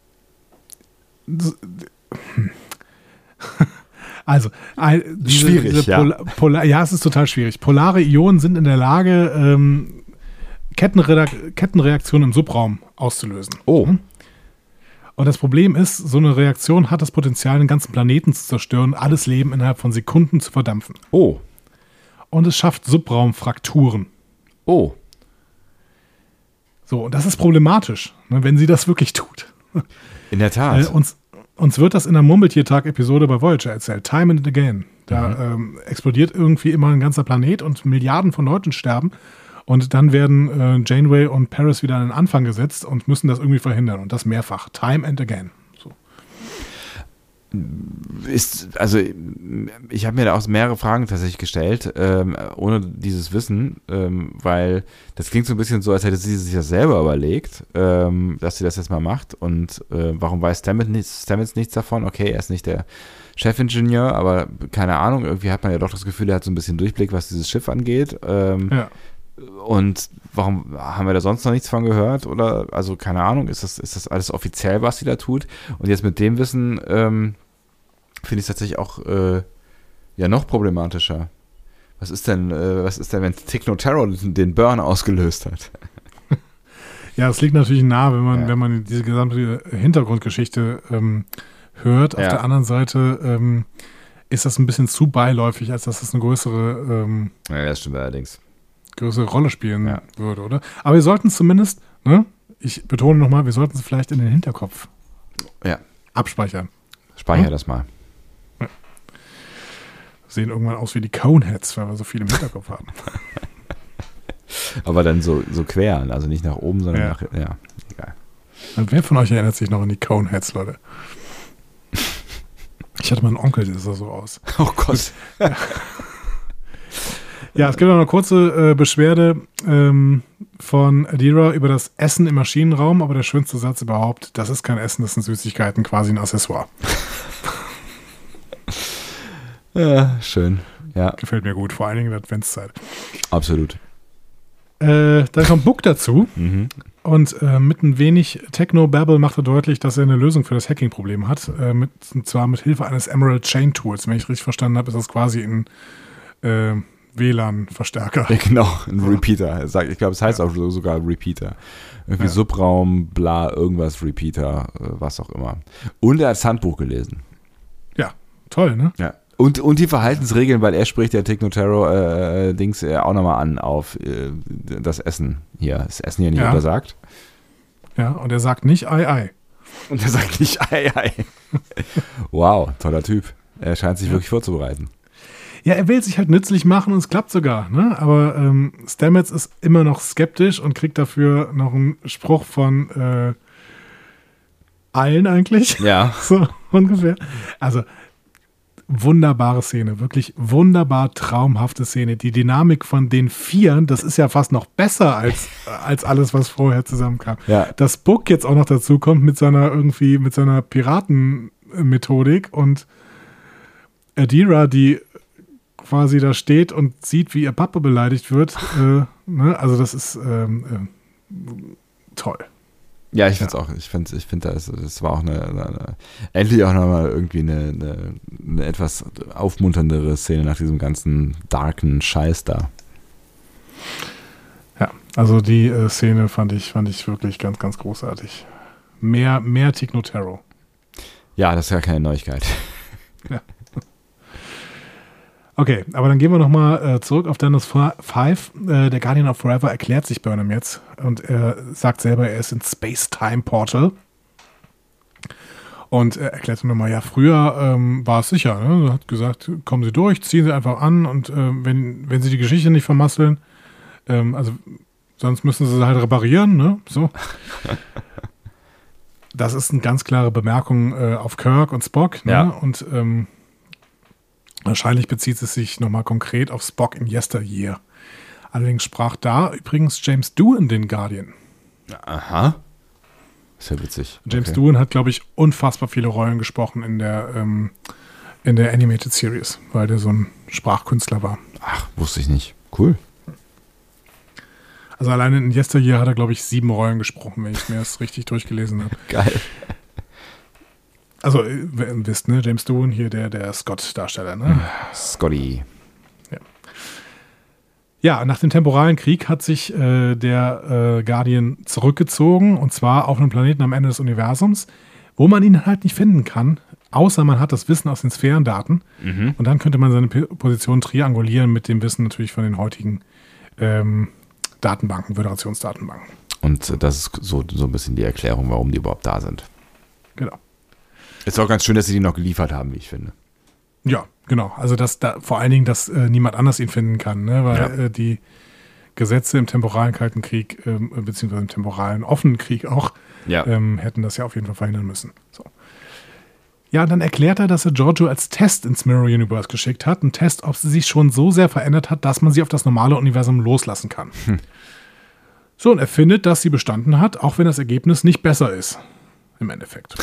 also, ein, diese, Schwierig, diese ja. Pola, Pola, ja, es ist total schwierig. Polare Ionen sind in der Lage, ähm, Kettenre- Kettenreaktionen im Subraum auszulösen. Oh. Und das Problem ist, so eine Reaktion hat das Potenzial, den ganzen Planeten zu zerstören, alles Leben innerhalb von Sekunden zu verdampfen. Oh. Und es schafft Subraumfrakturen. Oh. So, und das ist problematisch, ne, wenn sie das wirklich tut. In der Tat. Äh, uns, uns wird das in der Murmeltiertag-Episode bei Voyager erzählt. Time and again. Da Mhm. ähm, explodiert irgendwie immer ein ganzer Planet und Milliarden von Leuten sterben. Und dann werden äh, Janeway und Paris wieder an den Anfang gesetzt und müssen das irgendwie verhindern. Und das mehrfach. Time and again. So. Ist, also ich habe mir da auch mehrere Fragen tatsächlich gestellt, ähm, ohne dieses Wissen, ähm, weil das klingt so ein bisschen so, als hätte sie sich das selber überlegt, ähm, dass sie das jetzt mal macht. Und äh, warum weiß Stamets nichts, Stamets nichts davon? Okay, er ist nicht der Chefingenieur, aber keine Ahnung, irgendwie hat man ja doch das Gefühl, er hat so ein bisschen Durchblick, was dieses Schiff angeht. Ähm, Ja. Und warum haben wir da sonst noch nichts von gehört? Oder, also keine Ahnung, ist das, ist das alles offiziell, was sie da tut? Und jetzt mit dem Wissen ähm, finde ich es tatsächlich auch äh, ja noch problematischer. Was ist denn, äh, was ist denn, wenn Techno-Terror den Burn ausgelöst hat? Ja, es liegt natürlich nahe, wenn man, Ja. wenn man diese gesamte Hintergrundgeschichte ähm, hört. Auf Ja. der anderen Seite ähm, ist das ein bisschen zu beiläufig, als dass es eine größere, ähm, Ja, das stimmt allerdings. größere Rolle spielen Ja. würde, oder? Aber wir sollten es zumindest, ne, ich betone nochmal, wir sollten es vielleicht in den Hinterkopf Ja. abspeichern. Speicher Hm? das mal. Sehen irgendwann aus wie die Coneheads, weil wir so viel im Hinterkopf haben. Aber dann so, so quer, also nicht nach oben, sondern Ja. nach, ja, egal. Und wer von euch erinnert sich noch an die Coneheads, Leute? Ich hatte mal einen Onkel, der sah so aus. Oh Gott. Ja, es gibt noch eine kurze äh, Beschwerde ähm, von Adira über das Essen im Maschinenraum, aber der schönste Satz überhaupt, das ist kein Essen, das sind Süßigkeiten, quasi ein Accessoire. Ja, schön. Ja, Gefällt mir gut, vor allen Dingen in der Adventszeit. absolut. Äh, dann kommt Book dazu Mhm. und äh, mit ein wenig Techno-Babble macht er deutlich, dass er eine Lösung für das Hacking-Problem hat, äh, mit, und zwar mit Hilfe eines Emerald Chain Tools. Wenn ich richtig verstanden habe, ist das quasi ein äh, W L A N-Verstärker. Ja, genau, ein Repeater. Sag- Ich glaube, es heißt auch so- sogar Repeater. Irgendwie Ja. Subraum, bla, irgendwas, Repeater, äh, was auch immer. Und er hat das Handbuch gelesen. Ja, toll, ne? Ja. Und, und die Verhaltensregeln, weil er spricht der Techno-Terror-Dings äh, auch nochmal an auf äh, das Essen hier. Das Essen hier nicht Ja. untersagt. Ja, und er sagt nicht Ei, Ei. Und er sagt nicht Ei, Ei. Wow, toller Typ. Er scheint sich Ja. wirklich vorzubereiten. Ja, er will sich halt nützlich machen und es klappt sogar, ne? Aber ähm, Stamets ist immer noch skeptisch und kriegt dafür noch einen Spruch von äh, allen eigentlich. Ja. So ungefähr. Also wunderbare Szene, wirklich wunderbar traumhafte Szene. Die Dynamik von den Vieren, das ist ja fast noch besser als, als alles, was vorher zusammenkam. Ja. Dass Book jetzt auch noch dazu kommt mit seiner irgendwie, mit seiner Piratenmethodik und Adira, die quasi da steht und sieht, wie ihr Papa beleidigt wird. äh, ne? Also das ist ähm, äh, toll. Ja, ich finde es auch. Ich finde, ich find, das, das war auch eine, eine, eine endlich auch nochmal irgendwie eine, eine, eine etwas aufmunterndere Szene nach diesem ganzen darken Scheiß da. Ja, also die äh, Szene fand ich, fand ich wirklich ganz, ganz großartig. Mehr, mehr Tig Notaro. Ja, das ist ja keine Neuigkeit. Ja. Okay, aber dann gehen wir nochmal äh, zurück auf Dennis fünf. Äh, der Guardian of Forever erklärt sich Burnham jetzt und er sagt selber, er ist in Space-Time-Portal. Und er erklärt dann nochmal, ja, früher ähm, war es sicher. Ne? Er hat gesagt, kommen Sie durch, ziehen Sie einfach an und äh, wenn, wenn Sie die Geschichte nicht vermasseln, ähm, also sonst müssen Sie sie halt reparieren, ne? So. Das ist eine ganz klare Bemerkung äh, auf Kirk und Spock, ne? Ja. Und ähm, wahrscheinlich bezieht es sich nochmal konkret auf Spock in Yesteryear. Allerdings sprach da übrigens James Doohan den Guardian. Aha. Ist ja witzig. James okay. Doohan hat, glaube ich, unfassbar viele Rollen gesprochen in der, ähm, in der Animated Series, weil der so ein Sprachkünstler war. Ach, wusste ich nicht. Cool. Also alleine in Yesteryear hat er, glaube ich, sieben Rollen gesprochen, wenn ich mir das richtig durchgelesen habe. Geil. Also, ihr wisst, ne, James Doohan hier, der, der Scott-Darsteller, ne? Scotty. Ja. Ja, nach dem temporalen Krieg hat sich äh, der äh, Guardian zurückgezogen und zwar auf einen Planeten am Ende des Universums, wo man ihn halt nicht finden kann, außer man hat das Wissen aus den Sphärendaten Mhm. und dann könnte man seine P- Position triangulieren mit dem Wissen natürlich von den heutigen ähm, Datenbanken, Föderationsdatenbanken. Und äh, das ist so, so ein bisschen die Erklärung, warum die überhaupt da sind. Genau. Ist auch ganz schön, dass sie die noch geliefert haben, wie ich finde. Ja, genau. Also dass da vor allen Dingen, dass äh, niemand anders ihn finden kann, ne? Weil Ja. äh, die Gesetze im temporalen Kalten Krieg, ähm, beziehungsweise im temporalen offenen Krieg auch, Ja. ähm, hätten das ja auf jeden Fall verhindern müssen. So. Ja, dann erklärt er, dass er Giorgio als Test ins Mirror Universe geschickt hat. Ein Test, ob sie sich schon so sehr verändert hat, dass man sie auf das normale Universum loslassen kann. Hm. So, und er findet, dass sie bestanden hat, auch wenn das Ergebnis nicht besser ist. Im Endeffekt.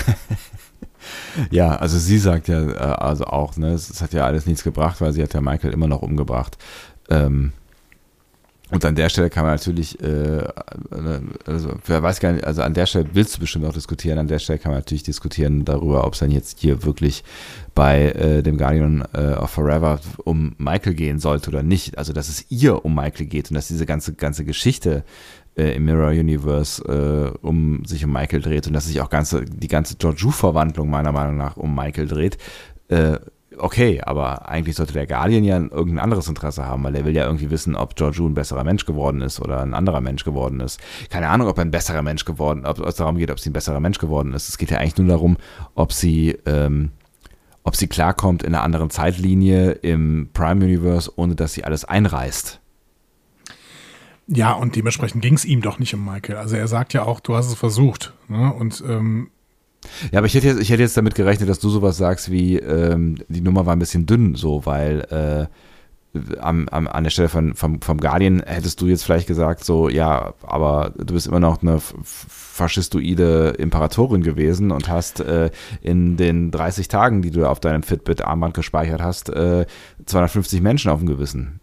Ja, also sie sagt ja äh, also auch, ne, es, es hat ja alles nichts gebracht, weil sie hat ja Michael immer noch umgebracht. Ähm, und an der Stelle kann man natürlich, äh, also wer weiß gar nicht, also an der Stelle willst du bestimmt auch diskutieren, an der Stelle kann man natürlich diskutieren darüber, ob es dann jetzt hier wirklich bei äh, dem Guardian äh, of Forever um Michael gehen sollte oder nicht. Also dass es ihr um Michael geht und dass diese ganze, ganze Geschichte äh, im Mirror Universe äh, um sich um Michael dreht und dass sich auch ganze, die ganze Georgiou-Verwandlung meiner Meinung nach um Michael dreht. Äh, okay, aber eigentlich sollte der Guardian ja irgendein anderes Interesse haben, weil er will ja irgendwie wissen, ob Georgiou ein besserer Mensch geworden ist oder ein anderer Mensch geworden ist. Keine Ahnung, ob er ein besserer Mensch geworden ist, ob es darum geht, ob sie ein besserer Mensch geworden ist. Es geht ja eigentlich nur darum, ob sie, ähm, ob sie klarkommt in einer anderen Zeitlinie im Prime Universe, ohne dass sie alles einreißt. Ja, und dementsprechend ging es ihm doch nicht um Michael. Also er sagt ja auch, du hast es versucht. Ne? Und ähm, Ja, aber ich hätte, jetzt, ich hätte jetzt damit gerechnet, dass du sowas sagst wie, ähm, die Nummer war ein bisschen dünn, so, weil äh, am, am, an der Stelle von, vom, vom Guardian hättest du jetzt vielleicht gesagt, so, ja, aber du bist immer noch eine f- faschistoide Imperatorin gewesen und hast äh, in den dreißig Tagen, die du auf deinem Fitbit-Armband gespeichert hast, äh, zweihundertfünfzig Menschen auf dem Gewissen.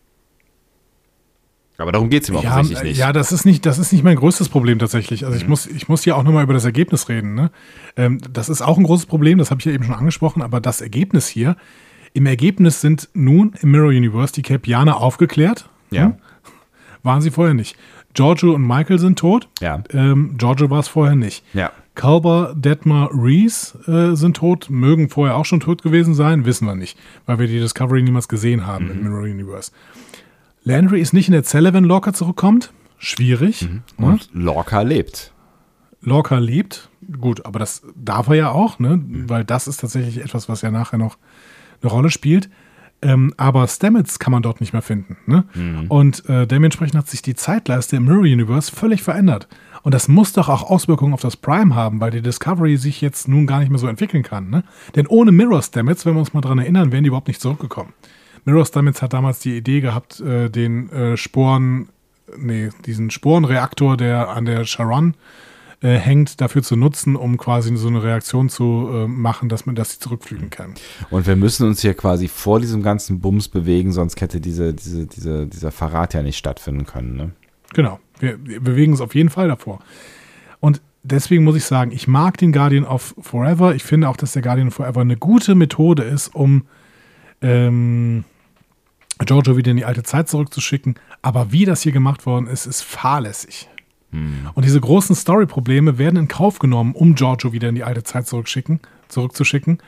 Aber darum geht es ihm ja, offensichtlich nicht. ja, das ist nicht, das ist nicht mein größtes Problem tatsächlich. Also ich muss, ich muss hier auch nochmal über das Ergebnis reden. Ne? Ähm, das ist auch ein großes Problem, das habe ich ja eben schon angesprochen, aber das Ergebnis hier, im Ergebnis sind nun im Mirror Universe die Capianer aufgeklärt. Ja. Hm? Waren sie vorher nicht. Giorgio und Michael sind tot. Ja. Ähm, Giorgio war es vorher nicht. Ja. Culber, Detmar, Reese äh, sind tot, mögen vorher auch schon tot gewesen sein, wissen wir nicht, weil wir die Discovery niemals gesehen haben Mhm. im Mirror Universe. Landry ist nicht in der Zelle, wenn Lorca zurückkommt. Schwierig. Mhm. Ne? Und Lorca lebt. Lorca lebt. Gut, aber das darf er ja auch, ne? Weil das ist tatsächlich etwas, was ja nachher noch eine Rolle spielt. Ähm, aber Stamets kann man dort nicht mehr finden. Ne? Mhm. Und äh, dementsprechend hat sich die Zeitleiste im Mirror Universe völlig verändert. Und das muss doch auch Auswirkungen auf das Prime haben, weil die Discovery sich jetzt nun gar nicht mehr so entwickeln kann. Ne? Denn ohne Mirror Stamets, wenn wir uns mal dran erinnern, wären die überhaupt nicht zurückgekommen. Mirror Stamets hat damals die Idee gehabt, äh, den äh, Sporen, nee, diesen Sporenreaktor, der an der Charon äh, hängt, dafür zu nutzen, um quasi so eine Reaktion zu äh, machen, dass man, dass sie zurückfliegen kann. Und wir müssen uns hier quasi vor diesem ganzen Bums bewegen, sonst hätte diese, diese, diese, dieser Verrat ja nicht stattfinden können. Ne? Genau, Wir, wir bewegen uns auf jeden Fall davor. Und deswegen muss ich sagen, ich mag den Guardian of Forever. Ich finde auch, dass der Guardian of Forever eine gute Methode ist, um ähm, Giorgio wieder in die alte Zeit zurückzuschicken. Aber wie das hier gemacht worden ist, ist fahrlässig. Hm. Und diese großen Story-Probleme werden in Kauf genommen, um Giorgio wieder in die alte Zeit zurückschicken, zurückzuschicken.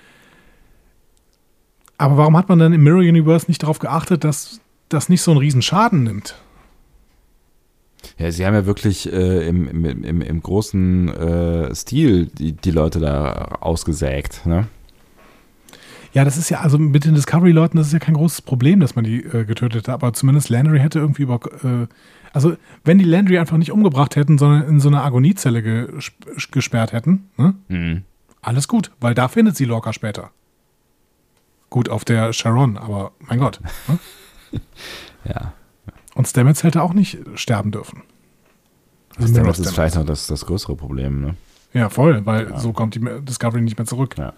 Aber warum hat man dann im Mirror Universe nicht darauf geachtet, dass das nicht so einen riesen Schaden nimmt? Ja, sie haben ja wirklich äh, im, im, im, im großen äh, Stil die, die Leute da ausgesägt, ne? Ja, das ist ja, also mit den Discovery-Leuten, das ist ja kein großes Problem, dass man die äh, getötet hat, aber zumindest Landry hätte irgendwie über, äh, also wenn die Landry einfach nicht umgebracht hätten, sondern in so eine Agoniezelle gesp- gesperrt hätten, ne? Mhm. Alles gut, weil da findet sie Lorca später. Gut, auf der Sharon, aber mein Gott. Ne? Ja. Und Stamets hätte auch nicht sterben dürfen. Also Stamets ist vielleicht noch das, das größere Problem, ne? Ja, voll, weil ja. so kommt die Discovery nicht mehr zurück. Ja.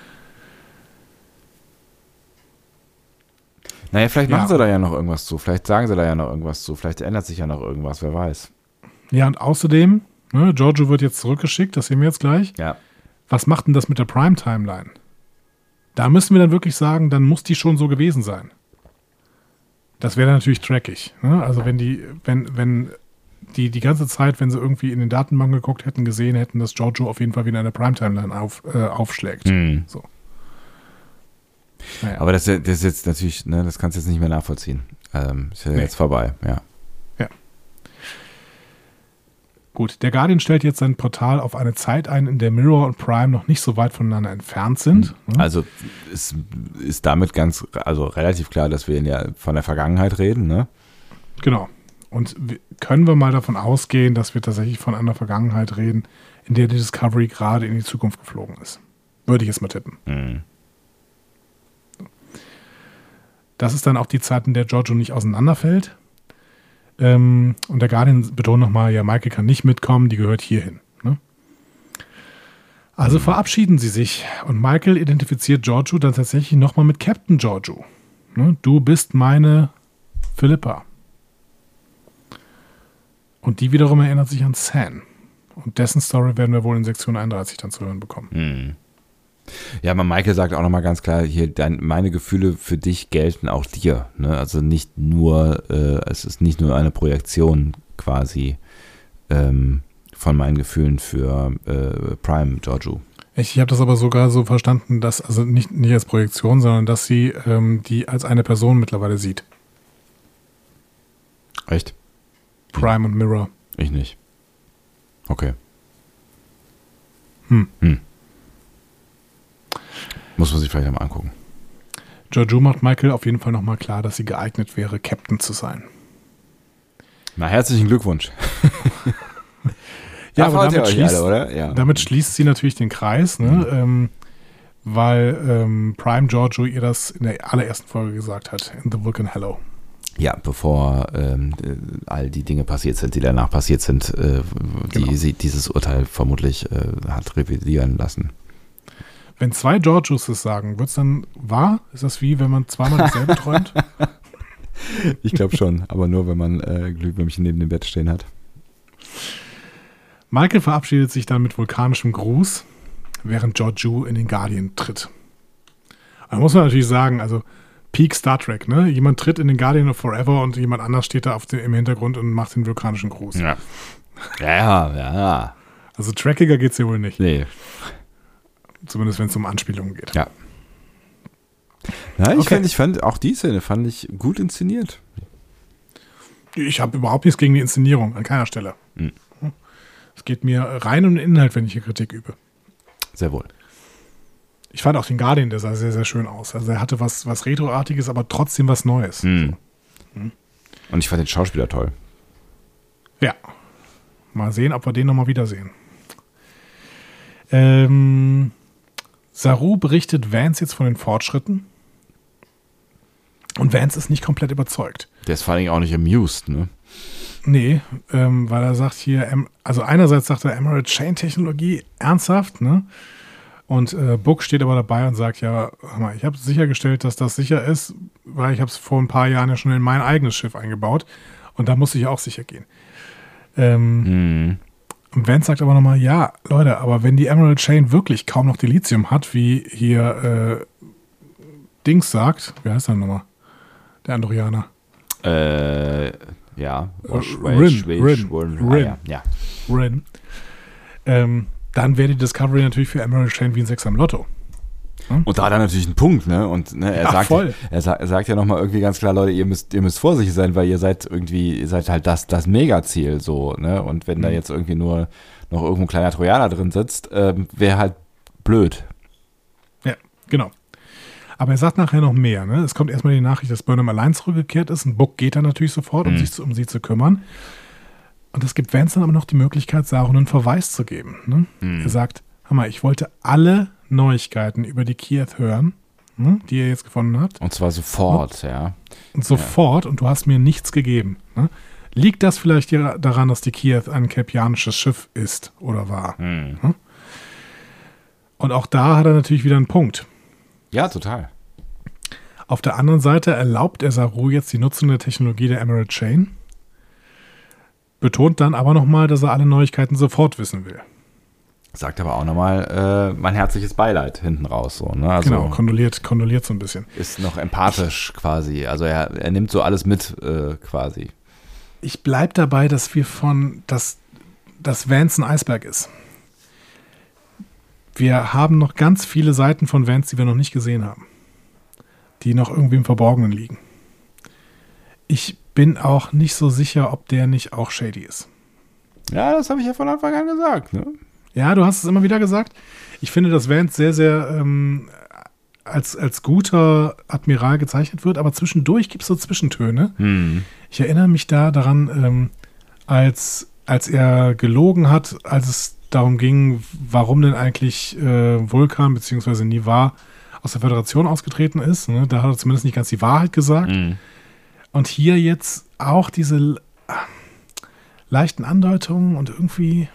Naja, vielleicht machen ja. sie da ja noch irgendwas zu. Vielleicht sagen sie da ja noch irgendwas zu. Vielleicht ändert sich ja noch irgendwas, wer weiß. Ja, und außerdem, ne, Giorgio wird jetzt zurückgeschickt, das sehen wir jetzt gleich. Ja. Was macht denn das mit der Prime-Timeline? Da müssen wir dann wirklich sagen, dann muss die schon so gewesen sein. Das wäre natürlich trackig. Ne? Also wenn die, wenn, wenn die die ganze Zeit, wenn sie irgendwie in den Datenbank geguckt hätten, gesehen hätten, dass Giorgio auf jeden Fall wieder in der Prime-Timeline auf, äh, aufschlägt. Hm. So. Naja. Aber das, das ist jetzt natürlich, ne, das kannst du jetzt nicht mehr nachvollziehen. Ähm, ist ja nee. jetzt vorbei, ja. Ja. Gut, der Guardian stellt jetzt sein Portal auf eine Zeit ein, in der Mirror und Prime noch nicht so weit voneinander entfernt sind. Mhm. Also ist, ist damit ganz, also relativ klar, dass wir ja von der Vergangenheit reden, ne? Genau. Und können wir mal davon ausgehen, dass wir tatsächlich von einer Vergangenheit reden, in der die Discovery gerade in die Zukunft geflogen ist? Würde ich jetzt mal tippen. Mhm. Das ist dann auch die Zeit, in der Giorgio nicht auseinanderfällt. Ähm, und der Guardian betont nochmal, ja, Michael kann nicht mitkommen, die gehört hierhin. Ne? Also mhm. verabschieden sie sich. Und Michael identifiziert Giorgio dann tatsächlich nochmal mit Captain Giorgio. Ne? Du bist meine Philippa. Und die wiederum erinnert sich an San. Und dessen Story werden wir wohl in Sektion einunddreißig dann zu hören bekommen. Mhm. Ja, aber Michael sagt auch nochmal ganz klar, hier, dein, meine Gefühle für dich gelten auch dir. Ne? Also nicht nur, äh, es ist nicht nur eine Projektion quasi ähm, von meinen Gefühlen für äh, Prime Giorgio. Ich, ich habe das aber sogar so verstanden, dass, also nicht, nicht als Projektion, sondern dass sie ähm, die als eine Person mittlerweile sieht. Echt? Prime und Mirror. Ich nicht. Okay. Hm. Hm. Muss man sich vielleicht mal angucken. Giorgio macht Michael auf jeden Fall nochmal klar, dass sie geeignet wäre, Captain zu sein. Na, herzlichen Glückwunsch. Ja, aber damit schließt, alle, oder? Ja. damit schließt sie natürlich den Kreis, ne? Mhm. Ähm, weil ähm, Prime Giorgio ihr das in der allerersten Folge gesagt hat, in The Vulcan Hello. Ja, bevor ähm, all die Dinge passiert sind, die danach passiert sind, äh, die genau. sie dieses Urteil vermutlich äh, hat revidieren lassen. Wenn zwei Giorgios es sagen, wird es dann wahr? Ist das wie, wenn man zweimal dasselbe träumt? Ich glaube schon, aber nur, wenn man äh, Glühwürmchen neben dem Bett stehen hat. Michael verabschiedet sich dann mit vulkanischem Gruß, während Giorgio in den Guardian tritt. Da muss man natürlich sagen, also Peak Star Trek, ne? Jemand tritt in den Guardian of Forever und jemand anders steht da auf dem, im Hintergrund und macht den vulkanischen Gruß. Ja, ja, ja. Also trackiger geht's ja wohl nicht. Nee. Zumindest wenn es um Anspielungen geht. Ja. Na, ich, okay. fand, ich fand auch die Szene fand ich gut inszeniert. Ich habe überhaupt nichts gegen die Inszenierung, an keiner Stelle. Mhm. Es geht mir rein um den Inhalt, wenn ich hier Kritik übe. Sehr wohl. Ich fand auch den Guardian, der sah sehr, sehr schön aus. Also er hatte was, was Retroartiges, aber trotzdem was Neues. Mhm. So. Mhm. Und ich fand den Schauspieler toll. Ja. Mal sehen, ob wir den nochmal wiedersehen. Ähm, Saru berichtet Vance jetzt von den Fortschritten. Und Vance ist nicht komplett überzeugt. Der ist vor allem auch nicht amused, ne? Nee, ähm, weil er sagt hier, also einerseits sagt er Emerald Chain Technologie, ernsthaft, ne? Und äh, Book steht aber dabei und sagt, ja, hör mal, ich habe sichergestellt, dass das sicher ist, weil ich habe es vor ein paar Jahren ja schon in mein eigenes Schiff eingebaut und da muss ich auch sicher gehen. Ähm, Mhm. Und Vance sagt aber nochmal, ja, Leute, aber wenn die Emerald Chain wirklich kaum noch Dilithium hat, wie hier äh, Dings sagt, wie heißt er nochmal? Der Andorianer. Äh, ja. Wash, Rin, wash, wash, Rin, wash, Rin. ah, ja. ja. Rin. Ähm, dann wäre die Discovery natürlich für Emerald Chain wie ein Sechser im Lotto. Und da hat er natürlich einen Punkt, ne? Und ne, er, Ja, sagt, voll. er, sa- er sagt ja nochmal irgendwie ganz klar, Leute, ihr müsst, ihr müsst vorsichtig sein, weil ihr seid irgendwie, ihr seid halt das, das Megaziel so, ne? Und wenn da Mhm. jetzt irgendwie nur noch irgendwo ein kleiner Trojaner drin sitzt, ähm, wäre halt blöd. Ja, genau. Aber er sagt nachher noch mehr. Ne? Es kommt erstmal die Nachricht, dass Burnham allein zurückgekehrt ist. Ein Book geht dann natürlich sofort, um, Mhm. sich zu, um sie zu kümmern. Und es gibt Vance dann aber noch die Möglichkeit, Saru einen Verweis zu geben. Ne? Mhm. Er sagt, hör mal, ich wollte alle Neuigkeiten über die Kiev hören, ne, die ihr jetzt gefunden habt. Und zwar sofort, ja. Und sofort, und du hast mir nichts gegeben. Ne? Liegt das vielleicht hier daran, dass die Kiev ein kelpianisches Schiff ist oder war? Mhm. Und auch da hat er natürlich wieder einen Punkt. Ja, total. Auf der anderen Seite erlaubt er Saru jetzt die Nutzung der Technologie der Emerald Chain, betont dann aber nochmal, dass er alle Neuigkeiten sofort wissen will. Sagt aber auch nochmal äh, mein herzliches Beileid hinten raus. So, ne? Also Genau, kondoliert, kondoliert so ein bisschen. ist noch empathisch quasi. Also er, er nimmt so alles mit äh, quasi. Ich bleib dabei, dass wir von, dass, dass Vance ein Eisberg ist. Wir haben noch ganz viele Seiten von Vance, die wir noch nicht gesehen haben. Die noch irgendwie im Verborgenen liegen. Ich bin auch nicht so sicher, ob der nicht auch shady ist. Ja, das habe ich ja von Anfang an gesagt. Ne? Ja, du hast es immer wieder gesagt. Ich finde, dass Vance sehr, sehr ähm, als, als guter Admiral gezeichnet wird, aber zwischendurch gibt es so Zwischentöne. Hm. Ich erinnere mich da daran, ähm, als, als er gelogen hat, als es darum ging, warum denn eigentlich äh, Vulkan bzw. Nivar aus der Föderation ausgetreten ist. Ne? Da hat er zumindest nicht ganz die Wahrheit gesagt. Hm. Und hier jetzt auch diese le- leichten Andeutungen und irgendwie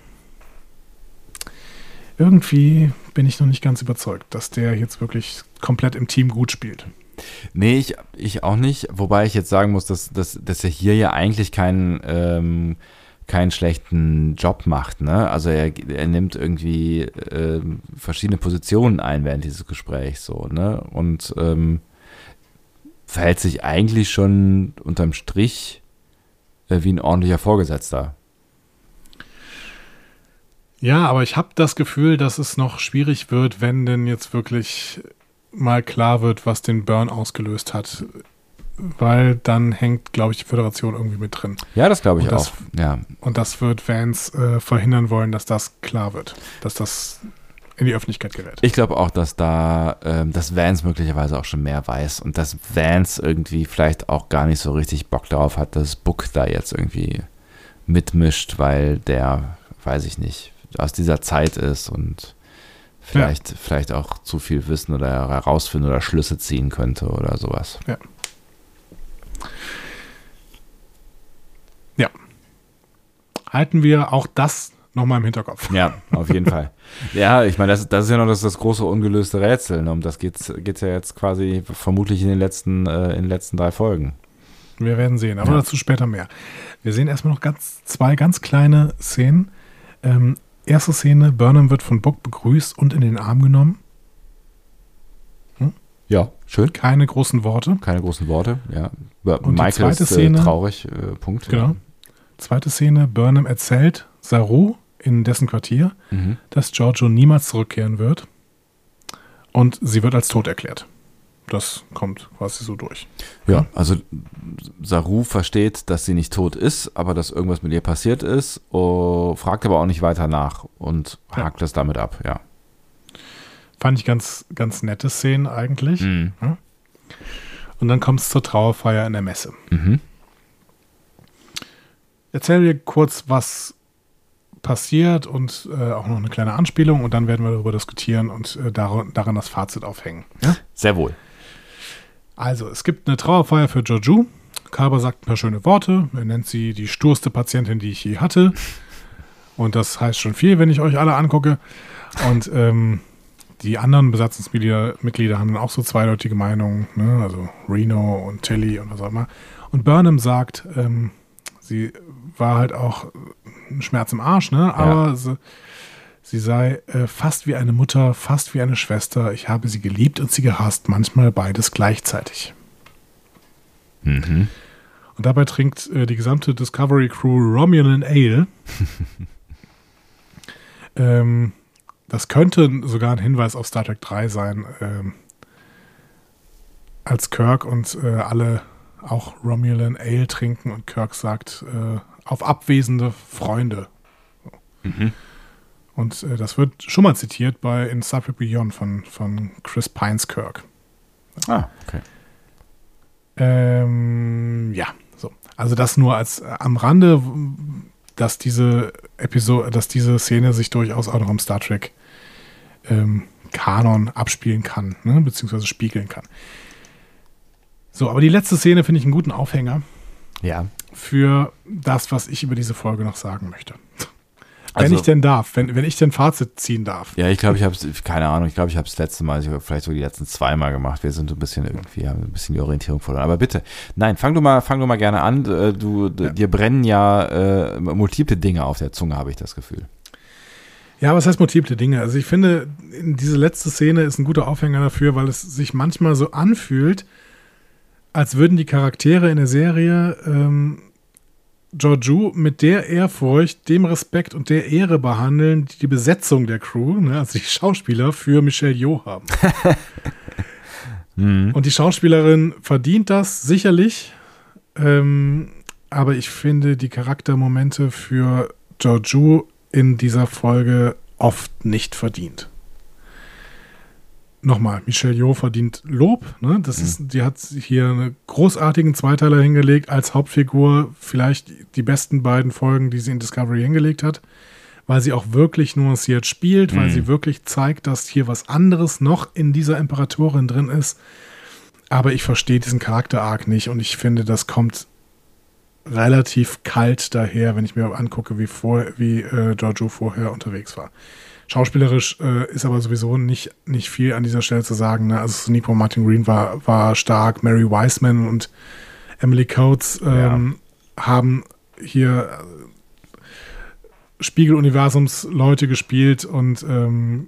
irgendwie bin ich noch nicht ganz überzeugt, dass der jetzt wirklich komplett im Team gut spielt. Nee, ich, ich auch nicht. Wobei ich jetzt sagen muss, dass, dass, dass er hier ja eigentlich keinen, ähm, keinen schlechten Job macht. Ne? Also er, er nimmt irgendwie ähm, verschiedene Positionen ein während dieses Gesprächs. So, ne? Und ähm, verhält sich eigentlich schon unterm Strich äh, wie ein ordentlicher Vorgesetzter. Ja, aber ich habe das Gefühl, dass es noch schwierig wird, wenn denn jetzt wirklich mal klar wird, was den Burn ausgelöst hat. Weil dann hängt, glaube ich, die Föderation irgendwie mit drin. Ja, das glaube ich Und das- auch. Ja. Und das wird Vance äh, verhindern wollen, dass das klar wird. Dass das in die Öffentlichkeit gerät. Ich glaube auch, dass da, ähm, dass Vance möglicherweise auch schon mehr weiß und dass Vance irgendwie vielleicht auch gar nicht so richtig Bock darauf hat, dass Book da jetzt irgendwie mitmischt, weil der, weiß ich nicht, aus dieser Zeit ist und vielleicht, ja. vielleicht auch zu viel wissen oder herausfinden oder Schlüsse ziehen könnte oder sowas. Ja. Ja. Halten wir auch das nochmal im Hinterkopf. Ja, auf jeden Fall. Ja, ich meine, das, das ist ja noch das, das große ungelöste Rätsel. Ne? Um das geht es ja jetzt quasi vermutlich in den letzten, äh, in den letzten drei Folgen. Wir werden sehen, aber ja. dazu später mehr. Wir sehen erstmal noch ganz, zwei ganz kleine Szenen. Ähm, erste Szene, Burnham wird von Book begrüßt und in den Arm genommen. Hm? Ja, schön. Keine großen Worte. Keine großen Worte, ja. Und Michael die zweite ist äh, Szene, traurig, äh, Punkt. Genau. Ja. Zweite Szene, Burnham erzählt Saru in dessen Quartier, Mhm. dass Giorgio niemals zurückkehren wird und sie wird als tot erklärt. Das kommt quasi so durch. Ja, also Saru versteht, dass sie nicht tot ist, aber dass irgendwas mit ihr passiert ist, oh, fragt aber auch nicht weiter nach und Ja. hakt das damit ab, ja. Fand ich ganz, ganz nette Szenen eigentlich. Mhm. Und dann kommt es zur Trauerfeier in der Messe. Mhm. Erzähl dir kurz, was passiert und äh, auch noch eine kleine Anspielung und dann werden wir darüber diskutieren und äh, daran, daran das Fazit aufhängen. Ja? Sehr wohl. Also, es gibt eine Trauerfeier für Joju. Kalber sagt ein paar schöne Worte. Er nennt sie die sturste Patientin, die ich je hatte. Und das heißt schon viel, wenn ich euch alle angucke. Und ähm, die anderen Besatzungsmitglieder Mitglieder haben dann auch so zweideutige Meinungen. Ne? Also Reno und Tilly und was auch immer. Und Burnham sagt, ähm, sie war halt auch ein Schmerz im Arsch, ne? Aber Ja. sie, sie sei äh, fast wie eine Mutter, fast wie eine Schwester. Ich habe sie geliebt und sie gehasst, manchmal beides gleichzeitig. Mhm. Und dabei trinkt äh, die gesamte Discovery Crew Romulan Ale. ähm, das könnte sogar ein Hinweis auf Star Trek drei sein, ähm, als Kirk und äh, alle auch Romulan Ale trinken und Kirk sagt, äh, auf abwesende Freunde. Mhm. Und äh, das wird schon mal zitiert bei In Star Trek Beyond von, von Chris Pines Kirk. Ah, okay. Ähm, ja, so. Also das nur als äh, am Rande, dass diese Episode, dass diese Szene sich durchaus auch noch im Star Trek ähm, Kanon abspielen kann, ne? Beziehungsweise spiegeln kann. So, aber die letzte Szene finde ich einen guten Aufhänger Ja. für das, was ich über diese Folge noch sagen möchte. Also- wenn ich denn darf, wenn, wenn ich denn Fazit ziehen darf. Ja, ich glaube, ich habe es, keine Ahnung, ich glaube, ich habe es das letzte Mal, vielleicht so die letzten zwei Mal gemacht. Wir sind ein bisschen irgendwie, haben ein bisschen die Orientierung verloren. Aber bitte, nein, fang du mal, fang du mal gerne an. Du, du Ja. dir brennen ja äh, multiple Dinge auf der Zunge, habe ich das Gefühl. Ja, was heißt multiple Dinge? Also ich finde, diese letzte Szene ist ein guter Aufhänger dafür, weil es sich manchmal so anfühlt, als würden die Charaktere in der Serie ähm, Georgiou mit der Ehrfurcht, dem Respekt und der Ehre behandeln, die die Besetzung der Crew, ne, also die Schauspieler, für Michelle Yeoh haben. Mhm. Und die Schauspielerin verdient das sicherlich, ähm, aber ich finde die Charaktermomente für Georgiou in dieser Folge oft nicht verdient. Nochmal, Michelle Yeoh verdient Lob. Ne? Das Mhm. ist, die hat hier einen großartigen Zweiteiler hingelegt als Hauptfigur. Vielleicht die besten beiden Folgen, die sie in Discovery hingelegt hat, weil sie auch wirklich nuanciert spielt, weil Mhm. sie wirklich zeigt, dass hier was anderes noch in dieser Imperatorin drin ist. Aber ich verstehe diesen Charakter-Arc nicht und ich finde, das kommt relativ kalt daher, wenn ich mir angucke, wie, vor, wie äh, Georgiou vorher unterwegs war. Schauspielerisch äh, ist aber sowieso nicht, nicht viel an dieser Stelle zu sagen. Ne? Also Sunipo Martin Green war, war stark, Mary Wiseman und Emily Coates ähm, ja. haben hier äh, Spiegel-Universums-Leute gespielt und ähm,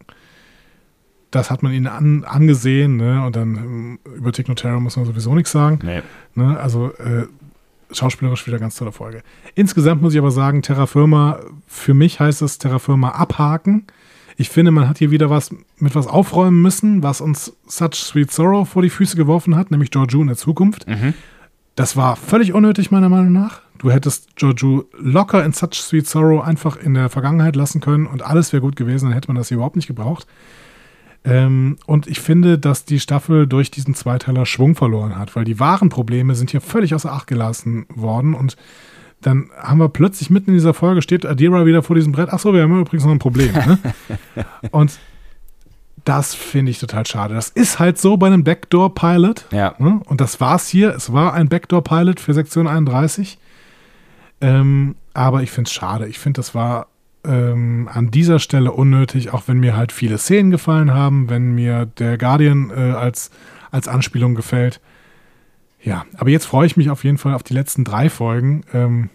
das hat man ihnen an, angesehen. Ne? Und dann ähm, über Technoterror muss man sowieso nichts sagen. Nee. Ne? Also äh, schauspielerisch wieder ganz tolle Folge. Insgesamt muss ich aber sagen, Terra Firma, für mich heißt es Terra Firma abhaken. Ich finde, man hat hier wieder was mit was aufräumen müssen, was uns Such Sweet Sorrow vor die Füße geworfen hat, nämlich Georgiou in der Zukunft. Mhm. Das war völlig unnötig, meiner Meinung nach. Du hättest Georgiou locker in Such Sweet Sorrow einfach in der Vergangenheit lassen können und alles wäre gut gewesen, dann hätte man das hier überhaupt nicht gebraucht. Ähm, und ich finde, dass die Staffel durch diesen Zweiteiler Schwung verloren hat, weil die wahren Probleme sind hier völlig außer Acht gelassen worden und dann haben wir plötzlich mitten in dieser Folge, steht Adira wieder vor diesem Brett, ach so, wir haben übrigens noch ein Problem. Ne? Und das finde ich total schade. Das ist halt so bei einem Backdoor-Pilot. Ja. Ne? Und das war's hier. Es war ein Backdoor-Pilot für Sektion einunddreißig. Ähm, aber ich finde es schade. Ich finde, das war ähm, an dieser Stelle unnötig, auch wenn mir halt viele Szenen gefallen haben, wenn mir der Guardian äh, als, als Anspielung gefällt. Ja, aber jetzt freue ich mich auf jeden Fall auf die letzten drei Folgen, ähm,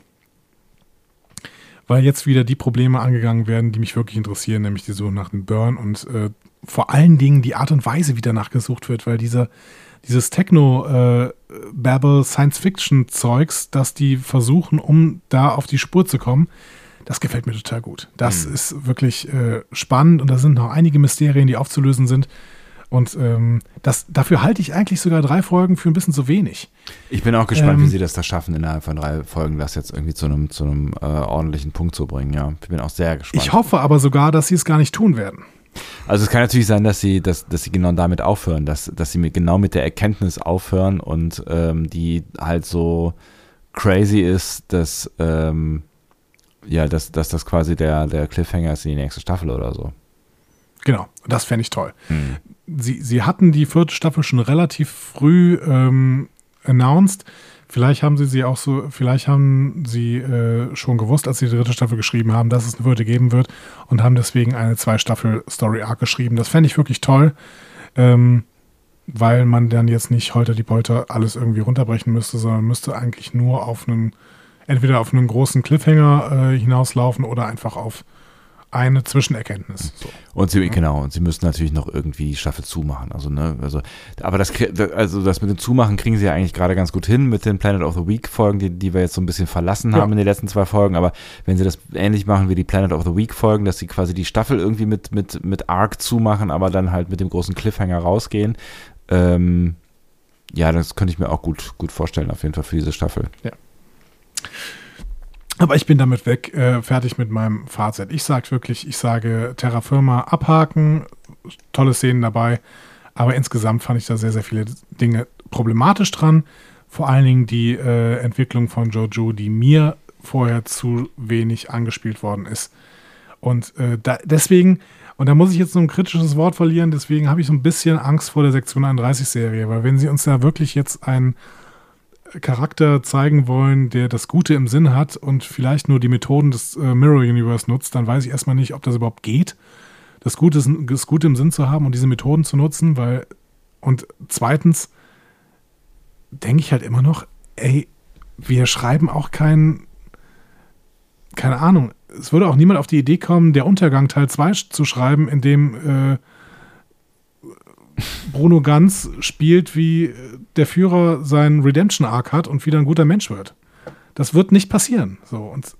weil jetzt wieder die Probleme angegangen werden, die mich wirklich interessieren, nämlich die Suche nach dem Burn und äh, vor allen Dingen die Art und Weise, wie danach gesucht wird, weil dieser, dieses Techno-Babble-Science-Fiction-Zeugs, das die versuchen, um da auf die Spur zu kommen, das gefällt mir total gut. Das mhm. ist wirklich äh, spannend und da sind noch einige Mysterien, die aufzulösen sind. Und ähm, das, dafür halte ich eigentlich sogar drei Folgen für ein bisschen zu wenig. Ich bin auch gespannt, ähm, wie sie das da schaffen, innerhalb von drei Folgen das jetzt irgendwie zu einem, zu einem äh, ordentlichen Punkt zu bringen. Ja, ich bin auch sehr gespannt. Ich hoffe aber sogar, dass sie es gar nicht tun werden. Also es kann natürlich sein, dass sie, dass, dass sie genau damit aufhören, dass, dass sie mit, genau mit der Erkenntnis aufhören und ähm, die halt so crazy ist, dass, ähm, ja, dass, dass das quasi der, der Cliffhanger ist in die nächste Staffel oder so. Genau, das fände ich toll. Hm. Sie, sie hatten die vierte Staffel schon relativ früh ähm, announced. Vielleicht haben sie sie auch so, vielleicht haben sie äh, schon gewusst, als sie die dritte Staffel geschrieben haben, dass es eine vierte geben wird und haben deswegen eine Zwei-Staffel-Story-Arc geschrieben. Das fände ich wirklich toll, ähm, weil man dann jetzt nicht holter die Polter alles irgendwie runterbrechen müsste, sondern müsste eigentlich nur auf einen entweder auf einen großen Cliffhanger äh, hinauslaufen oder einfach auf eine Zwischenerkenntnis. So. Und sie, genau, und sie müssen natürlich noch irgendwie Staffel zumachen. Also, ne, also, aber das, also das mit dem Zumachen kriegen sie ja eigentlich gerade ganz gut hin mit den Planet of the Week Folgen, die, die wir jetzt so ein bisschen verlassen haben ja. in den letzten zwei Folgen. Aber wenn sie das ähnlich machen wie die Planet of the Week Folgen, dass sie quasi die Staffel irgendwie mit, mit, mit Arc zumachen, aber dann halt mit dem großen Cliffhanger rausgehen, ähm, ja, das könnte ich mir auch gut, gut vorstellen, auf jeden Fall für diese Staffel. Ja. Aber ich bin damit weg, äh, fertig mit meinem Fazit. Ich sage wirklich, ich sage Terra Firma abhaken, tolle Szenen dabei, aber insgesamt fand ich da sehr, sehr viele Dinge problematisch dran. Vor allen Dingen die äh, Entwicklung von Jojo, die mir vorher zu wenig angespielt worden ist. Und äh, da, deswegen, und da muss ich jetzt so ein kritisches Wort verlieren, deswegen habe ich so ein bisschen Angst vor der Sektion einunddreißig-Serie, weil wenn sie uns da wirklich jetzt einen Charakter zeigen wollen, der das Gute im Sinn hat und vielleicht nur die Methoden des äh, Mirror Universe nutzt, dann weiß ich erstmal nicht, ob das überhaupt geht, das Gute, das Gute im Sinn zu haben und diese Methoden zu nutzen, weil, und zweitens denke ich halt immer noch, ey, wir schreiben auch kein, keine Ahnung, es würde auch niemand auf die Idee kommen, der Untergang Teil zwei zu schreiben, in dem äh, Bruno Ganz spielt, wie der Führer seinen Redemption-Arc hat und wieder ein guter Mensch wird. Das wird nicht passieren. So, und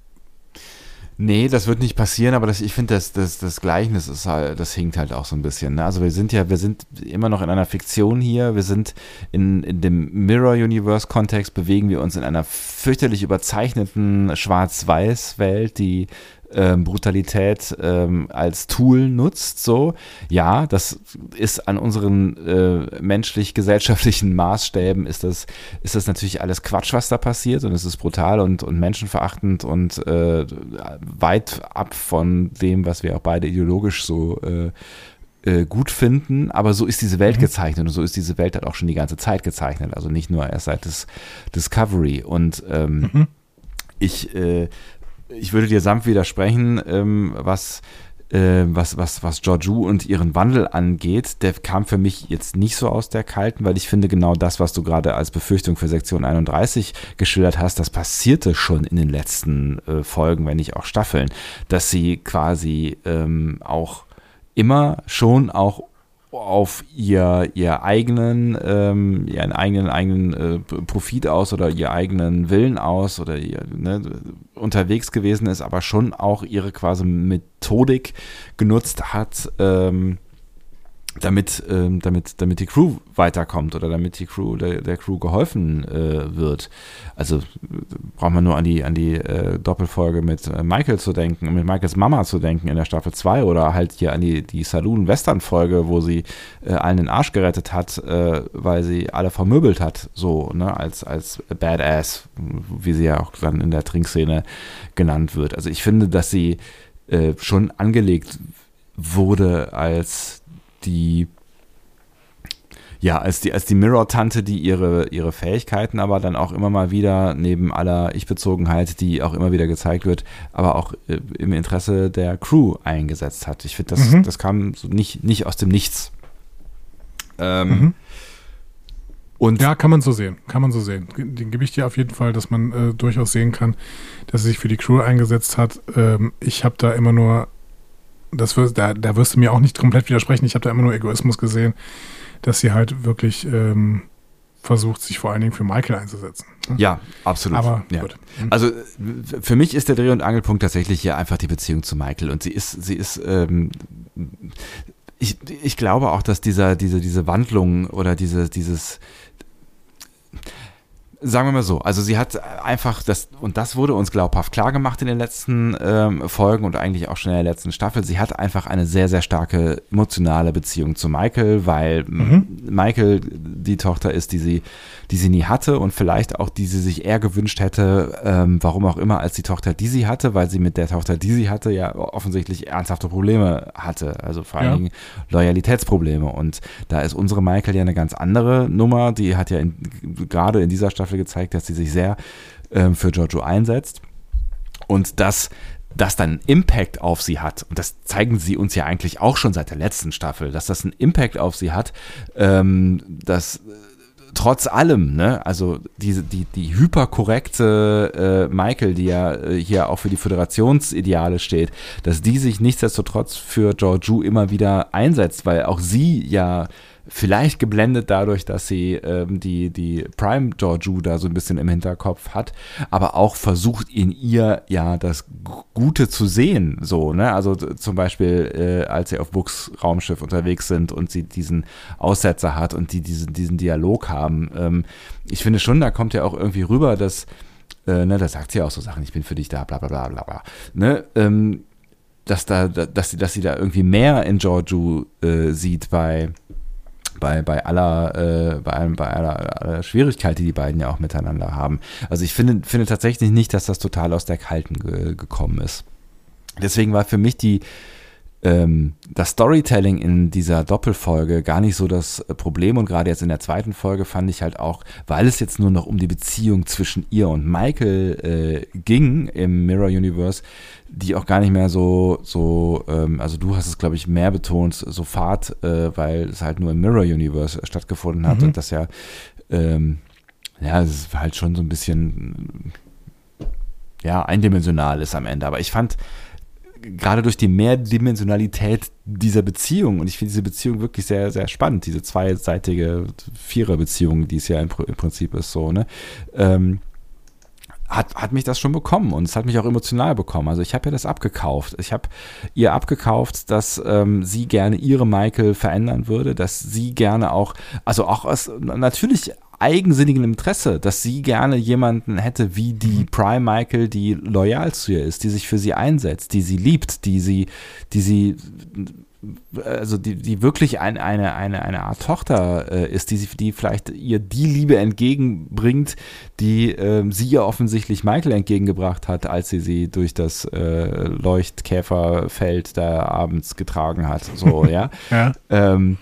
nee, das wird nicht passieren, aber das, ich finde, das, das, das Gleichnis ist halt, das hinkt halt auch so ein bisschen. Ne? Also wir sind ja, wir sind immer noch in einer Fiktion hier, wir sind in, in dem Mirror-Universe-Kontext, bewegen wir uns in einer fürchterlich überzeichneten Schwarz-Weiß-Welt, die Ähm, Brutalität ähm, als Tool nutzt, so. Ja, das ist an unseren äh, menschlich-gesellschaftlichen Maßstäben ist das, ist das natürlich alles Quatsch, was da passiert, und es ist brutal und, und menschenverachtend und äh, weit ab von dem, was wir auch beide ideologisch so äh, äh, gut finden, aber so ist diese Welt mhm. gezeichnet, und so ist diese Welt halt auch schon die ganze Zeit gezeichnet, also nicht nur erst seit des Discovery, und ähm, mhm. ich äh, Ich würde dir sanft widersprechen, ähm, was, äh, was, was, was Georgiou und ihren Wandel angeht. Der kam für mich jetzt nicht so aus der Kalten, weil ich finde, genau das, was du gerade als Befürchtung für Sektion einunddreißig geschildert hast, das passierte schon in den letzten äh, Folgen, wenn nicht auch Staffeln, dass sie quasi ähm, auch immer schon auch auf ihr, ihr eigenen, ähm, ihren eigenen, eigenen äh, Profit aus oder ihr eigenen Willen aus oder ihr, ne, unterwegs gewesen ist, aber schon auch ihre quasi Methodik genutzt hat, ähm, damit, ähm, damit, damit die Crew weiterkommt oder damit die Crew, der, der Crew geholfen äh, wird. Also braucht man nur an die, an die äh, Doppelfolge mit äh, Michael zu denken, mit Michaels Mama zu denken in der Staffel zwei oder halt hier an die, die Saloon-Western-Folge, wo sie äh, allen den Arsch gerettet hat, äh, weil sie alle vermöbelt hat, so, ne, als, als Badass, wie sie ja auch dann in der Trinkszene genannt wird. Also ich finde, dass sie äh, schon angelegt wurde als die, ja, als die, als die Mirror-Tante, die ihre, ihre Fähigkeiten aber dann auch immer mal wieder, neben aller Ich-Bezogenheit, die auch immer wieder gezeigt wird, aber auch äh, im Interesse der Crew eingesetzt hat. Ich finde, das, mhm. das kam so nicht, nicht aus dem Nichts. Ähm, mhm. und ja, kann man so sehen, kann man so sehen. Den gebe ich dir auf jeden Fall, dass man äh, durchaus sehen kann, dass sie sich für die Crew eingesetzt hat. Ähm, ich habe da immer nur Das wirst, da, da wirst du mir auch nicht komplett widersprechen. Ich habe da immer nur Egoismus gesehen, dass sie halt wirklich ähm, versucht, sich vor allen Dingen für Michael einzusetzen. Ja, absolut. Aber ja. gut. Also für mich ist der Dreh- und Angelpunkt tatsächlich hier einfach die Beziehung zu Michael. Und sie ist, sie ist, ähm, ich, ich glaube auch, dass dieser, diese, diese Wandlung oder diese, dieses Sagen wir mal so, also sie hat einfach das, und das wurde uns glaubhaft klar gemacht in den letzten ähm, Folgen und eigentlich auch schon in der letzten Staffel, sie hat einfach eine sehr, sehr starke emotionale Beziehung zu Michael, weil mhm. Michael die Tochter ist, die sie, die sie nie hatte und vielleicht auch, die sie sich eher gewünscht hätte, ähm, warum auch immer, als die Tochter, die sie hatte, weil sie mit der Tochter, die sie hatte, ja offensichtlich ernsthafte Probleme hatte, also vor allen ja. Dingen Loyalitätsprobleme, und da ist unsere Michael ja eine ganz andere Nummer, die hat ja in, gerade in dieser Staffel gezeigt, dass sie sich sehr ähm, für Jojo einsetzt und dass das dann einen Impact auf sie hat, und das zeigen sie uns ja eigentlich auch schon seit der letzten Staffel, dass das einen Impact auf sie hat, ähm, dass trotz allem, ne, also diese, die, die hyperkorrekte äh, Michael, die ja äh, hier auch für die Föderationsideale steht, dass die sich nichtsdestotrotz für Georgiou immer wieder einsetzt, weil auch sie ja vielleicht geblendet dadurch, dass sie ähm, die, die Prime Georgiou da so ein bisschen im Hinterkopf hat, aber auch versucht in ihr ja das Gute zu sehen, so, ne, also zum Beispiel, äh, als sie auf Books Raumschiff unterwegs sind und sie diesen Aussetzer hat und die diesen, diesen Dialog haben, ähm, ich finde schon, da kommt ja auch irgendwie rüber, dass, äh, ne, da sagt sie auch so Sachen, ich bin für dich da, bla bla bla bla bla, ne, ähm, dass da, dass sie, dass sie da irgendwie mehr in Georgiou äh, sieht bei bei, bei aller, äh, bei, allem, bei aller, aller Schwierigkeit, die die beiden ja auch miteinander haben. Also ich finde, finde tatsächlich nicht, dass das total aus der Kalten ge- gekommen ist. Deswegen war für mich die, ähm, das Storytelling in dieser Doppelfolge gar nicht so das Problem, und gerade jetzt in der zweiten Folge fand ich halt auch, weil es jetzt nur noch um die Beziehung zwischen ihr und Michael äh, ging im Mirror Universe, die auch gar nicht mehr so, so ähm, also du hast es, glaube ich, mehr betont, so fad, äh, weil es halt nur im Mirror Universe stattgefunden hat, mhm. und das ja, ähm, ja, es ist halt schon so ein bisschen, ja, eindimensional ist am Ende. Aber ich fand, gerade durch die Mehrdimensionalität dieser Beziehung, und ich finde diese Beziehung wirklich sehr, sehr spannend, diese zweiseitige Viererbeziehung, die es ja im, im Prinzip ist, so, ne, ähm, Hat, hat mich das schon bekommen, und es hat mich auch emotional bekommen. Also ich habe ja das abgekauft. Ich habe ihr abgekauft, dass ähm, sie gerne ihre Michael verändern würde, dass sie gerne auch, also auch aus natürlich eigensinnigen Interesse, dass sie gerne jemanden hätte wie die Prime Michael, die loyal zu ihr ist, die sich für sie einsetzt, die sie liebt, die sie, die sie also die, die wirklich ein, eine, eine, eine Art Tochter äh, ist, die, die vielleicht ihr die Liebe entgegenbringt, die äh, sie ja offensichtlich Michael entgegengebracht hat, als sie sie durch das äh, Leuchtkäferfeld da abends getragen hat. So, ja. ja. Ähm,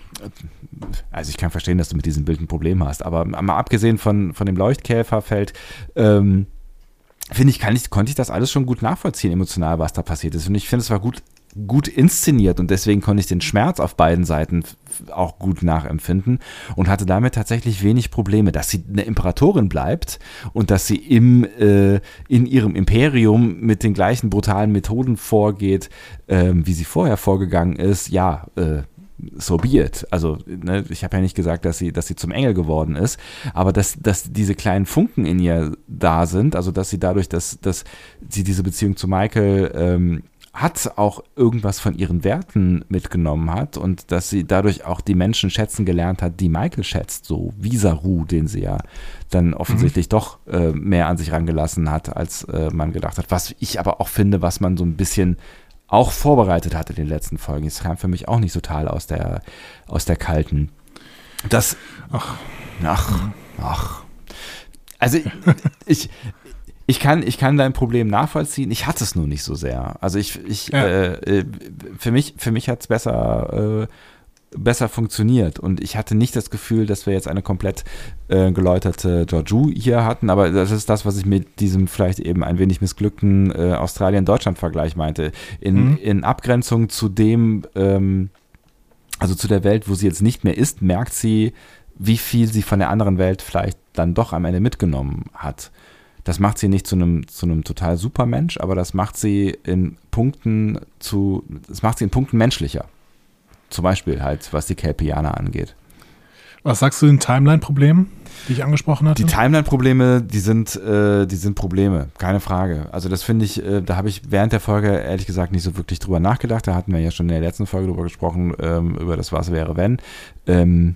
also ich kann verstehen, dass du mit diesem Bild ein Problem hast, aber mal abgesehen von, von dem Leuchtkäferfeld, ähm, finde ich, kann ich, konnte ich das alles schon gut nachvollziehen, emotional, was da passiert ist. Und ich finde, es war gut gut inszeniert, und deswegen konnte ich den Schmerz auf beiden Seiten auch gut nachempfinden und hatte damit tatsächlich wenig Probleme, dass sie eine Imperatorin bleibt und dass sie im, äh, in ihrem Imperium mit den gleichen brutalen Methoden vorgeht, äh, wie sie vorher vorgegangen ist. Ja, äh, so be it. Also, ne, ich habe ja nicht gesagt, dass sie, dass sie zum Engel geworden ist, aber dass, dass diese kleinen Funken in ihr da sind, also dass sie dadurch, dass, dass sie diese Beziehung zu Michael ähm, hat, auch irgendwas von ihren Werten mitgenommen hat, und dass sie dadurch auch die Menschen schätzen gelernt hat, die Michael schätzt, so wie Saru, den sie ja dann offensichtlich mhm. doch äh, mehr an sich rangelassen hat, als äh, man gedacht hat. Was ich aber auch finde, was man so ein bisschen auch vorbereitet hatte in den letzten Folgen. Es kam für mich auch nicht so total aus der, aus der Kalten. Das, ach, ach, ach. Also ich, ich kann, ich kann dein Problem nachvollziehen. Ich hatte es nur nicht so sehr. Also ich, ich, ja. äh, für mich, für mich hat es besser, äh, besser funktioniert, und ich hatte nicht das Gefühl, dass wir jetzt eine komplett äh, geläuterte Georgiou hier hatten, aber das ist das, was ich mit diesem vielleicht eben ein wenig missglückten äh, Australien-Deutschland-Vergleich meinte. In, mhm. in Abgrenzung zu dem, ähm, also zu der Welt, wo sie jetzt nicht mehr ist, merkt sie, wie viel sie von der anderen Welt vielleicht dann doch am Ende mitgenommen hat. Das macht sie nicht zu einem, zu einem total Supermensch, aber das macht sie in Punkten zu, das macht sie in Punkten menschlicher. Zum Beispiel halt, was die Kelpianer angeht. Was sagst du den Timeline-Problemen, die ich angesprochen hatte? Die Timeline-Probleme, die sind, äh, die sind Probleme, keine Frage. Also das finde ich, äh, da habe ich während der Folge ehrlich gesagt nicht so wirklich drüber nachgedacht. Da hatten wir ja schon in der letzten Folge drüber gesprochen, ähm, über das Was wäre wenn. Ähm,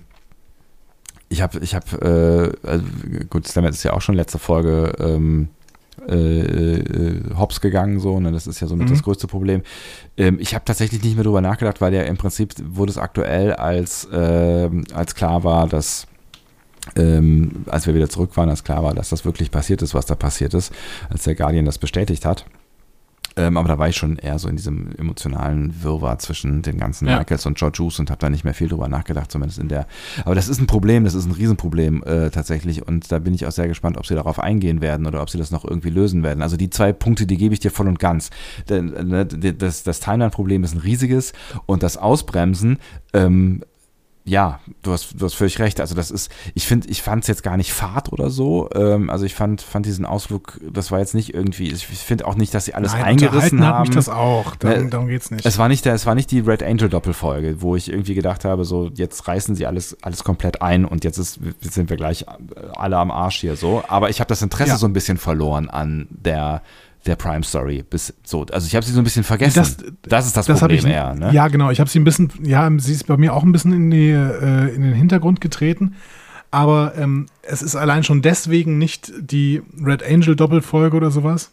ich habe, ich habe, äh, also gut, Stammet ist ja auch schon letzte Folge ähm, Äh, äh, hops gegangen, so, ne? Das ist ja so mit mhm. das größte Problem. Ähm, ich habe tatsächlich nicht mehr drüber nachgedacht, weil ja im Prinzip wurde es aktuell, als, äh, als klar war, dass ähm, als wir wieder zurück waren, als klar war, dass das wirklich passiert ist, was da passiert ist, als der Guardian das bestätigt hat. Ähm, aber da war ich schon eher so in diesem emotionalen Wirrwarr zwischen den ganzen ja. Michaels und Georgious und habe da nicht mehr viel drüber nachgedacht, zumindest in der. Aber das ist ein Problem, das ist ein Riesenproblem äh, tatsächlich, und da bin ich auch sehr gespannt, ob sie darauf eingehen werden oder ob sie das noch irgendwie lösen werden. Also die zwei Punkte, die gebe ich dir voll und ganz. Das, das Timeline-Problem ist ein riesiges, und das Ausbremsen ähm, ja, du hast, du hast völlig recht. Also das ist, ich finde, ich fand es jetzt gar nicht fad oder so. Ähm, also ich fand, fand diesen Ausflug, das war jetzt nicht irgendwie, ich finde auch nicht, dass sie alles Nein, eingerissen haben. Hat mich das auch, darum, Ne, darum geht's nicht. Es war nicht der, es war nicht die Red Angel Doppelfolge, wo ich irgendwie gedacht habe, so jetzt reißen sie alles, alles komplett ein und jetzt ist, jetzt sind wir gleich alle am Arsch hier so. Aber ich habe das Interesse Ja. so ein bisschen verloren an der der Prime Story bis so, also ich habe sie so ein bisschen vergessen. Das, das ist das, das hab Problem ich, eher, ne? Ja, genau. Ich habe sie ein bisschen, ja, sie ist bei mir auch ein bisschen in, die, äh, in den Hintergrund getreten. Aber ähm, es ist allein schon deswegen nicht die Red Angel Doppelfolge oder sowas,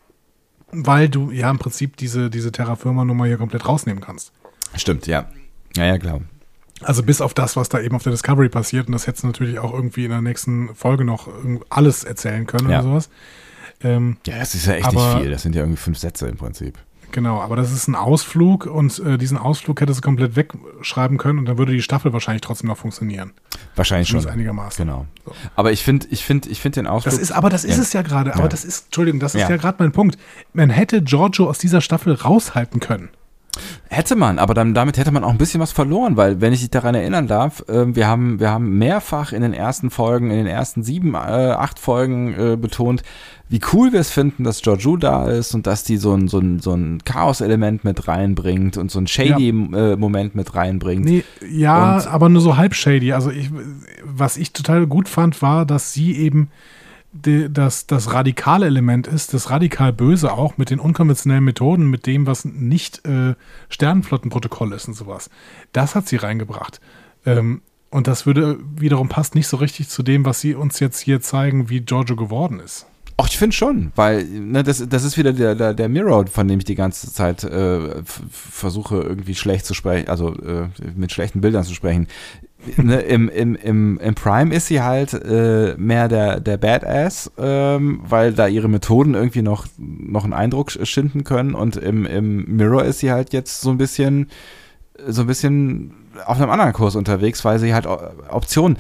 weil du ja im Prinzip diese, diese Terra Firma Nummer hier komplett rausnehmen kannst. Stimmt, ja. Ja, ja, klar. Also bis auf das, was da eben auf der Discovery passiert. Und das hättest du natürlich auch irgendwie in der nächsten Folge noch alles erzählen können Ja. oder sowas. Ähm, Ja, das ist ja echt aber, nicht viel. Das sind ja irgendwie fünf Sätze im Prinzip. Genau, aber das ist ein Ausflug und äh, diesen Ausflug hätte sie komplett wegschreiben können und dann würde die Staffel wahrscheinlich trotzdem noch funktionieren. Wahrscheinlich schon. Zumindest einigermaßen. Genau. So. Aber ich finde ich find, ich find den Ausflug... Das ist, aber das ist ja. es ja gerade. Aber Ja. das ist, Entschuldigung, das ist Ja. ja, gerade mein Punkt. Man hätte Giorgio aus dieser Staffel raushalten können. Hätte man, aber dann damit hätte man auch ein bisschen was verloren, weil, wenn ich dich daran erinnern darf, äh, wir haben wir haben mehrfach in den ersten Folgen, in den ersten sieben, äh, acht Folgen äh, betont, wie cool wir es finden, dass Georgiou da ist und dass die so ein, so ein, so ein Chaos-Element mit reinbringt und so ein Shady-Moment mit reinbringt. Nee, ja, Und- aber nur so halb shady. Also ich, was ich total gut fand, war, dass sie eben die, das, das radikale Element ist, das radikal Böse auch mit den unkonventionellen Methoden, mit dem, was nicht äh, Sternenflottenprotokoll ist und sowas. Das hat sie reingebracht. Ähm, und das würde wiederum passt nicht so richtig zu dem, was sie uns jetzt hier zeigen, wie Giorgio geworden ist. Ach, ich finde schon, weil ne, das, das ist wieder der, der, der Mirror, von dem ich die ganze Zeit äh, f- versuche irgendwie schlecht zu sprechen, also äh, mit schlechten Bildern zu sprechen. Ne, im, im, im, Im Prime ist sie halt äh, mehr der, der Badass, ähm, weil da ihre Methoden irgendwie noch, noch einen Eindruck schinden können, und im, im Mirror ist sie halt jetzt so ein bisschen so ein bisschen auf einem anderen Kurs unterwegs, weil sie halt Optionen.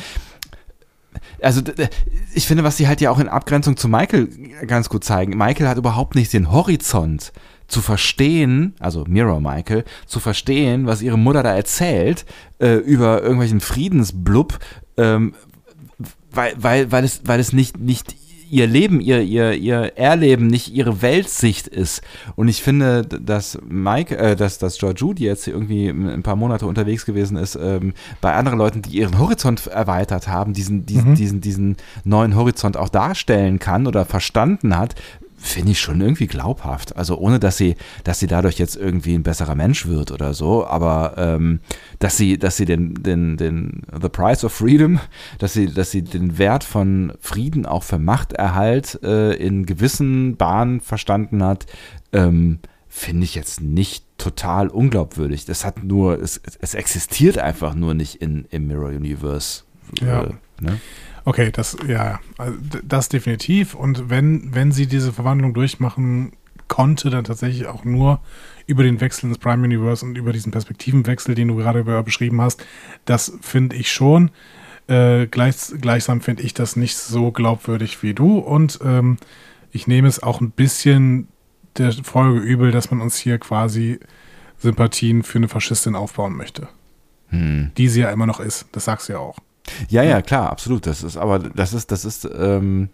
Also ich finde, was sie halt ja auch in Abgrenzung zu Michael ganz gut zeigen, Michael hat überhaupt nicht den Horizont zu verstehen, also Mirror Michael, zu verstehen, was ihre Mutter da erzählt, äh, über irgendwelchen Friedensblub, ähm, weil, weil, weil es, weil es nicht, nicht ihr Leben, ihr, ihr, ihr Erleben, nicht ihre Weltsicht ist. Und ich finde, dass Mike, äh, dass, dass Georgiou, die jetzt irgendwie ein paar Monate unterwegs gewesen ist, ähm, bei anderen Leuten, die ihren Horizont erweitert haben, diesen, diesen, Mhm. diesen, diesen neuen Horizont auch darstellen kann oder verstanden hat, finde ich schon irgendwie glaubhaft. Also ohne, dass sie, dass sie dadurch jetzt irgendwie ein besserer Mensch wird oder so, aber ähm, dass sie, dass sie den, den, den The Price of Freedom, dass sie, dass sie den Wert von Frieden auch für Machterhalt äh, in gewissen Bahnen verstanden hat, ähm, finde ich jetzt nicht total unglaubwürdig. Das hat nur, es, es existiert einfach nur nicht in, im Mirror Universe. Ja. Äh, ne? Okay, das, ja, also d- das definitiv. Und wenn, wenn sie diese Verwandlung durchmachen konnte, dann tatsächlich auch nur über den Wechsel ins Prime Universe und über diesen Perspektivenwechsel, den du gerade be- beschrieben hast, das finde ich schon. Äh, gleich, gleichsam finde ich das nicht so glaubwürdig wie du. Und ähm, ich nehme es auch ein bisschen der Folge übel, dass man uns hier quasi Sympathien für eine Faschistin aufbauen möchte. Hm. Die sie ja immer noch ist. Das sagst du ja auch. Ja, ja, klar, absolut. Das ist, aber das ist, das ist, ähm,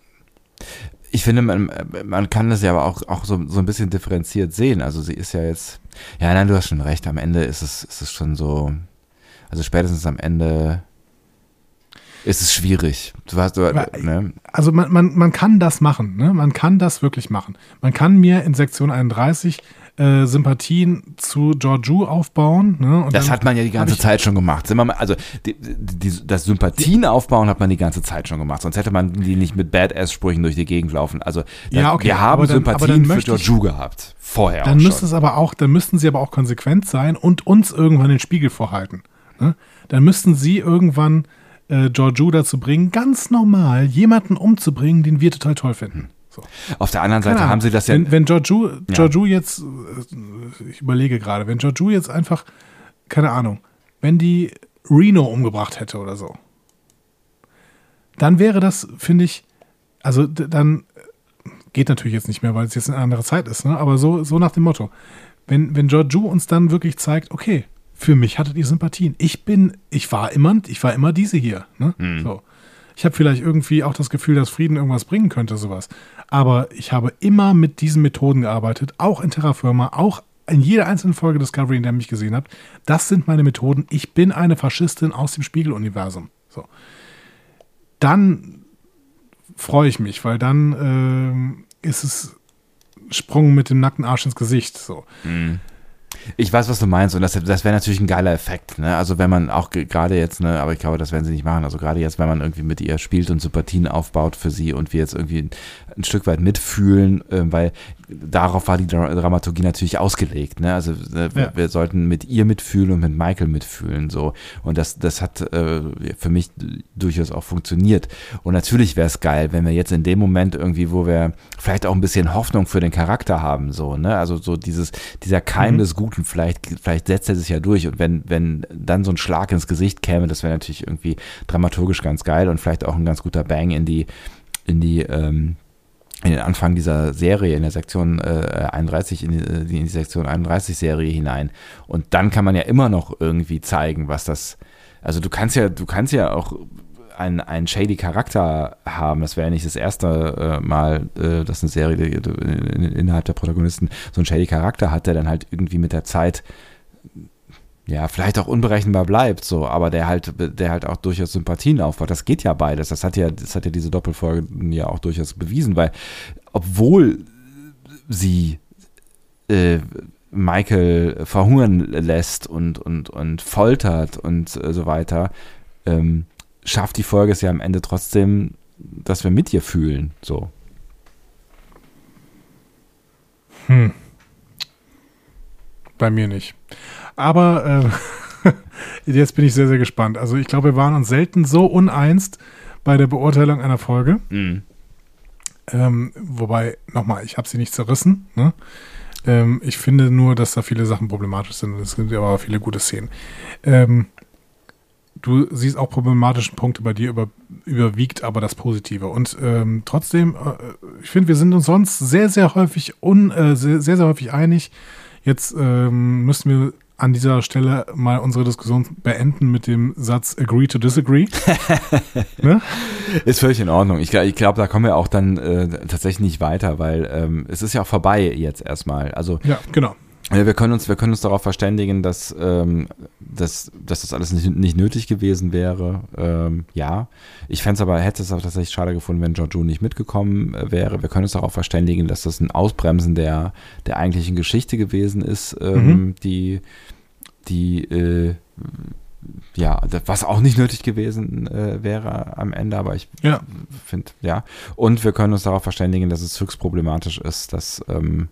ich finde, man, man kann das ja aber auch, auch so, so ein bisschen differenziert sehen. Also sie ist ja jetzt, ja, nein, du hast schon recht. Am Ende ist es, ist es schon so, also spätestens am Ende ist es schwierig. Du hast, du, ne? Also man, man, man kann das machen, ne? Man kann das wirklich machen. Man kann mir in Sektion einunddreißig äh, Sympathien zu Georgiou aufbauen. Ne? Und Das dann hat man ja die ganze hab ich- Zeit schon gemacht. Sind wir mal, also die, die, das Sympathien aufbauen hat man die ganze Zeit schon gemacht. Sonst hätte man die nicht mit Badass-Sprüchen durch die Gegend laufen. Also da, Ja, okay, wir haben aber dann- aber Sympathien dann für möchte ich- Georgiou gehabt. Vorher Dann auch müsste schon. es aber auch, dann müssten sie aber auch konsequent sein und uns irgendwann den Spiegel vorhalten. Ne? Dann müssten sie irgendwann äh, Georgiou dazu bringen, ganz normal jemanden umzubringen, den wir total toll finden. So. Auf der anderen Seite Keine haben Ahnung. sie das ja. Wenn, wenn Georgiou, Georgiou jetzt, äh, ich überlege gerade, wenn Georgiou jetzt einfach, keine Ahnung, wenn die Reno umgebracht hätte oder so, dann wäre das, finde ich, also d- dann äh, geht natürlich jetzt nicht mehr, weil es jetzt eine andere Zeit ist, ne? Aber so, so nach dem Motto, wenn, wenn Georgiou uns dann wirklich zeigt, okay, für mich hattet ihr Sympathien. Ich bin, ich war immer, ich war immer diese hier. Ne? Mhm. So. Ich habe vielleicht irgendwie auch das Gefühl, dass Frieden irgendwas bringen könnte, sowas. Aber ich habe immer mit diesen Methoden gearbeitet, auch in Terra Firma, auch in jeder einzelnen Folge Discovery, in der ihr mich gesehen habt. Das sind meine Methoden. Ich bin eine Faschistin aus dem Spiegeluniversum. So. Dann freue ich mich, weil dann ähm, ist es Sprung mit dem nackten Arsch ins Gesicht. So. Mhm. Ich weiß, was du meinst, und das, das wäre natürlich ein geiler Effekt, ne? Also wenn man auch gerade jetzt, ne, aber ich glaube, das werden sie nicht machen, also gerade jetzt, wenn man irgendwie mit ihr spielt und Sympathien aufbaut für sie und wir jetzt irgendwie ein, ein Stück weit mitfühlen, äh, weil darauf war die Dra- Dramaturgie natürlich ausgelegt, ne? Also äh, ja. wir, wir sollten mit ihr mitfühlen und mit Michael mitfühlen, so. Und das, das hat äh, für mich durchaus auch funktioniert. Und natürlich wäre es geil, wenn wir jetzt in dem Moment irgendwie, wo wir vielleicht auch ein bisschen Hoffnung für den Charakter haben, so, ne? Also so dieses, dieser Keim mhm. des Guten, vielleicht, vielleicht setzt er sich ja durch, und wenn, wenn dann so ein Schlag ins Gesicht käme, das wäre natürlich irgendwie dramaturgisch ganz geil und vielleicht auch ein ganz guter Bang in die, in die, ähm, in den Anfang dieser Serie, in der Sektion äh, einunddreißig, in die, in die Sektion einunddreißig Serie hinein. Und dann kann man ja immer noch irgendwie zeigen, was das, also du kannst ja, du kannst ja auch einen, einen shady Charakter haben. Das wäre ja nicht das erste äh, Mal, äh, dass eine Serie die, die, in, innerhalb der Protagonisten so einen shady Charakter hat, der dann halt irgendwie mit der Zeit ja, vielleicht auch unberechenbar bleibt, so, aber der halt, der halt auch durchaus Sympathien aufbaut. Das geht ja beides. Das hat ja, das hat ja diese Doppelfolge ja auch durchaus bewiesen, weil obwohl sie äh, Michael verhungern lässt und, und, und foltert und äh, so weiter, ähm, schafft die Folge es ja am Ende trotzdem, dass wir mit ihr fühlen, so. Hm. Bei mir nicht. Aber äh, jetzt bin ich sehr, sehr gespannt. Also ich glaube, wir waren uns selten so uneinst bei der Beurteilung einer Folge. Mhm. Ähm, wobei, nochmal, ich habe sie nicht zerrissen. Ne? Ähm, ich finde nur, dass da viele Sachen problematisch sind. Es sind aber viele gute Szenen. Ähm, du siehst auch problematische Punkte bei dir, über, überwiegt aber das Positive. Und ähm, trotzdem, äh, ich finde, wir sind uns sonst sehr, sehr häufig un, äh, sehr, sehr, sehr häufig einig. Jetzt ähm, müssen wir an dieser Stelle mal unsere Diskussion beenden mit dem Satz agree to disagree. Ne? Ist völlig in Ordnung. Ich, ich glaube, da kommen wir auch dann äh, tatsächlich nicht weiter, weil ähm, es ist ja auch vorbei jetzt erstmal. Also, ja, genau. Wir können uns, wir können uns darauf verständigen, dass, ähm, dass, dass das alles nicht, nicht nötig gewesen wäre. Ähm, ja, ich fände es aber, hätte es aber tatsächlich schade gefunden, wenn Georgiou nicht mitgekommen wäre. Wir können uns darauf verständigen, dass das ein Ausbremsen der, der eigentlichen Geschichte gewesen ist, ähm, mhm. die, die äh, ja, was auch nicht nötig gewesen äh, wäre am Ende, aber ich ja. finde, ja. Und wir können uns darauf verständigen, dass es höchst problematisch ist, dass ähm,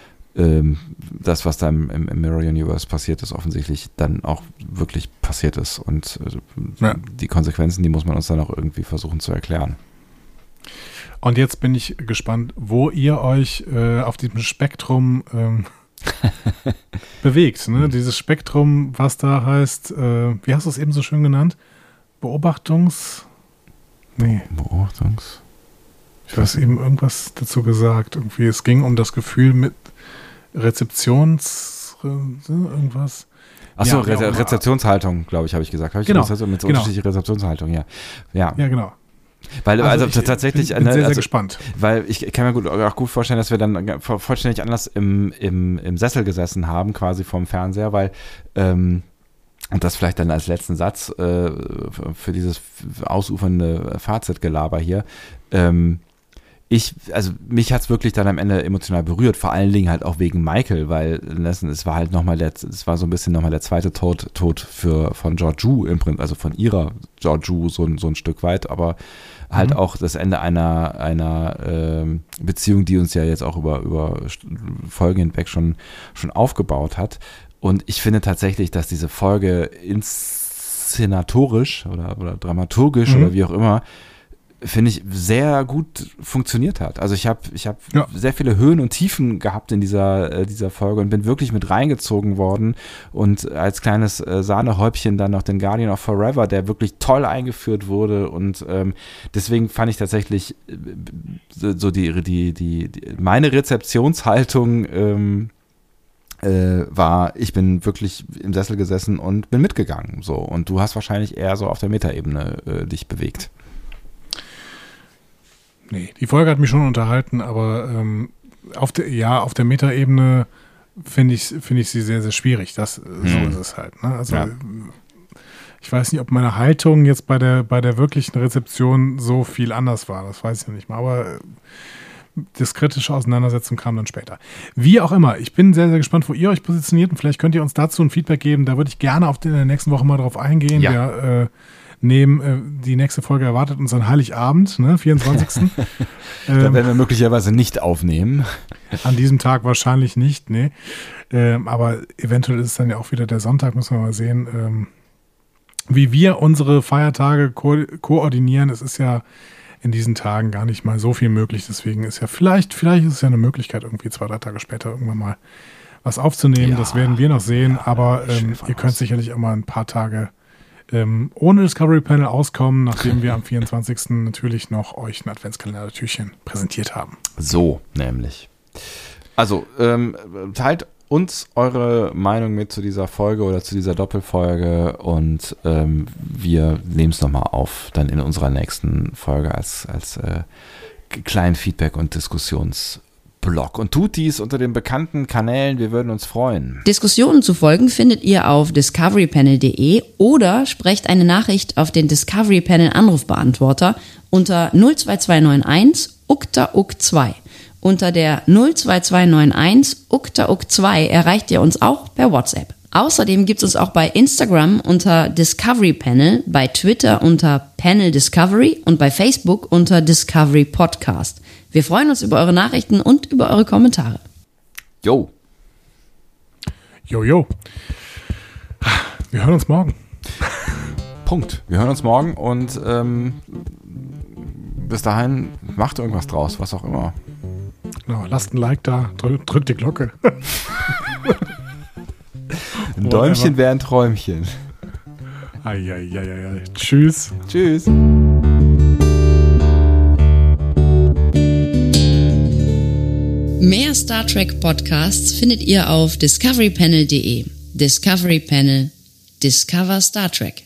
das, was da im, im Mirror Universe passiert ist, offensichtlich dann auch wirklich passiert ist. Und äh, ja. die Konsequenzen, die muss man uns dann auch irgendwie versuchen zu erklären. Und jetzt bin ich gespannt, wo ihr euch äh, auf diesem Spektrum ähm, bewegt. Ne? Dieses Spektrum, was da heißt, äh, wie hast du es eben so schön genannt? Beobachtungs... Nee. Beobachtungs... Du hast eben irgendwas dazu gesagt. Irgendwie, es ging um das Gefühl mit Rezeptions... irgendwas. Achso, ja, Re- Rezeptionshaltung, glaube ich, habe ich gesagt. Habe ich genau, gesagt, mit so genau. unterschiedlicher Rezeptionshaltung, ja. Ja, ja genau. Weil, also, also ich tatsächlich... bin, bin sehr, also, sehr gespannt. Weil ich kann mir gut, auch gut vorstellen, dass wir dann vollständig anders im, im, im Sessel gesessen haben, quasi vorm Fernseher, weil... Ähm, und das vielleicht dann als letzten Satz äh, für dieses ausufernde Fazitgelaber hier. Ähm, ich, also mich hat es wirklich dann am Ende emotional berührt, vor allen Dingen halt auch wegen Michael, weil es war halt nochmal der, es war so ein bisschen nochmal der zweite Tod, Tod für, von Georgiou im Prinzip, also von ihrer Georgiou so, so ein Stück weit, aber halt mhm. auch das Ende einer, einer ähm, Beziehung, die uns ja jetzt auch über, über Folgen hinweg schon, schon aufgebaut hat. Und ich finde tatsächlich, dass diese Folge inszenatorisch oder, oder dramaturgisch mhm. oder wie auch immer, finde ich, sehr gut funktioniert hat. Also ich habe ich hab ja. sehr viele Höhen und Tiefen gehabt in dieser, äh, dieser Folge und bin wirklich mit reingezogen worden und als kleines äh, Sahnehäubchen dann noch den Guardian of Forever, der wirklich toll eingeführt wurde und ähm, deswegen fand ich tatsächlich äh, so die, die, die, die meine Rezeptionshaltung ähm, äh, war, ich bin wirklich im Sessel gesessen und bin mitgegangen. So. Und du hast wahrscheinlich eher so auf der Metaebene äh, dich bewegt. Nee, die Folge hat mich schon unterhalten, aber ähm, auf der, ja, auf der Metaebene finde ich, finde ich sie sehr, sehr schwierig. Das, hm. So ist es halt. Ne? Also ja. Ich weiß nicht, ob meine Haltung jetzt bei der, bei der wirklichen Rezeption so viel anders war. Das weiß ich nicht mal. Aber das kritische Auseinandersetzung kam dann später. Wie auch immer, ich bin sehr, sehr gespannt, wo ihr euch positioniert. Und vielleicht könnt ihr uns dazu ein Feedback geben. Da würde ich gerne auf den, in der nächsten Woche mal drauf eingehen. Ja. Wir äh, nehmen, äh, die nächste Folge erwartet uns an Heiligabend, ne, vierundzwanzigsten Da werden wir möglicherweise nicht aufnehmen. An diesem Tag wahrscheinlich nicht, nee. Ähm, aber eventuell ist es dann ja auch wieder der Sonntag, müssen wir mal sehen, ähm, wie wir unsere Feiertage ko- koordinieren. Es ist ja in diesen Tagen gar nicht mal so viel möglich. Deswegen ist ja vielleicht, vielleicht ist es ja eine Möglichkeit, irgendwie zwei, drei Tage später irgendwann mal was aufzunehmen. Ja, das werden wir noch sehen. Ja, aber ähm, ihr könnt sicherlich auch mal ein paar Tage ähm, ohne Discovery Panel auskommen, nachdem wir am vierundzwanzigsten natürlich noch euch ein Adventskalender-Türchen präsentiert haben. So, nämlich. Also, ähm, teilt uns eure Meinung mit zu dieser Folge oder zu dieser Doppelfolge und ähm, wir nehmen es nochmal auf, dann in unserer nächsten Folge als, als äh, kleinen Feedback- und Diskussionsblog. Und tut dies unter den bekannten Kanälen, wir würden uns freuen. Diskussionen zu folgen findet ihr auf discovery panel punkt de oder sprecht eine Nachricht auf den Discovery Panel Anrufbeantworter unter null zwei zwei neun eins U K T A U K zwei. Unter der null zwei zwei neun eins U K T A U K zwei erreicht ihr uns auch per WhatsApp. Außerdem gibt es uns auch bei Instagram unter Discovery Panel, bei Twitter unter Panel Discovery und bei Facebook unter Discovery Podcast. Wir freuen uns über eure Nachrichten und über eure Kommentare. Jo. Jo, jo. Wir hören uns morgen. Punkt. Wir hören uns morgen und ähm, bis dahin macht irgendwas draus, was auch immer. Genau, lasst ein Like da, drückt drück die Glocke. Ein Däumchen wäre ein Träumchen. Eieieiei. Tschüss. Tschüss. Mehr Star Trek Podcasts findet ihr auf discovery panel punkt de. Discovery Panel. Discover Star Trek.